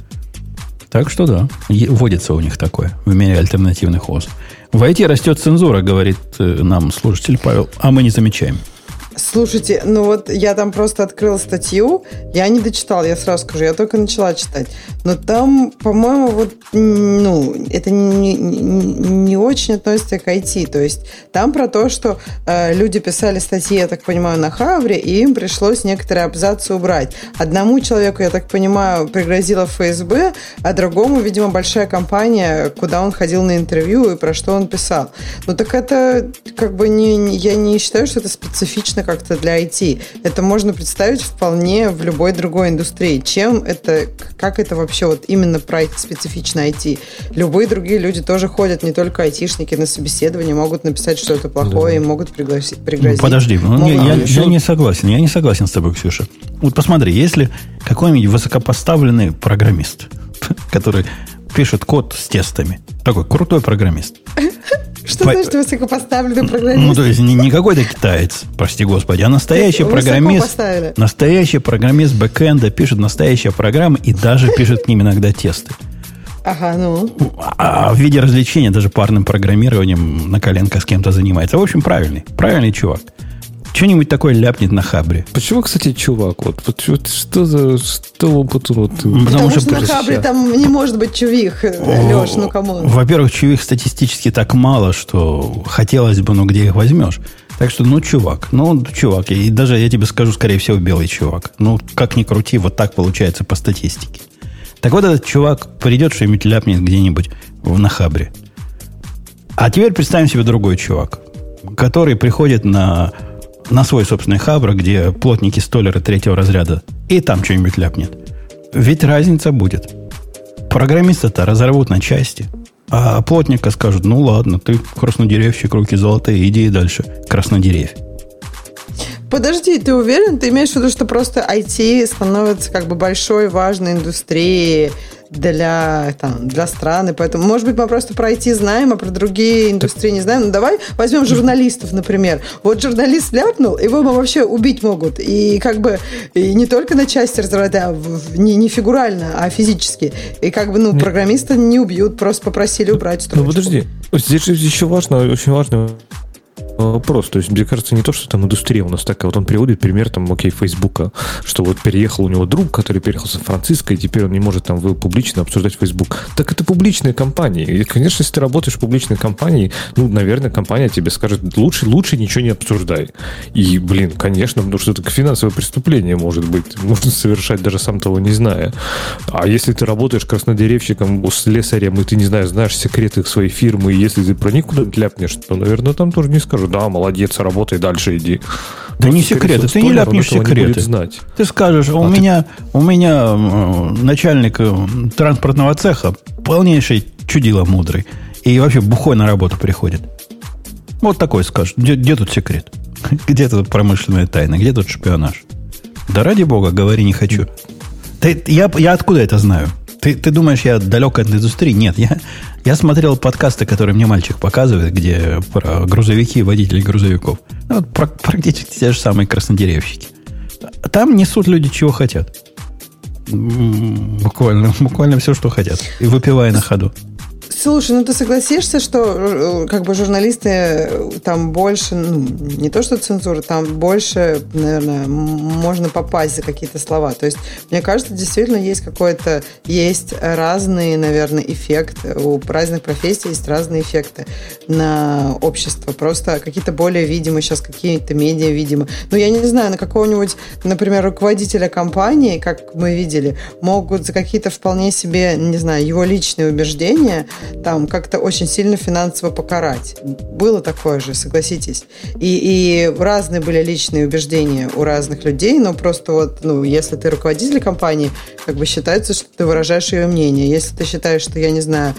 Так что да, вводится у них такое в мире альтернативных о эс. В ай ти растет цензура, говорит нам слушатель Павел, а мы не замечаем. Слушайте, ну вот я там просто открыла статью, я не дочитала, я сразу скажу, я только начала читать. Но там, по-моему, вот, ну, это не, не, не очень относится к ай ти. То есть там про то, что э, люди писали статьи, я так понимаю, на Хабре, и им пришлось некоторые абзацы убрать. Одному человеку, я так понимаю, пригрозило эф эс бэ, а другому, видимо, большая компания, куда он ходил на интервью и про что он писал. Ну так это как бы не, не, я не считаю, что это специфично как-то для ай ти. Это можно представить вполне в любой другой индустрии. Чем это, как это вообще вот именно про специфично ай ти? Любые другие люди тоже ходят, не только айтишники, на собеседование, могут написать что-то плохое, да. И могут пригласить, пригрозить. Подожди, ну, я, я, я не согласен. Я не согласен с тобой, Ксюша. Вот посмотри, если какой-нибудь высокопоставленный программист, который пишет код с тестами, такой крутой программист, что значит высокопоставленный программист? Ну, то есть не, не какой-то китаец, прости господи, а настоящий программист, настоящий программист бэкэнда пишет настоящие программы и даже пишет к ним иногда тесты. Ага, ну. А в виде развлечения даже парным программированием на коленках с кем-то занимается. В общем, правильный, правильный чувак. Что-нибудь такое ляпнет на Хабре. Почему, кстати, чувак? Вот, вот, вот что за... Что вот, вот, Потому, Потому что, что на Хабре там не может быть чувих, Леш, ну камон. Во-первых, чувих статистически так мало, что хотелось бы, ну где их возьмешь. Так что, ну, чувак, ну, чувак, и даже я тебе скажу, скорее всего, белый чувак. Ну, как ни крути, вот так получается по статистике. Так вот этот чувак придет, что-нибудь ляпнет где-нибудь на Хабре. А теперь представим себе другой чувак, который приходит на... на свой собственный Хабр, где плотники-столеры третьего разряда, и там что-нибудь ляпнет. Ведь разница будет. Программиста-то разорвут на части, а плотника скажут, ну ладно, ты краснодеревщик, руки золотые, иди дальше, краснодеревь. Подожди, ты уверен? Ты имеешь в виду, что просто ай ти становится как бы большой, важной индустрией для, там, для страны, поэтому, может быть, мы просто про ай ти знаем, а про другие индустрии не знаем. Ну, давай возьмем журналистов, например. Вот журналист ляпнул, его вообще убить могут. И как бы и не только на части разорвать, а в, не, не фигурально, а физически. И как бы, ну, программиста не убьют, просто попросили убрать строчку. Ну, подожди. Здесь же еще важно, очень важно вопрос. То есть, мне кажется, не то, что там индустрия у нас такая. Вот он приводит пример, там, окей, Фейсбука, что вот переехал у него друг, который переехал в Сан-Франциско, и теперь он не может там публично обсуждать Фейсбук. Так это публичные компании. И, конечно, если ты работаешь в публичной компании, ну, наверное, компания тебе скажет, лучше, лучше ничего не обсуждай. И, блин, конечно, потому что это финансовое преступление может быть. Можно совершать, даже сам того не зная. А если ты работаешь краснодеревщиком, слесарем, и ты, не знаю, знаешь секреты своей фирмы, и если ты про них куда-нибудь ляпнешь, то, наверное, там тоже не скажут, да, молодец, работай дальше, иди. Да просто не секреты, ты не ляпнешь секреты. Знать. Ты скажешь, у а меня, ты... у меня начальник транспортного цеха полнейший чудило мудрый. И вообще бухой на работу приходит. Вот такой скажет. Где, где тут секрет? Где тут промышленная тайна? Где тут шпионаж? Да ради бога, говори, не хочу. Ты, я, я откуда это знаю? Ты, ты думаешь, я далек от индустрии? Нет, я, я смотрел подкасты, которые мне мальчик показывает, где про грузовики и водителей грузовиков. Ну, вот про, практически те же самые краснодеревщики. Там несут люди, чего хотят. Буквально, буквально все, что хотят. И выпивая на ходу. Слушай, ну ты согласишься, что как бы журналисты там больше, ну, не то что цензура, там больше, наверное, можно попасть за какие-то слова. То есть, мне кажется, действительно есть какой-то, есть разные, наверное, эффекты. У разных профессий есть разные эффекты на общество. Просто какие-то более видимые, сейчас какие-то медиа видимы. Ну, я не знаю, на какого-нибудь, например, руководителя компании, как мы видели, могут за какие-то вполне себе, не знаю, его личные убеждения там как-то очень сильно финансово покарать. Было такое же, согласитесь. И, и разные были личные убеждения у разных людей, но просто вот, ну, если ты руководитель компании, как бы считается, что ты выражаешь ее мнение. Если ты считаешь, что, я не знаю,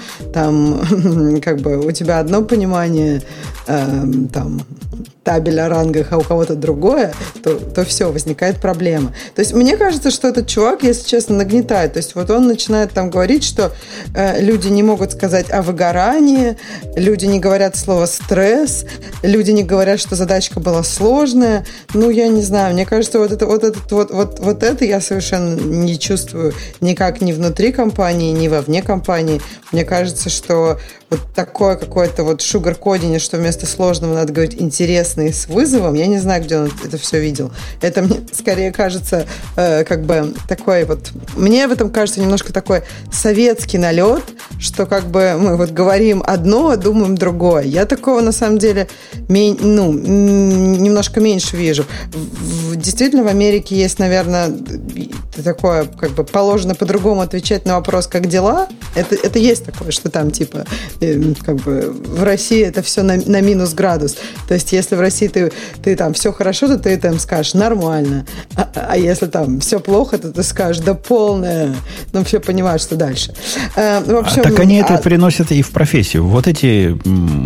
там, как бы у тебя одно понимание, э, там, табель о рангах, а у кого-то другое, то, то все, возникает проблема. То есть мне кажется, что этот чувак, если честно, нагнетает. То есть вот он начинает там говорить, что э, люди не могут сказать о выгорании, люди не говорят слово «стресс», люди не говорят, что задачка была сложная. Ну, я не знаю, мне кажется, вот это, вот, этот, вот, вот, вот это я совершенно не чувствую никак ни внутри компании, ни вовне компании. Мне кажется, что вот такое какое-то вот шугар-кодинг, что вместо сложного надо говорить интересно и с вызовом. Я не знаю, где он это все видел. Это мне скорее кажется э, как бы такой вот... Мне в этом кажется немножко такой советский налет, что как бы мы вот говорим одно, а думаем другое. Я такого на самом деле мень, ну, немножко меньше вижу. В, действительно, в Америке есть, наверное, такое, как бы положено по-другому отвечать на вопрос «как дела?». Это, это есть такое, что там типа как бы в России это все на, на минус градус. То есть, если в России ты, ты там все хорошо, то ты там скажешь нормально. А, а если там все плохо, то ты скажешь да полное. Ну, все понимают, что дальше. А, в общем, а, так они а... это приносят и в профессию. Вот эти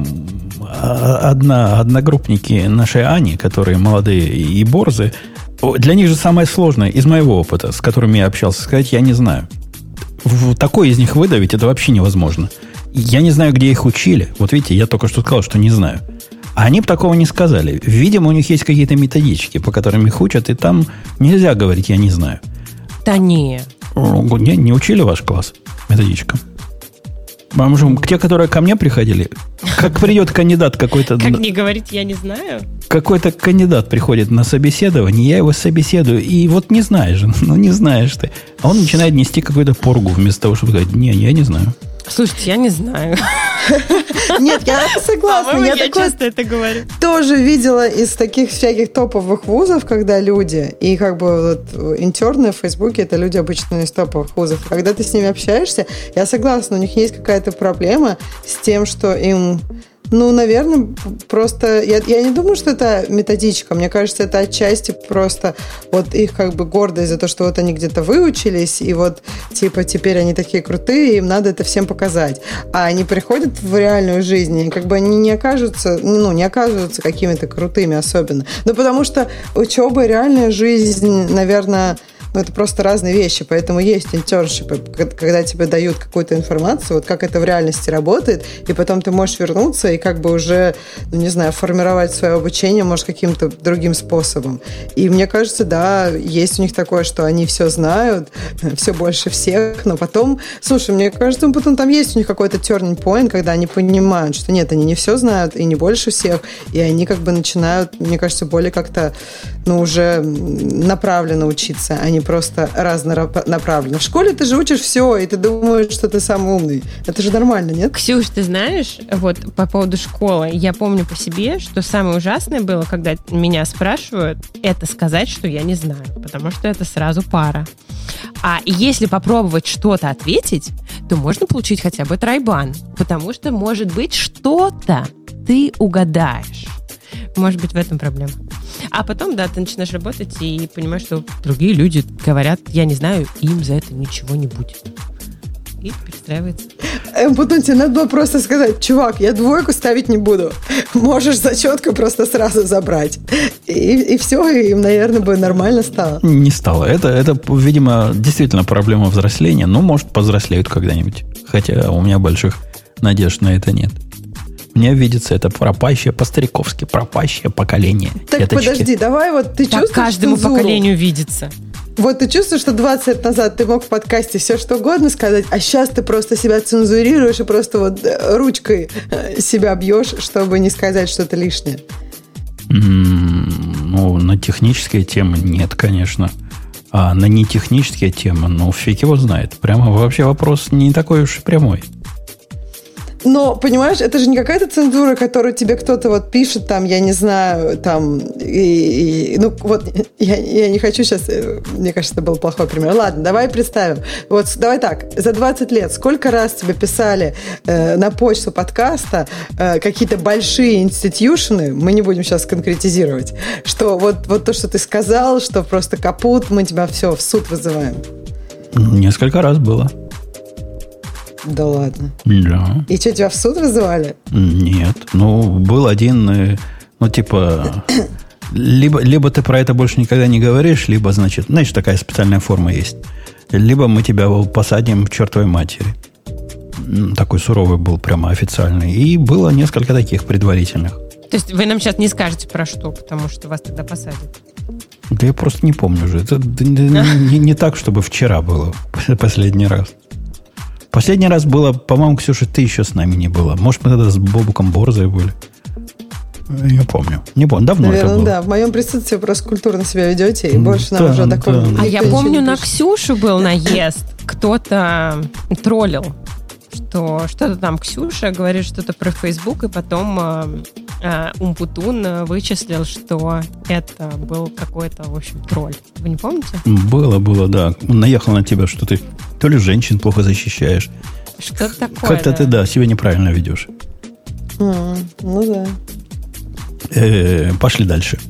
одна, одногруппники нашей Ани, которые молодые и борзые, для них же самое сложное, из моего опыта, с которыми я общался, сказать я не знаю. Такое из них выдавить, это вообще невозможно. Я не знаю, где их учили. Вот видите, я только что сказал, что не знаю. А они бы такого не сказали. Видимо, у них есть какие-то методички, по которым их учат, и там нельзя говорить «я не знаю». Да не. Не, не учили ваш класс методичкам? Потому что те, которые ко мне приходили, как придет кандидат какой-то... Как не говорить «я не знаю»? Какой-то кандидат приходит на собеседование, я его собеседую, и вот не знаешь, ну не знаешь ты. А он начинает нести какую-то поргу вместо того, чтобы сказать «не, я не знаю». Слушайте, я не знаю. Нет, я согласна. Я, я я часто это говорю. Тоже видела из таких всяких топовых вузов, когда люди, и как бы вот интерны в Фейсбуке, это люди обычно из топовых вузов. Когда ты с ними общаешься, я согласна, у них есть какая-то проблема с тем, что им... Ну, наверное, просто... Я, я не думаю, что это методичка. Мне кажется, это отчасти просто вот их как бы гордость за то, что вот они где-то выучились, и вот типа теперь они такие крутые, им надо это всем показать. А они приходят в реальную жизнь, и как бы они не окажутся, ну, не оказываются какими-то крутыми особенно. Ну, потому что учеба и реальная жизнь, наверное... ну, это просто разные вещи, поэтому есть интерншипы, когда тебе дают какую-то информацию, вот как это в реальности работает, и потом ты можешь вернуться и как бы уже, ну, не знаю, формировать свое обучение, может, каким-то другим способом. И мне кажется, да, есть у них такое, что они все знают, все больше всех, но потом, слушай, мне кажется, потом там есть у них какой-то turning point, когда они понимают, что нет, они не все знают и не больше всех, и они как бы начинают, мне кажется, более как-то, ну, уже направленно учиться, а не просто разнонаправленно. В школе ты же учишь все, и ты думаешь, что ты самый умный. Это же нормально, нет? Ксюш, ты знаешь, вот по поводу школы, я помню по себе, что самое ужасное было, когда меня спрашивают, это сказать, что я не знаю, потому что это сразу пара. А если попробовать что-то ответить, то можно получить хотя бы тройбан, потому что, может быть, что-то ты угадаешь. Может быть, в этом проблема. А потом, да, ты начинаешь работать и понимаешь, что другие люди говорят, я не знаю, им за это ничего не будет. И перестраивается. Потом тебе надо было просто сказать, чувак, я двойку ставить не буду. Можешь зачетку просто сразу забрать. И, и все, и им, наверное, бы нормально стало. Не стало. Это, это, видимо, действительно проблема взросления. Ну, может, повзрослеют когда-нибудь. Хотя у меня больших надежд на это нет. Мне видится это пропащее по-стариковски, пропащее поколение. Так, деточки. Подожди, давай вот ты так чувствуешь каждому цензуру? Поколению видится. Вот ты чувствуешь, что двадцать лет назад ты мог в подкасте все что угодно сказать, а сейчас ты просто себя цензурируешь и просто вот ручкой себя бьешь, чтобы не сказать что-то лишнее? Mm, ну, на технические темы нет, конечно. А на нетехнические темы, ну, фиг его знает. Прямо вообще вопрос не такой уж и прямой. Но, понимаешь, это же не какая-то цензура, которую тебе кто-то вот пишет, там, я не знаю, там, и, и, ну, вот, я, я не хочу сейчас, мне кажется, это был плохой пример. Ладно, давай представим. Вот, давай так, за двадцать лет сколько раз тебе писали э, на почту подкаста э, какие-то большие инститьюшены, мы не будем сейчас конкретизировать, что вот, вот то, что ты сказал, что просто капут, мы тебя все в суд вызываем. Несколько раз было. Да ладно. Да. И что, тебя в суд вызывали? Нет. Ну, был один, ну, типа, либо, либо ты про это больше никогда не говоришь, либо, значит, знаешь, такая специальная форма есть. Либо мы тебя посадим к чертовой матери. Такой суровый был, прямо официальный. И было несколько таких предварительных. То есть вы нам сейчас не скажете про что, потому что вас тогда посадят? Да я просто не помню уже. Это не, не так, чтобы вчера было последний раз. Последний раз было, по-моему, Ксюша, ты еще с нами не была. Может, мы тогда с Бобуком Борзой были? Я помню. Не помню. Давно Наверное, это было. да. В моем присутствии вы просто культурно себя ведете, и больше нам да, уже такого... Да. А я помню, на Ксюшу был наезд. Кто-то троллил, что что-то там Ксюша говорит что-то про Facebook, и потом э, э, Умпутун вычислил, что это был какой-то, в общем, тролль. Вы не помните? Было, было, да. Он наехал на тебя, что ты то ли женщин плохо защищаешь. Что-то такое, Как-то да. ты, да, себя неправильно ведешь. А, ну да. Э-э, пошли дальше.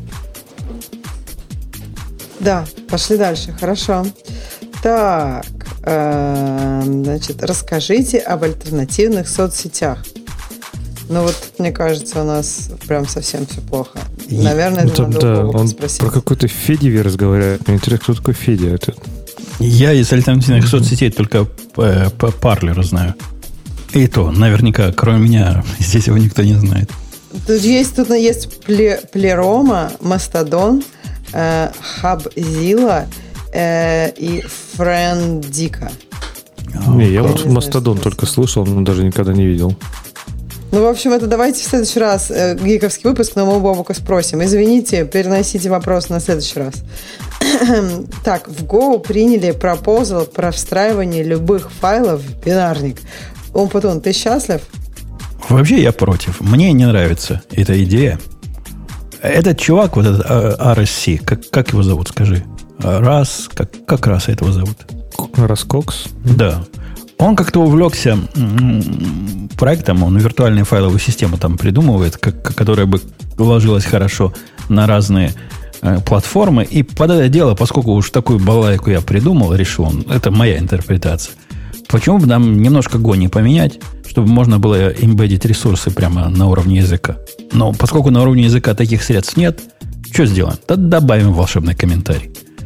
Да, пошли дальше. Хорошо. Так, э, значит, расскажите об альтернативных соцсетях. Ну вот, мне кажется, у нас прям совсем все плохо. Наверное, ну, это там, надо да, у Бога он спросить. про какой-то Федиве разговаривает. Мне интересно, кто такой Федя? Это... Я из альтернативных mm-hmm. соцсетей только по, по Парлеру знаю. И то, наверняка, кроме меня, здесь его никто не знает. Тут есть, тут есть пле, Плерома, Мастодон, э, Хабзила э, и Френдика. Не, я А, вот не Мастодон знаю, только что слышал, но даже никогда не видел. Ну, в общем, это давайте в следующий раз э, гиковский выпуск, но мы у Бобука спросим. Извините, переносите вопрос на следующий раз. Так, в Go приняли пропозал про встраивание любых файлов в бинарник. Умпутун, ты счастлив? Вообще я против. Мне не нравится эта идея. Этот чувак, вот этот ар эс си, как, как его зовут, скажи? Раз, как, как раз этого зовут? Раскокс? Да. Он как-то увлекся м-м, проектом, он виртуальную файловую систему там придумывает, как, которая бы ложилась хорошо на разные э, платформы. И под это дело, поскольку уж такую балайку я придумал, решил он, это моя интерпретация, почему бы нам немножко Go не поменять, чтобы можно было имбедить ресурсы прямо на уровне языка. Но поскольку на уровне языка таких средств нет, что сделаем? Да добавим волшебный комментарий.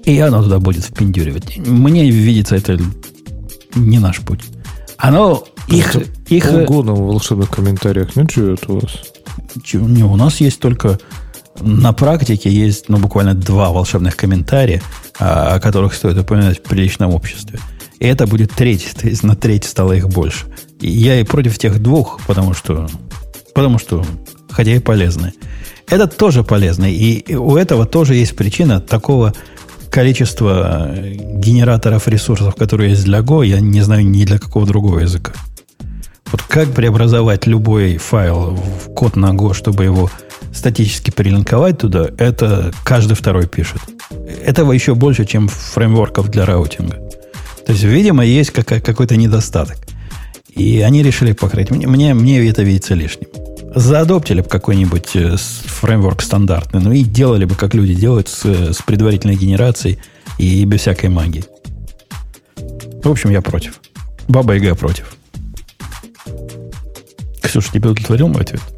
и оно туда будет впендюривать. Мне видится, это не наш путь. Оно... Их, их... Полгода в волшебных комментариях не живет у вас? Не, у нас есть только... На практике есть, ну, буквально два волшебных комментария, о, о которых стоит упоминать в приличном обществе. И это будет треть, то есть на треть стало их больше. И я и против тех двух, потому что... Потому что... Хотя и полезные. Это тоже полезно. И у этого тоже есть причина такого количества генераторов ресурсов, которые есть для Go, я не знаю ни для какого другого языка. Вот как преобразовать любой файл в код на Go, чтобы его статически перелинковать туда, это каждый второй пишет. Этого еще больше, чем фреймворков для раутинга. То есть, видимо, есть какой-то недостаток. И они решили покрыть. Мне, мне, мне это видится лишним. Заадоптили бы какой-нибудь фреймворк стандартный, ну и делали бы, как люди делают, с, с предварительной генерацией и без всякой магии. В общем, я против. Баба Яга против. Ксюша, тебе удовлетворил мой ответ?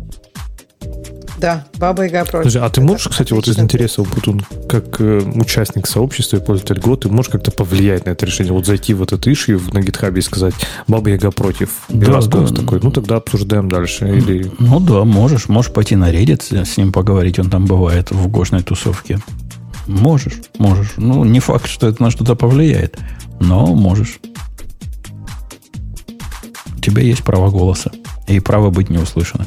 Да, Баба Яга против. Слушай, а ты можешь, кстати, вот из интереса, Путун, как э, участник сообщества и пользователь Go, ты можешь как-то повлиять на это решение? Вот зайти в этот issue на GitHub и сказать, Баба Яга против. Да, да. Такой, ну тогда обсуждаем дальше. Или... Ну да, можешь. Можешь пойти на Reddit, с ним поговорить, он там бывает в гошной тусовке. Можешь, можешь. Ну, не факт, что это на что-то повлияет, но можешь. У тебя есть право голоса и право быть неуслышанным.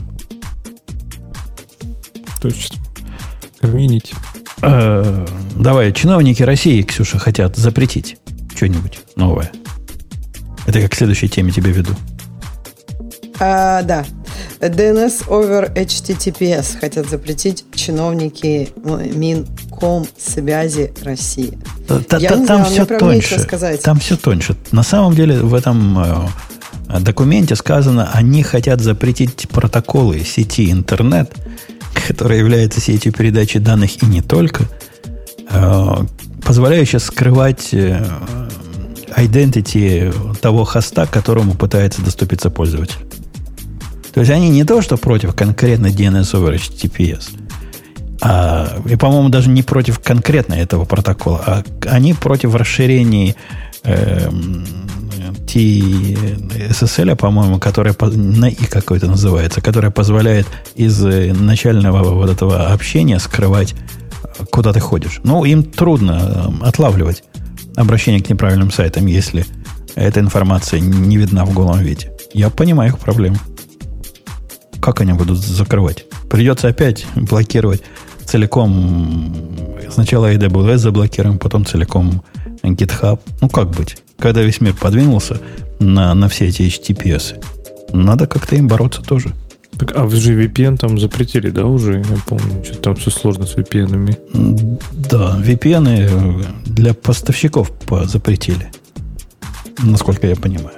Точно. Комьюнити. Э, давай, чиновники России, Ксюша, хотят запретить что-нибудь новое. Это я к следующей теме тебе веду. А, да. ди эн эс over эйч ти ти пи эс хотят запретить чиновники Минкомсвязи России. Та, Я та, не там знаю, все мне тоньше. сказать. Там все тоньше. На самом деле в этом э, документе сказано, они хотят запретить протоколы сети интернет, которая является сетью передачи данных и не только, э, позволяющая скрывать э, identity того хоста, к которому пытается доступиться пользователь. То есть они не то, что против конкретно ди эн эс over эйч ти ти пи эс, а, и, по-моему, даже не против конкретно этого протокола, а они против расширений э, ти эс эс эл, по-моему, которая на и какой-то называется, которая позволяет из начального вот этого общения скрывать, куда ты ходишь. Ну, им трудно отлавливать обращение к неправильным сайтам, если эта информация не видна в голом виде. Я понимаю их проблему. Как они будут закрывать? Придется опять блокировать целиком. Сначала эй дабл ю эс заблокируем, потом целиком GitHub. Ну, как быть? Когда весь мир подвинулся на, на все эти эйч ти ти пи эс, надо как-то им бороться тоже. Так, а вы же ви пи эн там запретили, да, уже? Я помню, что там все сложно с ви пи эн-ами. Да, ви пи эн для поставщиков запретили. Насколько я понимаю.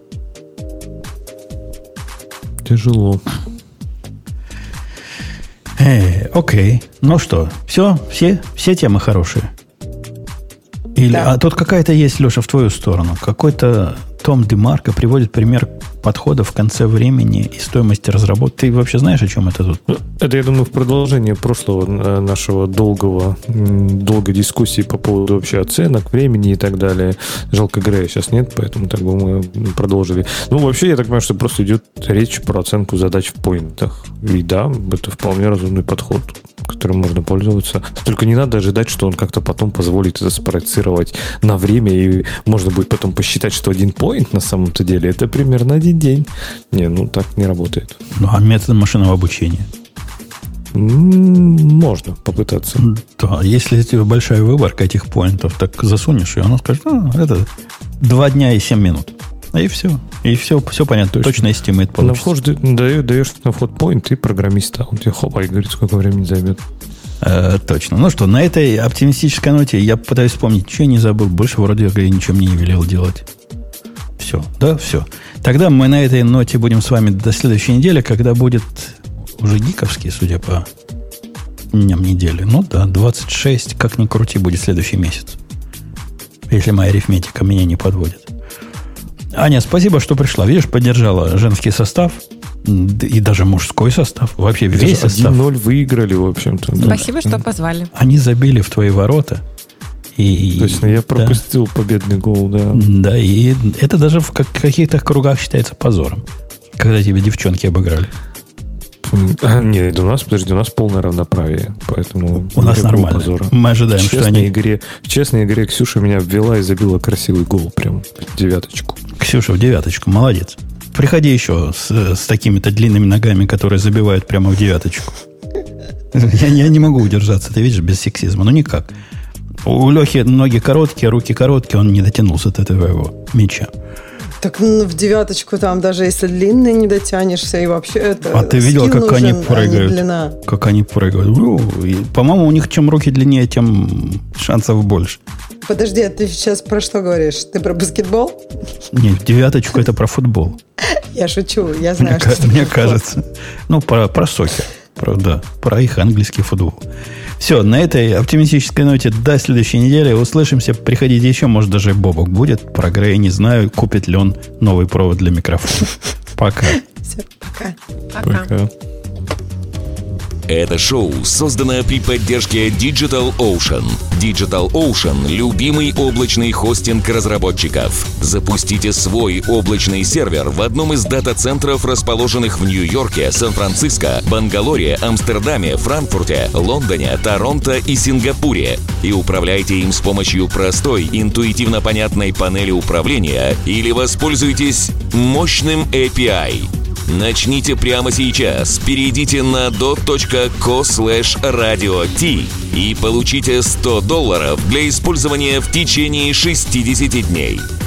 Тяжело. Эй, окей. Ну что, все, все, все темы хорошие. Или, да. А тут какая-то есть, Леша, в твою сторону. Какой-то Том Демарко приводит пример подхода в конце времени и стоимости разработки. Ты вообще знаешь, о чем это тут? Это, я думаю, в продолжение прошлого нашего долгого, долгой дискуссии по поводу вообще оценок, времени и так далее. Жалко, Грея сейчас нет, поэтому так бы мы продолжили. Ну, вообще, я так понимаю, что просто идет речь про оценку задач в поинтах. И да, это вполне разумный подход, которым можно пользоваться. Только не надо ожидать, что он как-то потом позволит это спроецировать на время, и можно будет потом посчитать, что один поинт на самом-то деле это примерно один день. Не, ну так не работает. Ну, а методом машинного обучения? Можно попытаться. Да, если у тебя большая выборка этих поинтов, так засунешь, и оно скажет, а, это два дня и семь минут. И все. И все, все понятно. Точно, точно эстимейт получится. На вход даешь, даешь на вход поинт и программиста. Он тебе хопа и говорит, сколько времени займет. Э, точно. Ну что, на этой оптимистической ноте я пытаюсь вспомнить, что я не забыл. Больше вроде я ничего мне не велел делать. Все, да, все. Тогда мы на этой ноте будем с вами до следующей недели, когда будет уже гиковский, судя по дням недели. Ну да, двадцать шесть, как ни крути, будет следующий месяц. Если моя арифметика меня не подводит. Аня, спасибо, что пришла. Видишь, поддержала женский состав и даже мужской состав. Вообще весь даже состав. один ноль выиграли, в общем-то. Спасибо, да. Что позвали. Они забили в твои ворота. И, Точно, я пропустил да. победный гол, да. Да, и это даже в каких-то кругах считается позором, когда тебя девчонки обыграли. Нет, у нас, подожди, у нас полное равноправие, поэтому у нас нормально. Позора. Мы ожидаем, в что они... Игре, в честной игре Ксюша меня ввела и забила красивый гол, прям в девяточку. Ксюша в девяточку, молодец. Приходи еще с, с такими-то длинными ногами, которые забивают прямо в девяточку. Я, я не могу удержаться, ты видишь, без сексизма. Ну, никак. У Лехи ноги короткие, руки короткие, он не дотянулся до этого его мяча. Так ну, в девяточку там даже если длинный не дотянешься, и вообще это... А ты видел, как нужен, они прыгают? А как они прыгают? И, по-моему, у них чем руки длиннее, тем шансов больше. Подожди, а ты сейчас про что говоришь? Ты про баскетбол? Нет, девяточку это про футбол. Я шучу, я знаю, мне, что Мне кажется. Ну, про, про сокер. Про, да, про их английский футбол. Все, на этой оптимистической ноте до следующей недели услышимся. Приходите еще, может, даже Бобок будет. Про Грея не знаю, купит ли он новый провод для микрофона. Пока. Все, пока. Пока. Пока. Это шоу создано при поддержке DigitalOcean. DigitalOcean – любимый облачный хостинг разработчиков. Запустите свой облачный сервер в одном из дата-центров, расположенных в Нью-Йорке, Сан-Франциско, Бангалоре, Амстердаме, Франкфурте, Лондоне, Торонто и Сингапуре. И управляйте им с помощью простой, интуитивно понятной панели управления или воспользуйтесь мощным эй пи ай. Начните прямо сейчас. Перейдите на dot.co слэш radio t и получите сто долларов для использования в течение шестьдесят дней.